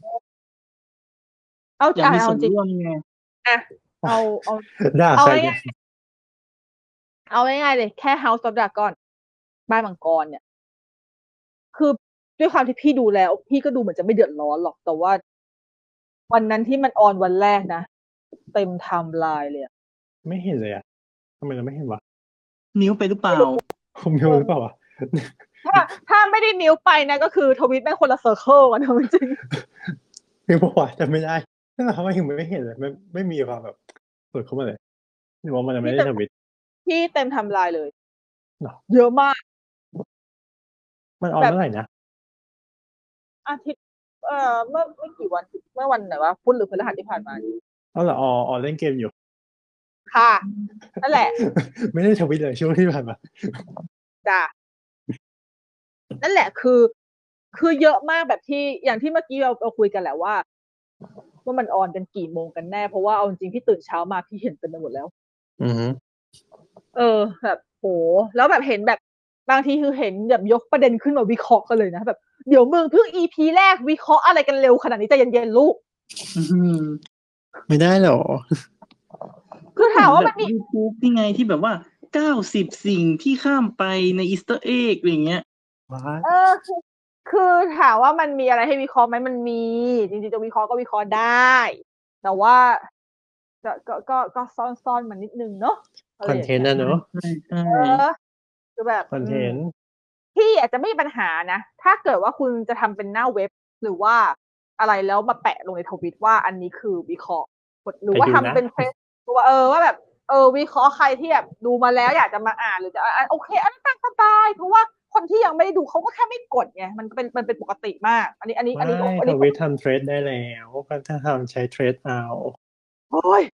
เอาอยจากอะมีสเอาจ่วนริงร่วมไงอะ เอา เอาด่าเอาใครเงนี่่ย? าย ๆ เอาง่าย ๆ เลย แค่ House of Dragon บ้านมังกรเนี่ย คือด้วยความที่พี่ดูแล้ว พี่ก็ดูเหมือนจะไม่เดือดร้อนหรอก แต่ว่า วันนั้นที่มันออนวันแรกนะ เต็มไทม์ไลน์เลยอะไม่เห็นเลยอะ ทำไมเราไม่เห็นวะ? มิ้วไปหรือเปไลม่า? รู้ผมมิ้วหรือเปล่าวะ? ถ้า ถ้าไม่ได้มิ้วไปนะ ก็คือทวิตแม่งคนละ circle กัน เอาจริง ๆมิ้วเปล่าวะ จำไม่ได้ นั่นแหละทำไมถึงไม่เห็นเลย มันไม่มีความแบบเปิดเข้ามาเลย หรือว่ามันยังพไม่ี่ไเด้ต็มทวิต? พี่เต็มไทม์ไลน์เลยเหรอ? เยอะมากมันออแบบนเมื่อไหร่นะ? อาทิตย์ เอ่อ เมื่อไม่กี่วัน เมื่อวันไหนวะ พุธหรือพฤหัสที่ผ่านมานี้อ้าวเหรอ อ๋อ อ๋อ เล่นเกมอยู่ค่ะ นั่นแหละไม่ได้ทวิตเลยช่วงที่ผ่านมาจ้ะ นั่นแหละ คือ คือเยอะมากแบบที่ อย่างที่เมื่อกี้เรา เราคุยกันแหละว่า ว่ามันออนกันกี่โมงกันแน่ เพราะว่าเอาจริง ๆ พี่ตื่นเช้ามาพี่เห็นเต็มไปหมดแล้วอือฮึเออ แบบโหแล้วแบบเห็นแบบบางทีคือเห็นแบบยกประเด็นขึ้นมาวิเคราะห์กันเลยนะแบบเดี๋ยวมึงเพิ่ง อี พี แรกวิเคราะห์อะไรกันเร็วขนาดนี้ใจเย็นๆลูกอืมไม่ได้หรอคือถามว่ามันมี YouTube นี่ไงที่แบบว่าเก้าสิบสิ่งที่ข้ามไปในอีสเตอร์เอ็กอะไรเงี้ยว้าเออคือคือถามว่ามันมีอะไรให้วิเคราะห์ไหมมันมีจริงๆจะวิเคราะห์ก็วิเคราะห์ได้ แต่ว่าก็ก็ก็ก็ซ่อนซ่อนมันนิดนึงเนาะอะไรคอนอย่างเทนต์เงี้ยนะเนอะใช่ใช่เออคือแบบคอนเทอืมนต์พี่อาจจะไม่มีปัญหานะ ถ้าเกิดว่าคุณจะทำเป็นหน้าเว็บ หรือว่าอะไรแล้วมาแปะลงในทวิตว่าอันนี้คือวิเคราะห์หรือว่าไปดูทำนะเป็นเฟซตัวเออว่าแบบเออวิเคราะห์ใครที่แบบดูมาแล้วอยากจะมาอ่านหรือจะอ่ะโอเคอันนั้นตามสบายเพราะว่าคนที่ยังไม่ได้ดูเขาก็แค่ไม่กดไงมันเป็นมันเป็นปกติมาก อันนี้อันนี้อันนี้ไม่อันทนี้วิตทำเทรดได้แล้วก็ถ้าทำใช้เทรดเอาโอ้ย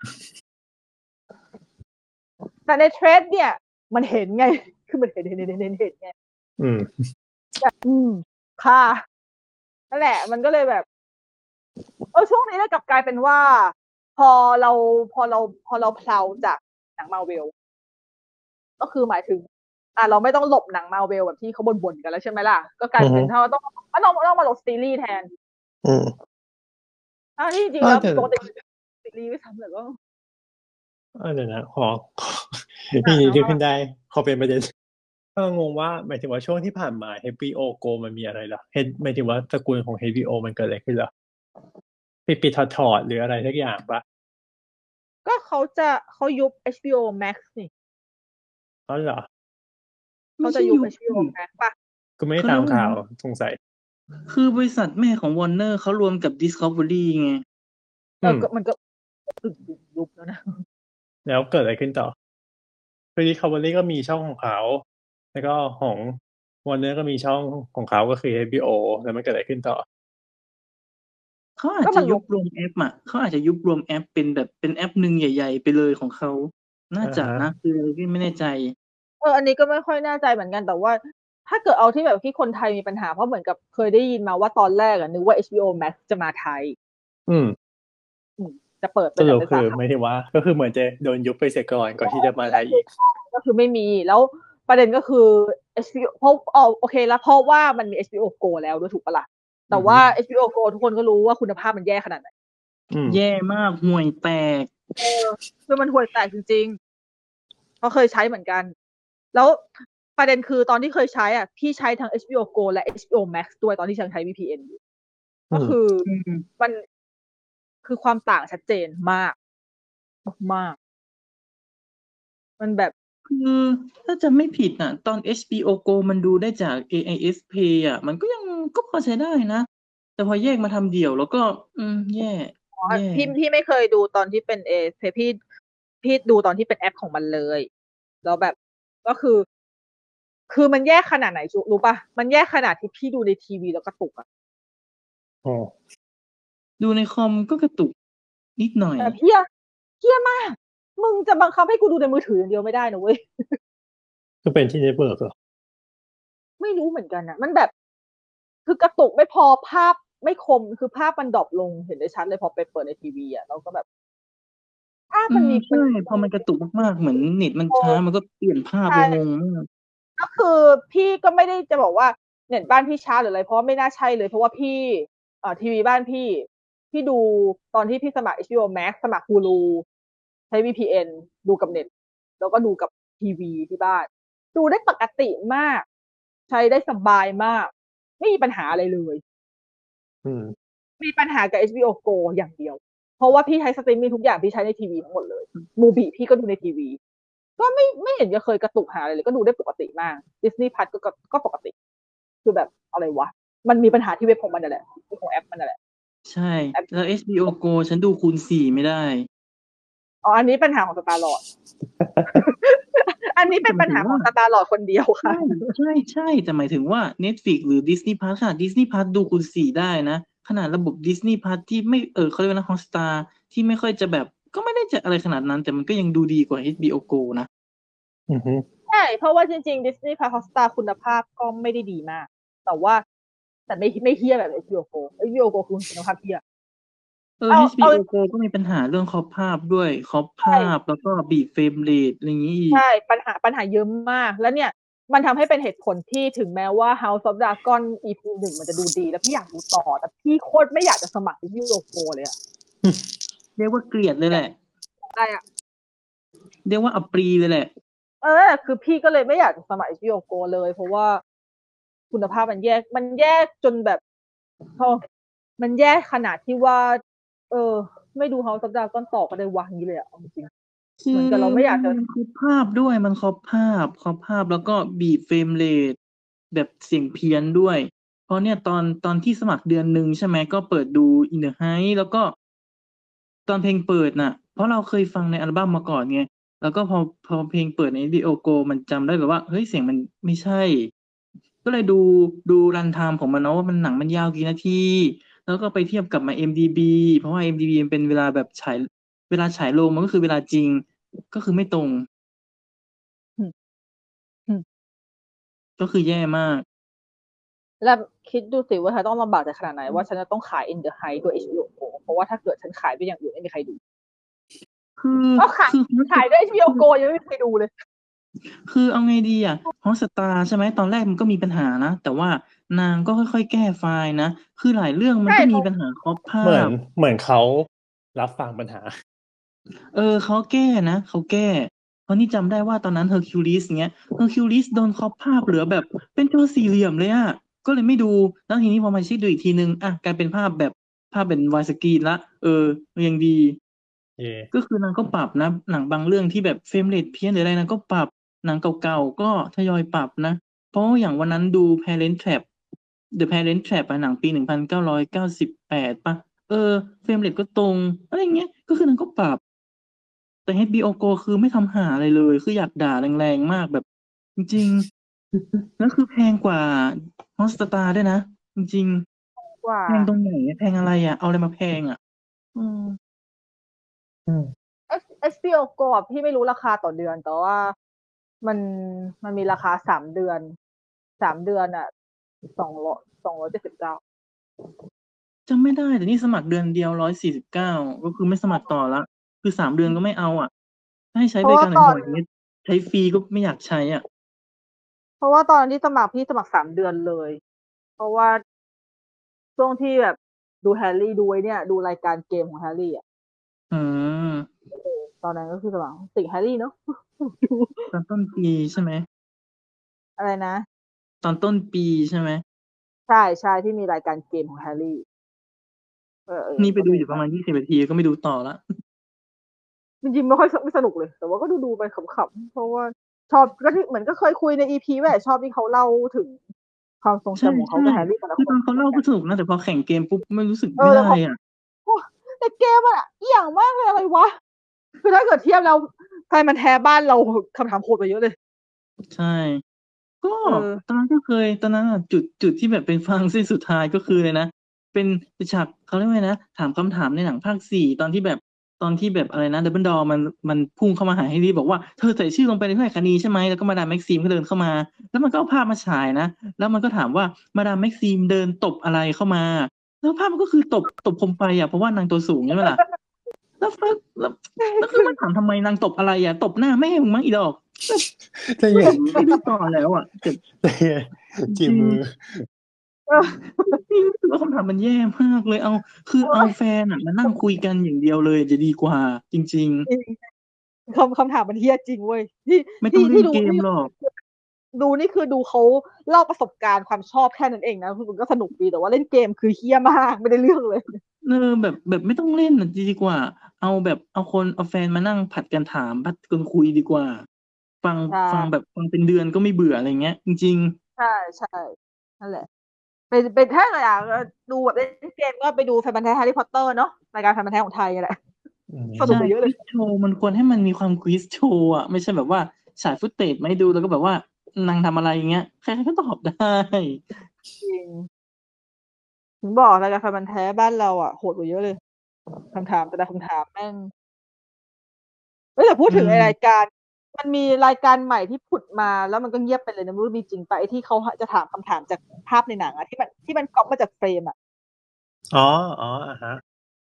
แต่ในเทรดเนี่ย มันเห็นไง คือมันเห็นเห็นเห็นเห็นเห็นไงอืมแบบอืมค่ะนั่นแหละ มันก็เลยแบบ เออช่วงนี้เลยกลับกลายเป็นว่า พอเราพอเราพอเราเพลาจากหนังมาเวลก็คือหมายถึง อ่ะเราไม่ต้องหลบหนังมาเวลแบบที่เขาบ่นๆกันแล้วใช่ไหมล่ะ ก็กลายเป็นอือฮึถ้าเราต้องเราต้องต้องมาหลบซีรีส์แทนอืมอ้าวที่จริงเอๆอแล้วแต่ปกติซีรีส์ไม่ทำเลยก็เออเดี๋ยวนะขอขออ่ะนี่ที่ว่าขึ้นได้ขอเป็นประเด็นก็งงว่าหมายถึงว่าช่วงที่ผ่านมา เอช บี โอ Go มันมีอะไรเหรอเฮดหมายถึงว่าตระกูลของ เอช บี โอ มันเกิดอะไรขึ้นเหรอปิดปิดถอดถอดหรืออะไรสักอย่างปะก็เขาจะเขายุบ เอช บี โอ Max นี่อ๋อเหรอเขาไม่จะใช่ยุบยุเอคช บี โอ Max ป่ะก็ไม่ได้เขาตามเรียกว่าข่าวสงสัยคือบริษัทแม่ของ Warner เขารวมกับ Discovery ไงเออือมก็มันก็อึกยุบแล้วนะแล้วเกิดอะไรขึ้นต่อคือ Discovery ก็มีช่องของเขา แล้วก็ของ Warner ก็มีช่องของเขาก็คือ เอช บี โอ แล้วมันเกิดอะไรขึ้นต่อเขาอาจก็จะมันรยุวมบรวมแอปอะเขาอาจจะยุบรวมแอปเป็นแบบเป็นแอปหนึ่งใหญ่ ๆ ไปเลยของเขา น่าอะจะฮะนะ คือพี่ไม่แน่ใจเออ อันนี้ก็ไม่ค่อยแน่ใจเหมือนกัน แต่ว่าถ้าเกิดเอาที่แบบที่คนไทยมีปัญหา เพราะเหมือนกับเคยได้ยินมาว่าตอนแรกอะนึกว่า เอช บี โอ Max จะมาไทยอืมอืม จะเปิดเป็สนแบรุบปเป็นคืสาอขาหมายถึงว่า ก็คือเหมือนจะโดนยุบไปเสียก่อนก่อนที่จะมาไทยอีกก็คือไม่มี แล้วประเด็นก็คือ เอช บี โอ เพราะ อ๋อ โอเค แล้วเพราะว่ามันมี เอช บี โอ Go แล้วด้วยถูกเปล่าล่ะ แต่อือฮึว่า เอช บี โอ Go ทุกคนก็รู้ว่าคุณภาพมันแย่ขนาดไหนอืมแย่มาก ห่วยแตกเออ คือมันห่วยแตกจริง ๆ เพราะเคยใช้เหมือนกัน แล้วประเด็นคือตอนที่เคยใช้อะ พี่ใช้ทั้ง เอช บี โอ Go และ เอช บี โอ Max ด้วยตอนที่ยังใช้ วี พี เอ็น อยู่อืก็มคืออืมมัน คือความต่างชัดเจนมาก มาก ๆ มันแบบคือถ้าจำไม่ผิดน่ะ ตอน เอช บี โอ Go มันดูได้จาก เอ ไอ เอส Play อะ มันก็ยัง ก็พอใช้ได้นะ แต่พอแยกมาทำเดี่ยวแล้วก็ อืม แย่อ๋อแย่พี่ พี่ไม่เคยดูตอนที่เป็น เอ เพ พี่ พี่ดูตอนที่เป็นแอปของมันเลย แล้วแบบ ก็คือ คือมันแย่ขนาดไหน รู้ รู้เปล่า? มันแย่ขนาดที่พี่ดูในทีวีแล้วกระตุกอะอ๋อดูในคอมก็กระตุกนิดหน่อยแบบเหี้ย เหี้ยมาก มึงจะบังคับให้กูดูในมือถืออย่างเดียวไม่ได้นะเว้ยก็เป็นที่เน็ตเวิร์กเหรอ? ไม่รู้เหมือนกันน่ะ มันแบบ คือกระตุกไม่พอ ภาพไม่คม คือภาพมันดร็อปลงเห็นได้ชัดเลยพอไปเปิดในทีวีอะ เราก็แบบ ภาพอืมมันมีใชมัน่ พอมันกระตุกมาก ๆ เหมือนเน็ตมันเออช้า มันก็เปลี่ยนภาพใช่เลยงงมากก็คือพี่ก็ไม่ได้จะบอกว่าเน็ตบ้านพี่ช้าหรืออะไร เพราะว่าไม่น่าใช่เลย เพราะว่าพี่ เอ่อ ทีวีบ้านพี่ พี่ดูตอนที่พี่สมัคร เอช บี โอ Max สมัคร Hulu ใช้ วี พี เอ็น ดูกับเน็ต แล้วก็ดูกับทีวีที่บ้าน ดูได้ปกติมาก ใช้ได้สบายมาก ไม่มีปัญหาอะไรเลยอืมมีปัญหากับ เอช บี โอ Go อย่างเดียว เพราะว่าพี่ใช้สตรีมมิงทุกอย่างพี่ใช้ในทีวีทั้งหมดเลย Mubi พี่ก็ดูในทีวี ก็ไม่ ไม่เห็นจะเคยกระตุกหาอะไรเลย ก็ดูได้ปกติมาก Disney+ ก็ ก็ ก็ปกติ คือแบบอะไรวะ มันมีปัญหาที่เว็บของมันนั่นแหละ ของแอปมันนั่นแหละใช่แอปแล้ว เอช บี โอ Go ฉันดูคูณ สี่ ไม่ได้อ๋อ อันนี้ปัญหาของ Starlord อันนี้เป็แต่นหมปัายญถึหาง ขว่องา Starlord คนเดียวใชค่ะ่ ๆ ๆ แต่หมายถึงว่า Netflix หรือ Disney+ ค่ะ Disney+ ดูคูณ สี่ ได้นะ ขนาดระบบ Disney+ ที่ไม่ เอ่อ เขาเรียกว่าอะไรนะ Hotstar ที่ไม่ค่อยจะแบบ ก็ไม่ได้จะอะไรขนาดนั้น แต่มันก็ยังดูดีกว่า เอช บี โอ Go นะอือฮึใช่ เพราะว่าจริง ๆ Disney+ Hotstar คุณภาพก็ไม่ได้ดีมาก แต่ว่า แต่ไม่ ไม่เหี้ยแบบ เอช บี โอ Go เอช บี โอ Go คือคุณภาพเหี้ยเออเอาเอาเอช บี โอ Go ก็มีปัญหาเรื่องครอปภาพด้วยครอปใช่ภาพแล้วก็บีบเฟรมเรทอะไรอย่างงี้อีกใช่ปัญหาปัญหาเยอะมาก แล้วเนี่ย มันทำให้เป็นเหตุผลที่ถึงแม้ว่า House of Dragon อี พี หนึ่งมันจะดูดี แล้วพี่อยากดูต่อ แต่พี่โคตรไม่อยากจะสมัคร เอช บี โอ Go เลยอะเรียกว่าเกลียดเลยแหละใช่อะเรียกว่าอับปรีเลยแหละเออ คือพี่ก็เลยไม่อยากจะสมัคร เอช บี โอ Go เลย เพราะว่าคุณภาพมันแย่ มันแย่จนแบบโธ่มันแย่ขนาดที่ว่า เออ ไม่ดู House of Dragon ต่อก็ได้วะ งี้เลยอะเอาจริงคืเหมืออนกับเราไม่อยากจะมันครอปภาพด้วย มันครอปภาพ ครอปภาพ แล้วก็บีบเฟรมเรทแบบเสียงเพี้ยนด้วย เพราะเนี่ยตอน ตอนที่สมัครเดือนหนึ่งใช่ไหม ก็เปิดดู In the Heights แล้วก็ ตอนเพลงเปิดน่ะ เพราะเราเคยฟังในอัลบัมมาก่อนไง แล้วก็พอ พอเพลงเปิดใน เอช บี โอ Go มันจำได้เลยว่า เฮ้ย เสียงมันไม่ใช่ ก็เลยดู ดู รันไทม์ ของมันเนาะว่ามันหนังมันยาวกี่นาที แล้วก็ไปเทียบกับ ไม เอ็ม ดี บี เพราะว่า ไอ เอ็ม ดี บี มันเป็นเวลาแบบฉาย เวลาฉายโรงมันก็คือเวลาจริง ก็คือไม่ตรงอืม อืมก็คือแย่มากแล้วคิดดูสิว่าเธอต้องลำบากใจขนาดไหน ว่าฉันจะต้องขาย In the Heights ด้วย เอช บี โอ Go เพราะว่าถ้าเกิดฉันขายด้วยอย่างอื่นไม่มีใครดูคือก็ขายคือรู้ขาสึยกด้วย เอช บี โอคือ Go ยังไม่มีใครดูเลยคือเอาไงดีอะ Hotstar ใช่ไหม ตอนแรกมันก็มีปัญหานะ แต่ว่านางก็ค่อย ๆ แก้ไฟล์นะ คือหลายเรื่องมัใชน่ก็เพมีราะปัญหาครอปภาเหมือนพเหมือนเขารับฟังปัญหาเออ เขาแก้นะ เขาแก้ เพราะนี่จำได้ว่าตอนนั้น Hercules เงี้ย Hercules โดนครอปภาพเหลือแบบเป็นจอสี่เหลี่ยมเลยอะ ก็เลยไม่ดู แล้วทีนี้พอมาเช็กดูอีกทีหนึ่ง อะ กลายเป็นภาพแบบ ภาพเป็น widescreen แล้ว เออ ยังดีเย่ก็คือนางก็ปรับนะ หนังบางเรื่องที่แบบเฟรมเรทเพี้ยนหรืออะไรนางก็ปรับ หนังเก่า ๆ ก็ทยอยปรับนะ เพราะว่าอย่างวันนั้นดู Parent Trap The Parent Trap อะ หนังปี หนึ่งพันเก้าร้อยเก้าสิบแปด เปล่า เออ เฟรมเรทก็ตรง อะไรอย่างเงี้ย ก็คือนางก็ปรับ แต่ เอช บี โอ Go คือไม่ทำห่าอะไรเลย คืออยากด่าแรง ๆ มากแบบ จริง ๆ แล้วคือแพงกว่า Hotstar ด้วยนะ จริงกว่าๆ แพงตรงไหนอะ แพงอะไรอะ เอาอะไรมาแพงอะ อืมอืมเอช เอช บี โอ Go อะพี่ไม่รู้ราคาต่อเดือน แต่ว่ามัน มันมีราคา สาม เดือน สาม เดือนอะ สองร้อย สองร้อยเจ็ดสิบเก้าจำไม่ได้ แต่นี่สมัครเดือนเดียว หนึ่งร้อยสี่สิบเก้า ก็คือไม่สมัครต่อแล้ว คือ สาม เดือนก็ไม่เอาอะ ถ้าให้ใช้บริการบ่อย ๆ อย่างงี้ ใช้ฟรีก็ไม่อยากใช้อะเพราะว่าตอนที่สมัคร พี่สมัคร สาม เดือนเลย เพราะว่า ช่วงที่แบบดู Harry ดูไอ้เนี่ย ดูรายการเกมของ Harry อะอืมเออ ตอนนั้นก็คือสมัคร ติ่ง Harry เนาะ ดูตอนต้นปีใช่ไหม? อะไรนะ? ตอนต้นปีใช่ไหม? ใช่ ๆ ที่มีรายการเกมของ Harry เออนี่ไปๆ ก็ดูดูอยู่ประมาณ ยี่สิบ นาที ก็ไม่ดูต่อแล้วจริง ๆ ไม่ค่อย ส ไม่สนุกเลย แต่ว่าก็ดู ๆ ไปขำ ๆ เพราะว่าชอบ ก็ที่ เหมือนก็เคยคุยใน อี พี นั่นแหละ ชอบที่เขาเล่าถึงความทรงใชจำของเขากับ Harry แต่ละ่ ๆ คือคนตอนเขาเล่าก็สนุกนะ แต่พอแข่งเกมปุ๊บไม่รู้สึกเออไม่ไแล้ดว้พออะโอ้ แต่เกมอะอิหยังมากเลย อะไรวะ คือถ้าเกิดเทียบแล้ว แฟนพันธุ์แท้บ้านเรา คำถามโหดกว่าเยอะเลยใช่ ก็เออตอนนั้นก็เคย ตอนนั้นอะจุด จุดที่แบบเป็นฟางเส้นสุดท้าย ก็คืออะไรนะ เป็น เป็นฉาก เขาเรียกว่าอะไรนะ ถามคำถามในหนังภาค สี่ ตอนที่แบบ ตอนที่แบบอะไรนะ Dumbledore มัน มันพุ่งเข้ามาหา Harry บอกว่า "เธอใส่ชื่อลงไปในถ้อยคดีใช่ไหม?" แล้วก็ Madame Maxime ก็เดินเข้ามา แล้วมันก็เอาภาพมาฉายนะ แล้วมันก็ถามว่า Madame Maxime เดินตบอะไรเข้ามา แล้วภาพมันก็คือตบ ตบโคมไฟอะ เพราะว่านางตัวสูงใช่ไหมล่ะ แล้ว แล้ว แล้ว แล้วคือมันถามทำไมนางตบอะไรอะ ตบหน้าแม่มึงมั้งอีดอก แบบใจเย็นไม่ดูต่อแล้วอะ แบบใจเย็นจริงจีบมือเออจริง รู้สึกว่าคำถามมันแย่มากเลย เอา คือเอาแฟนอะมานั่งคุยกันอย่างเดียวเลยจะดีกว่า จริง ๆจริง คำ คำถามมันเหี้ยจริงเว้ย ที่ไม่ทต้ี่องเลที่่นดูเกมนี่หรอกดูนี่คือดูเขาเล่าประสบการณ์ความชอบแค่นั้นเองนะ คือมันก็สนุกดี แต่ว่าเล่นเกมคือเหี้ยมาก ไม่ได้เรื่องเลยเออ แบบ แบบไม่ต้องเล่นอะดี ดีกว่า เอาแบบ เอาคน เอาแฟนมานั่งผลัดกันถาม ผลัดกันคุยดีกว่า ฟังใช่ฟังแบบฟังเป็นเดือนก็ไม่เบื่อ อะไรอย่างเงี้ย จริง ๆใช่ ๆ นั่นแหละ เป็น เป็น ถ้าเกิดอยากจะดูแบบเล่นเกมก็ไปดูแฟนพันธุ์แท้ Harry Potter เนาะ รายการแฟนพันธุ์แท้ของไทยเนี่ยแหละอืมสในุชก่กว่าเยอะเลย Quiz Show มันควรให้มันมีความ Quiz Show อะ ไม่ใช่แบบว่าฉาย footage มาให้ดู แล้วก็แบบว่านางทำอะไร อย่างเงี้ย ใคร ๆ ก็ตอบ ได้จริง ถึงบอกรายการแฟนพันธุ์แท้บ้านเราอะโหดกว่าเยอะเลย คำถามแต่ละคำถามแม่ง เฮ้ย แต่พูดอืถึงไอ้รามยการ มันมีรายการใหม่ที่ผุดมา แล้วมันก็เงียบไปเลยนะ ไม่รู้มีจริงเปล่า ไอ้ที่เขา ห จะถามคำถามจากภาพในหนังอะ ที่มัน ที่มันก๊อบมาจากเฟรมอะอ๋อ อ๋อ อะฮะ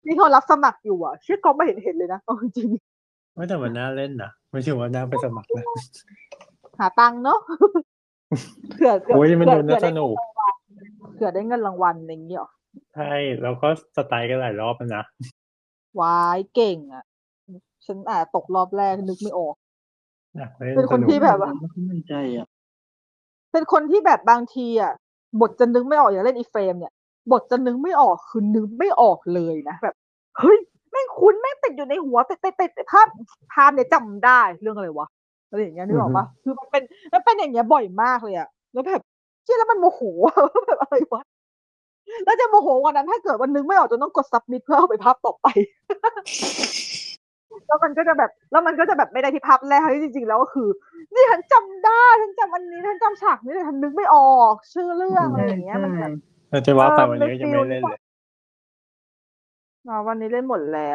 ที่เขารับสมัครอยู่อ่ะเชื่อก็ไม่เห็นเห็นเลยนะเอาจริงไม่แต่มันน่าเล่นนะไม่ใช่ว่าน่าไปสมัครนะหาตังค์เนาะ เผื่อเผื่อโอ้ยมันเผื่อดูเผื่น่าอสได้นุกเผื่อได้เงินรางวัลอะไรอย่างเงี้ยหรอใช่แล้วก็สไตล์กันหลายรอบแล้วนะวายเก่งอ่ะ ฉันอ่าตกรอบแรกนึกไม่ออกอยากเล่นเป็นสคนนุกที่แบบว่าไม่ค่อยมั่นใจอ่ะเป็นคนที่แบบบางทีอ่ะบทจะนึกไม่ออกอย่างเล่นอีเฟรมเนี่ยบทจะนึกไม่ออกคือนึกไม่ออกเลยนะแบบเฮ้ยแม่งคุ้นแม่งติดอยู่ในหัวติดติดติดภาพภาพเนี่ยจำได้เรื่องอะไรวะอะไรอย่างเงี้ยนึกออกปะคือมันเป็นมันเป็นอย่างเงี้ยบ่อยมากเลยอ่ะแล้วแบบเชื่อแล้วมันโมโห แบบอะไรวะแล้วจะโมโหกว่านั้นถ้าเกิดวันนึงไม่ออกจนต้องกดซับมิทเพื่อเอาไปภาพต่อไป แล้วมันก็จะแบบแล้วมันก็จะแบบไม่ได้ที่ภาพแรกที่จริงๆแล้วก็คือนี่ฉันจำได้ฉันจำอันนี้ฉันจำฉากนี้แต่ฉันนึกไม่ออกชื่อเรื่องอะไรอย่างเงี้ยมันแบบเราจะว่าไปเออวันนี้ก็ยังไม่เล่นเลยอ๋อวันนี้เล่นหมดแล้ว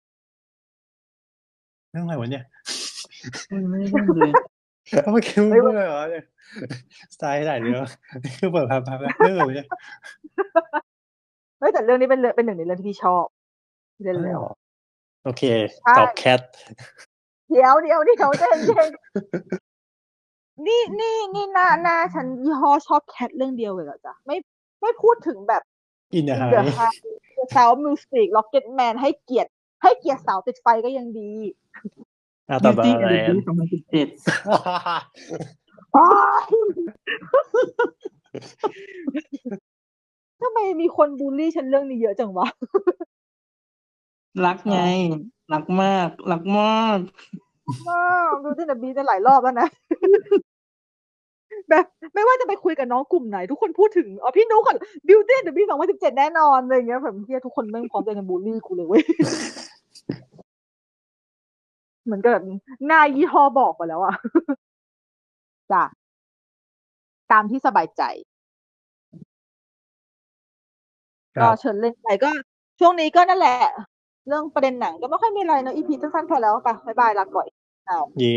เรื่องอะไรวะเนี่ยไม่ได้เล่นเลยเมื่อกี้มึงพูดอะไรวะเนี่ยสไตล์หลายเรื่องคือเปิดภาพภาพเรื่องอะไรวะเนี่ยเฮ้ยแต่เรื่องนี้เป็นเรื่องเป็นหนึ่งในเรื่องที่พี่ชอบเล่นแล้วโอเคใช่ตอบแคทเดี๋ยวเดี๋ยวเดี๋ยวเจนเจนนี่นี่นี่หน้าหน้าฉันยี่ห้อชอบแคทเรื่องเดียวเลยเหรอจ๊ะไม่ไม่พูดถึงแบบอินเดอะ In ไฮ the High The Sound Music Rocket Man ให้เกียรติให้เกียรติสาวติดไฟก็ยังดีอ่ะตอบ Beauty อะไร and the Beast สองพันสิบเจ็ดทำไมมีคนบูลลี่ฉันเรื่องนี้เยอะจังวะรักไง รักมาก รักมากมากดูที่นบีจะหลายรอบแล้วนะ แบบไม่ว่าจะไปคุยกับน้องกลุ่มไหน ทุกคนพูดถึงอ๋อพี่นุ๊กกับ Beauty and the Beast สองพันสิบเจ็ดแน่นอนอะไรอย่างเงี้ยแบบเฮียทุกคนแม่งพร้อมใจกันบูลลี่กูเลยเว้ย เหมือนกับแบบหน้ายี่ห้อบอกไปแล้วอะ จ้ะตามที่สบายใจ ก็เชิญเล่นไปก็ช่วงนี้ก็นั่นแหละ เรื่องประเด็นหนังก็ไม่ค่อยมีอะไรเนอะอีพีสั้นๆพอแล้วป่ะบ๊ายบายลาก่อยอ้าวเย่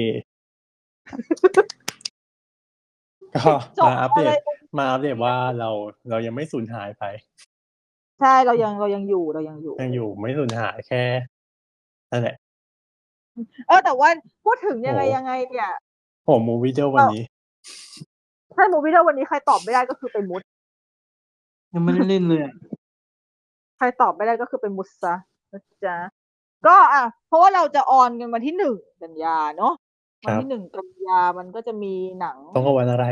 ก็มาอัปเดตมาอัปเดตว่าเราเรายังไม่สูญหายไปใช่เรายังเรายังอยู่เรายังอยู่ยังอยู่ไม่สูญหายแค่นั่นแหละเออแต่ว่าพูดถึงยังไงยังไงเนี่ยโหมูวี่เดียววันนี้ถ้ามูวี่เดอร์วันนี้ใครตอบไม่ได้ก็คือไปมุดยังไม่ได้เล่นเลยอะใครตอบไม่ได้ก็คือไปมุดซะนะจ๊ะก็อ่ะเพราะว่าเราจะออนกันวันที่หนึ่งกันยาเนาะวันที่หนึ่งกันยามันก็จะมีหนังต้องกับวันอะไร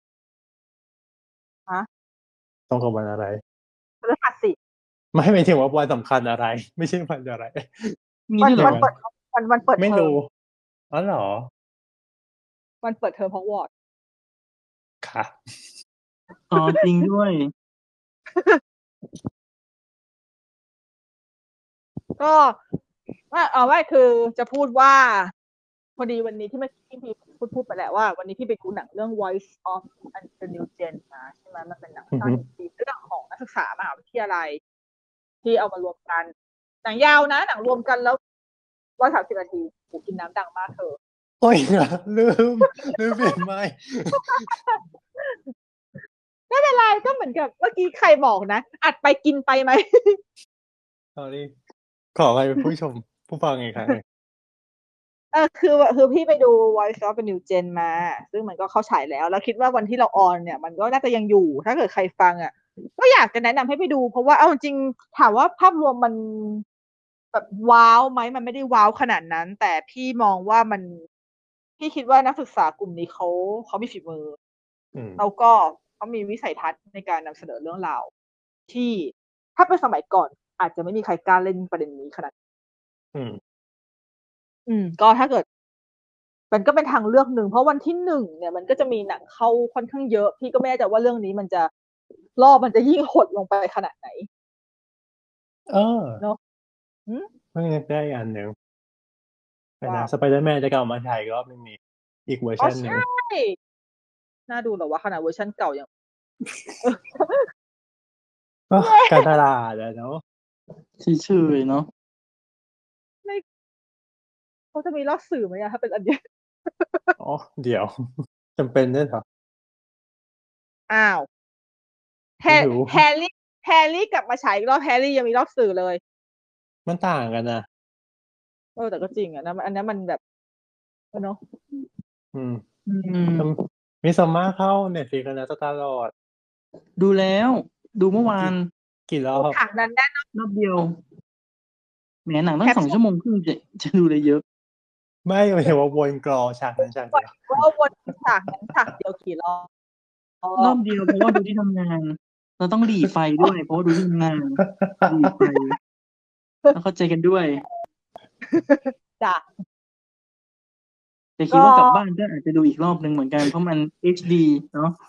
ฮะต้องกับวันอะไรพฤหัสสิไม่หมายถึงว่าวันสำคัญอะไร ไม่ใช่วันอะไรมีวันด้วยเหรวันอเปิดวันวันเปิดไม่เทอมรู้อ๋อเหรอวันเปิดเทอมฮอกวอตส์ค่ะอ๋อจริงด้วยก็ว่าเอาไว้คือจะพูดว่า พอดีวันนี้ที่เมื่อกี้พี่พูดพูดไปแล้วว่า วันนี้พี่ไปดูหนังเรื่อง Voice of the New Gen มาใช่ไหมมันเป็นหนังสั้นเรื่องของนักศึกษามหาวิทยาลัย ที่เอามารวมกัน หนังยาวนะ หนังรวมกันแล้วร้อยสามสิบนาทีโหกินน้ำดังมากเธอโอ้ยลืมลืมเปลี่ยนไม้ไม่เป็นไรก็เหมือนกับเมื่อกี้ใครบอกนะ อัดไปกินไปไหม sorry ขอใครเป็นผู้ชมผู้ฟังอีกครั้งหนึ่งเออคือคือพี่ไปดู Voice of the New Gen มา ซึ่งมันก็เข้าฉายแล้ว แล้วคิดว่าวันที่เราออนเนี่ย มันก็น่าจะยังอยู่ ถ้าเกิดใครฟังอ่ะ ก็อยากจะแนะนำให้ไปดู เพราะว่าเอาจริงถามว่าภาพรวมมันแบบว้าวไหมมันไม่ได้ว้าวขนาดนั้น แต่พี่มองว่ามัน พี่คิดว่านักศึกษากลุ่มนี้เขาเขามีฝีมืออืมแล้วก็เขามีวิสัยทัศน์ในการนำเสนอเรื่องราวที่ถ้าเป็นสมัยก่อนอาจจะไม่มีใครกล้าเล่นประเด็นนี้ขนาดอืมอืมก็ถ้าเกิด มันก็เป็นทางเลือกหนึ่งเพราะวันที่หนึ่งเนี่ยมันก็จะมีหนังเข้าค่อนข้างเยอะพี่ก็ไม่แน่ใจว่าเรื่องนี้มันจะรอบมันจะยิ่งหดลงไปขนาดไหนเออเนาะอืมเพิ่งนึกได้อันหนึ่งไปว่านะสไปเดอร์แมนจะกลับมาฉายอีกรอบนึงนี่อีกเวอร์อ๋อชันหนึ่งใช่น่าดูเหรอวะขนาดเวอร์ชันเก่ายังก็การตลาดอะเนาะเฉยๆเนาะเขาจะมีรอบสื่อไหมอะถ้าเป็นอันเนี้ยอ๋อเดี๋ยว จำเป็นด้วยเหรออ้าวแฮไม่รู้แฮร์รี่แฮร์รี่กลับมาฉายอีกรอบแฮร์รี่ยังมีรอบสื่อเลยมันต่างกันนะเออแต่ก็จริงอ่ะนะอันนั้นมันแบบเออเนาะอืมอืมมิซอมมาเข้าเน็ตฟลิกซ์แล้วนะตลอดดูแล้วดูเมื่อวานกี่รอดูบฉากนั้นแน่นอนรอบเดียวแหมหนังตั้แคงปสองชั่นชั่วโมงครึ่งจะจะดูได้เยอะไม่หมายถึงว่าวนกรอฉากนั้นฉากเดียวว่าวนฉากนั้นฉากเดียวกี่รอบรอบเดียวเพราะว่าดูที่ทำงาน เราต้องหลีไฟด้วย เพราะว่าดูที่ทำงานหลีไฟต้องเข้าใจกันด้วยจ้ะแต่คิดว่ากลับบ้านก็อาจจะดูอีกรอบนึงเหมือนกันเพราะมัน เอช ดี เนาะ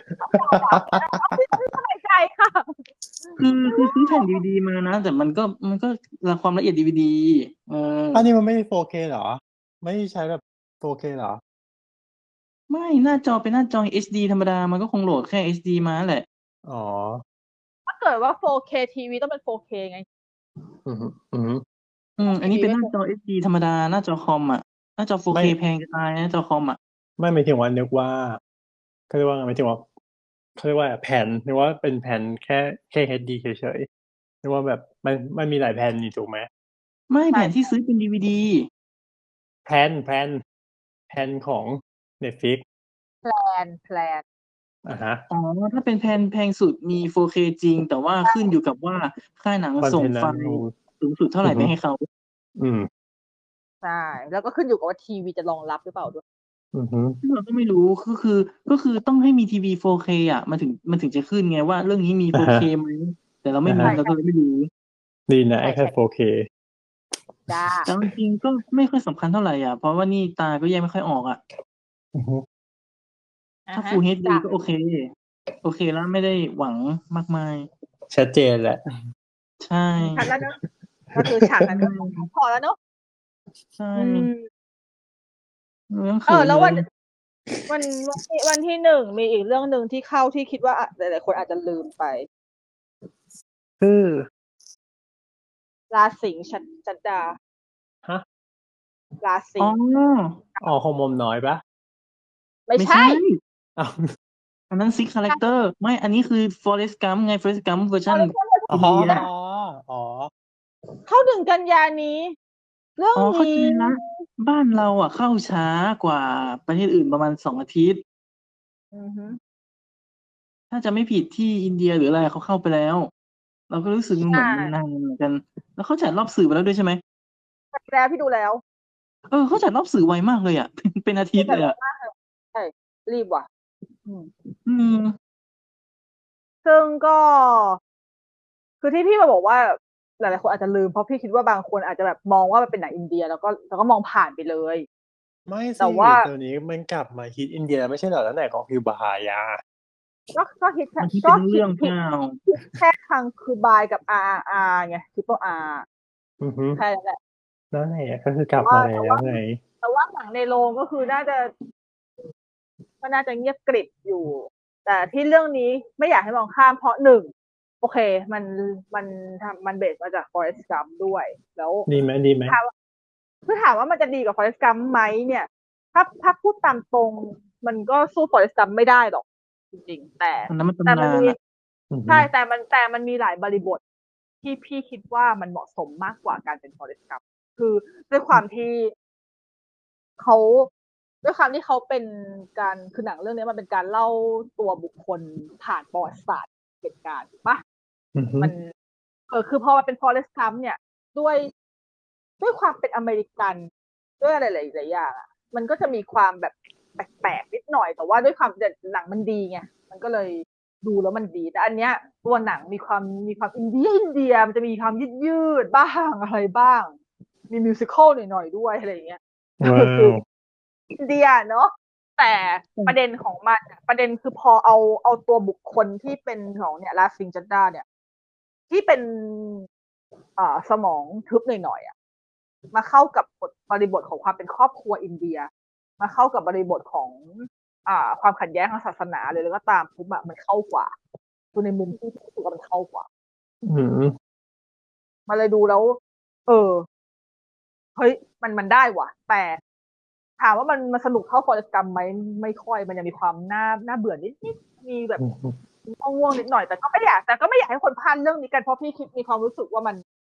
สบายใจค่ะคือคือซื้อแผ่น ดี วี ดี มานะ แต่มันก็มันก็ความละเอียด ดี วี ดี เอออันนี้มันไม่ได้ โฟร์เค เหรอ ไม่ใช้แบบ โฟร์เค เหรอไม่หน้าจอเป็นหน้าจอ เอช ดี ธรรมดามันก็คงโหลดแค่ เอช ดี มาแหละอ๋อถ้าเกิดว่า โฟร์เค ที วี ต้องเป็น โฟร์เค ไงอืมอืมอืมอันนี้เป็นหน้าที วีจอ เอช ดี ธรรมดาหน้าจอคอมอ่ะหน้าจอ โฟร์เคไม่แพงจะตายหน้าจอคอมอ่ะไม่หมายถึงว่านึกว่าเขาเรียกว่าไงหมายถึงว่าเขาเรียกว่าแผ่นนึกว่าเป็นแผ่นแค่แค่ เอช ดี เฉยๆนึกว่าแบบมันมันมีหลายแผ่นนี่ถูกไหมไม่ใช่แผ่นที่ซื้อเป็น ดี วี ดีแผ่นแผ่นแผ่นของ Netflix แพลนแพลนอ่าฮะอ๋อถ้าเป็นแผ่นแพงสุดมี โฟร์เค จริง แต่ว่าขึ้นอยู่กับว่าค่ายหนังคอนส่เทงนต์ไฟนั้นล์โอ้สูงสุดเท่าไหร่อือไปฮึให้เขาอืมใช่แล้วก็ขึ้นอยู่กับว่าทีวีจะรองรับหรือเปล่าด้วยอือฮึซึ่งเราก็ไม่รู้ก็คือก็คือต้องให้มีทีวี โฟร์เค อ่ะมันถึงมันถึงจะขึ้นไงว่าเรื่องนี้มีอ่าโฟร์ฮะเค ไหมแต่เราไม่อ่ามีฮะเราก็เลยไม่รู้ดีนะไอ้ใช่แค่ใช่โฟร์เคจ้าแต่จริงๆก็ไม่ค่อยสำคัญเท่าไหร่อ่ะเพราะว่านี่ตาก็แยกไม่ค่อยออกอ่ะอือฮึอ่าถ้าฮะ Full เอช ดีจ้ะก็โอเค โอเคแล้วไม่ได้หวังมากมายชัดเจนแหละใช่ชัดแล้วเนอะก็คือฉากนั้นก็พอแล้วเนอะใช่อืมเรื่องเอเขิอนอแล้วยู่เลวันยวันวันที่วันที่หนึ่งมีอีกเรื่องหนึ่งที่เข้าที่คิดว่าอ่ะหลายๆคนอาจจะลืมไปคือราสิงห์ชัดจัดดาฮะราสิอ๋องห์อ๋อของมอมน้อยปะไม่ไม่ใช่ใช่อ้าวอันนั้น Six Character ไม่ อันนี้คือ Forrest Gump ไง Forrest Gump เวอร์ชันอ๋ออินเดียอ๋ออ๋อเข้าหนึ่งกันยานี้ เรื่องอ๋อ เข้าใจนี้แล้ว บ้านเราอ่ะเข้าช้ากว่าประเทศอื่นประมาณสองอาทิตย์อือฮึถ้าจะไม่ผิดที่อินเดียหรืออะไรเขาเข้าไปแล้ว เราก็รู้สึกเหมือนใช่มันนานเหมือนกัน แล้วเขาจัดรอบสื่อไปแล้วด้วยใช่ไหมแล้วพี่ดูแล้วเออเขาจัดรอบสื่อไวมากเลยอ่ะ เป็นอาทิตย์แต่เลยไวอ่ะมากเลยใช่รีบว่ะ อืมอืมซึ่งก็ คือที่พี่มาบอกว่า หลายๆคนอาจจะลืมเพราะพี่คิดว่าบางคนอาจจะแบบมองว่ามันเป็นหนังอินเดีย แล้วก็แล้วก็มองผ่านไปเลยไม่แต่สิว่าเดี๋ยวนี้มันกลับมาฮิตอินเดียไม่ใช่เหรอตั้งแต่ของคิวบาฮายาก็ก็ฮิตแค่มันฮิตก็เป็นเรื่องๆฮิตเปล่าฮิตแค่ทางคือบายกับ อาร์ อาร์ ไง Triple R อือฮึแค่นั้นแหละนั่นแหละก็คือกลับว่ามาแต่แล้วว่าไงแต่ว่าหนังในโรงก็คือน่าจะก็น่าจะเงียบกริบอยู่ แต่ที่เรื่องนี้ไม่อยากให้มองข้ามเพราะหนึ่งโอเค มันมันทำมันเบสมาจาก Forrest Gump ด้วย แล้วดีไหมดีไหมถามว่าคือถามว่ามันจะดีกว่า Forrest Gump ไหมเนี่ย ถ้าถ้าพูดตามตรง มันก็สู้ Forrest Gump ไม่ได้หรอก จริงๆ แต่อันนั้นมันแต่ตำมันนานมีอ่ะอือฮึใช่ แต่มันแต่มันมีหลายบริบท ที่พี่คิดว่ามันเหมาะสมมากกว่าการเป็น Forrest Gump คือด้วยความที่เขาด้วยความที่เขาเป็นการคือหนังเรื่องนี้มันเป็นการเล่าตัวบุคคลผ่านประวัติศาสตร์เหตุการณ์ถูกปะอือฮึมันเออคือพอมันเป็น Forrest Gump เนี่ย ด้วยด้วยความเป็นอเมริกัน ด้วยอะไรหลายๆอย่างอะมันก็จะมีความแบบแปลกๆนิดหน่อย แต่ว่าด้วยความแต่หนังมันดีไงมันก็เลยดูแล้วมันดี แต่อันเนี้ยตัวหนังมีความมีความอินเดียอินเดียมันจะมีความยืดๆบ้างอะไรบ้าง มีมิวสิคอลหน่อยๆด้วยอะไรอย่างเงี้ยว้าคือวอินเดียเนาะแต่ประเด็นของมันอะประเด็นคือพอเอาเอาตัวบุคคลที่เป็นของเนี่ยราสิงห์จัดดาเนี่ย ที่เป็นเอ่อสมองทึบหน่อยๆอ่ะมาเข้ากับบริบทของความเป็นครอบครัวอินเดีย มาเข้ากับบริบทของอ่าความขัดแย้งทางศาสนาเลยแล้วก็ตามปุ๊บอะมันเข้ากว่าคือในมุมที่รู้สึกว่ามันเข้ากว่าอืมมาเลยดูแล้ว เออเฮ้ยมันมันได้ว่ะ แต่ถามว่ามันมันสนุกเท่า Forrest Gump ไหมไม่ค่อยมันยังมีความน่าน่าเบื่อนิดนิดมีแบบอือฮึง่วงๆนิดหน่อยแต่ก็ไม่อยากแต่ก็ไม่อยากให้คนพลาดเรื่องนี้กันเพราะพี่คิดมีความรู้สึกว่ามัน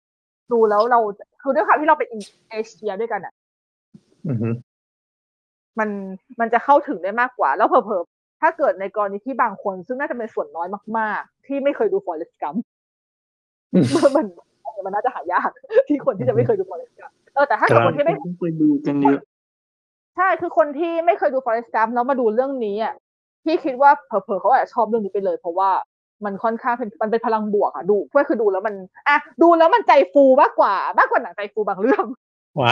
ดูแล้วเราคือด้วยความที่เราเป็นเอเชียด้วยกันอ่ะอือฮึมันมันจะเข้าถึงได้มากกว่าแล้วเผลอๆถ้าเกิดในกรณีที่บางคนซึ่งน่าจะเป็นส่วนน้อยมากๆที่ไม่เคยดู Forrest Gump มันมันน่าจะหายากที่คนที่จะไม่เคยดู Forrest Gump เออแต่ถ้าเกิดคนที่ไม่เคยดูกันเยอะใช่คือคนที่ไม่เคยดู Forrest Gump แล้วมาดูเรื่องนี้อ่ะพี่คิดว่าเผลอๆเขาอาจจะชอบเรื่องนี้ไปเลยเพราะว่ามันค่อนข้างเป็นมันเป็นพลังบวกอะดูเพื่อคือดูแล้วมันอ่ะดูแล้วมันใจฟูมากกว่ามากกว่าหนังใจฟูบางเรื่องว้าย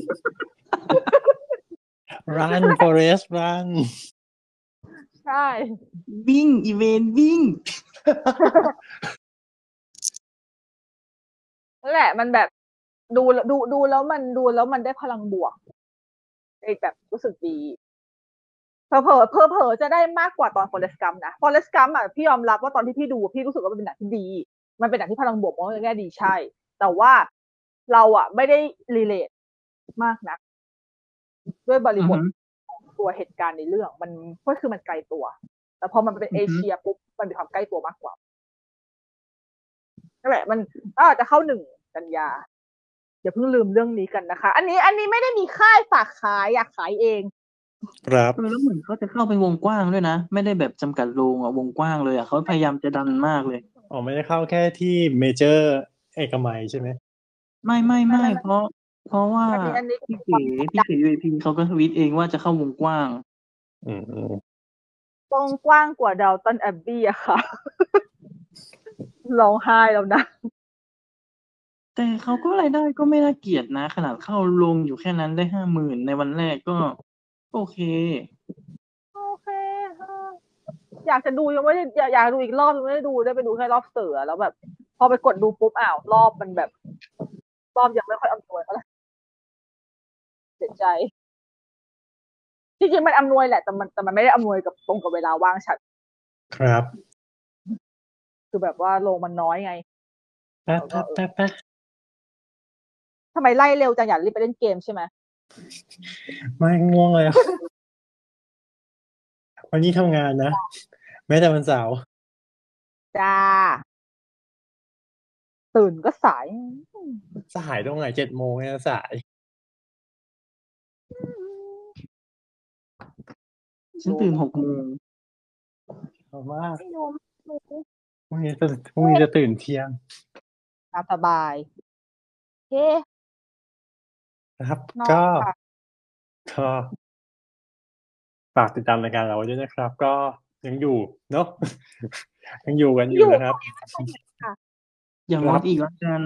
run Forest run ใช่วิ่งอีเวนวิ่งนั่นแหละมันแบบดูดูดูแล้วมันดูแล้วมันได้พลังบวกไอ้แบบรู้สึกดีเผลอเผลอเผลอเผลอจะได้มากกว่าตอน Forrest Gump นะ Forrest Gump อ่ะพี่ยอมรับว่าตอนที่พี่ดูพี่รู้สึกว่ามันเป็นหนังที่ดีมันเป็นหนังที่พลังบวกมองในแง่ดีใช่แต่ว่าเราอ่ะไม่ได้รีเลทมากนะด้วยบริบทตัวเหตุการณ์ในเรื่องมันก็คือมันไกลตัวแต่พอมันเป็นเอเชียปุ๊บมันมีความใกล้ตัวมากกว่านั่นแหละมันอาจจะเข้าหนึ่งกันยาอย่าเพิ่งลืมเรื่องนี้กันนะคะอันนี้อันนี้ไม่ได้มีค่ายฝากขายอยากขายเองครับแล้วเหมือนเขาจะเข้าไปวงกว้างด้วยนะไม่ได้แบบจำกัดโรงอ่ะวงกว้างเลยอ่ะเขาพยายามจะดันมากเลยอ๋อไม่ได้เข้าแค่ที่เมเจอร์เอกมัยใช่ไหมไม่ไม่ไม่เพราะเพราะว่าพี่เก๋พี่เก๋ยูเอพีเขาก็ทวีตเองว่าจะเข้าวงกว้างอืมวงกว้างกว่าดาวตันแอบบี้อะค่ะร้องไห้แล้วนะแต่เขาก็รายได้ก็ไม่น่าเกลียดนะขนาดเข้าลงอยู่แค่นั้นได้ห้าหมื่นในวันแรกก็โอเคโอเคอยากจะดูยังไม่ได้อยากอยากดูอีกรอบยังไม่ได้ดูได้ไปดูแค่รอบเสือแล้วแบบพอไปกดดูปุ๊บอ้าวรอบมันแบบรอบยังไม่ค่อยอำนวยเท่าไหร่เสียใจจริงๆมันอำนวยแหละแต่มันแต่มันไม่ได้อำนวยกับตรงกับเวลาว่างฉันครับคือแบบว่าโรงมันน้อยไงแป๊บแป๊บแป๊บแป๊บทำไมไล่เร็วจังอยากรีบไปเล่นเกมใช่ไหมไม่ง่วงเลยวันนี้ทำงานนะแม้แต่วันเสาร์จ้าตื่นก็สายสายตรงไหนเจ็ดโมงเนี่ยสายฉันตื่นหกโมงเพราะว่าพรุ่งนี้จะพรุ่งนี้จะตื่นเที่ยงสบายโอเคครับก็ก็ฝากติดตามรายการเราด้วยนะครับก็ยังอยู่เนาะยังอยู่กันอยู่นะครับอย่างวัดอีกแล้วกัน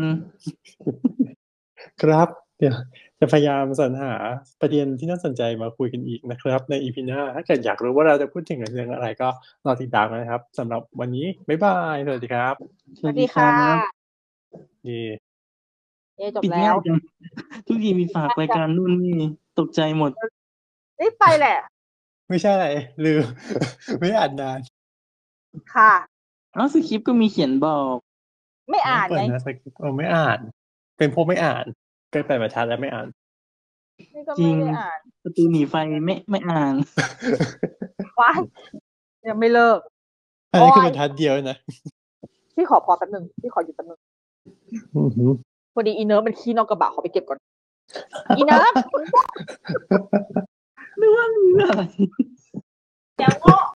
ครับเดี๋ยวจะพยายามสรรหาประเด็นที่น่าสนใจมาคุยกันอีกนะครับใน อี พี หน้าถ้าเกิดอยากรู้ว่าเราจะพูดถึงเรื่องอะไรก็รอติดตามกันนะครับสำหรับวันนี้บ๊ายบายสวัสดีครับสวัสดีค่ะเย่เย่จบแล้วทุกทีมีฝากรายการนู่นนี่ตกใจหมดรีบไปแหละไม่ใช่อะไรลืมไม่อ่านนานค่ะอ้าวสคริปต์ก็มีเขียนบอกไม่อ่านไงนะสคริปต์เออไม่อ่านเป็นพวกไม่อ่านเกิดไปประทัดแล้วไม่อ่านจริงประตูหนีไฟไม่ไม่อ่านว้ายยังไม่เลิกอันนี้คือบรรทัดเดียวนะพี่ขอพอแป๊บนึงพี่ขอหยุดแป๊บนึงพอดีอีเนิร์ฟมันขี้นอกกระบะขอไปเก็บก่อนอีเนิร์ฟนึกว่ามีอะไรเดี๋ยว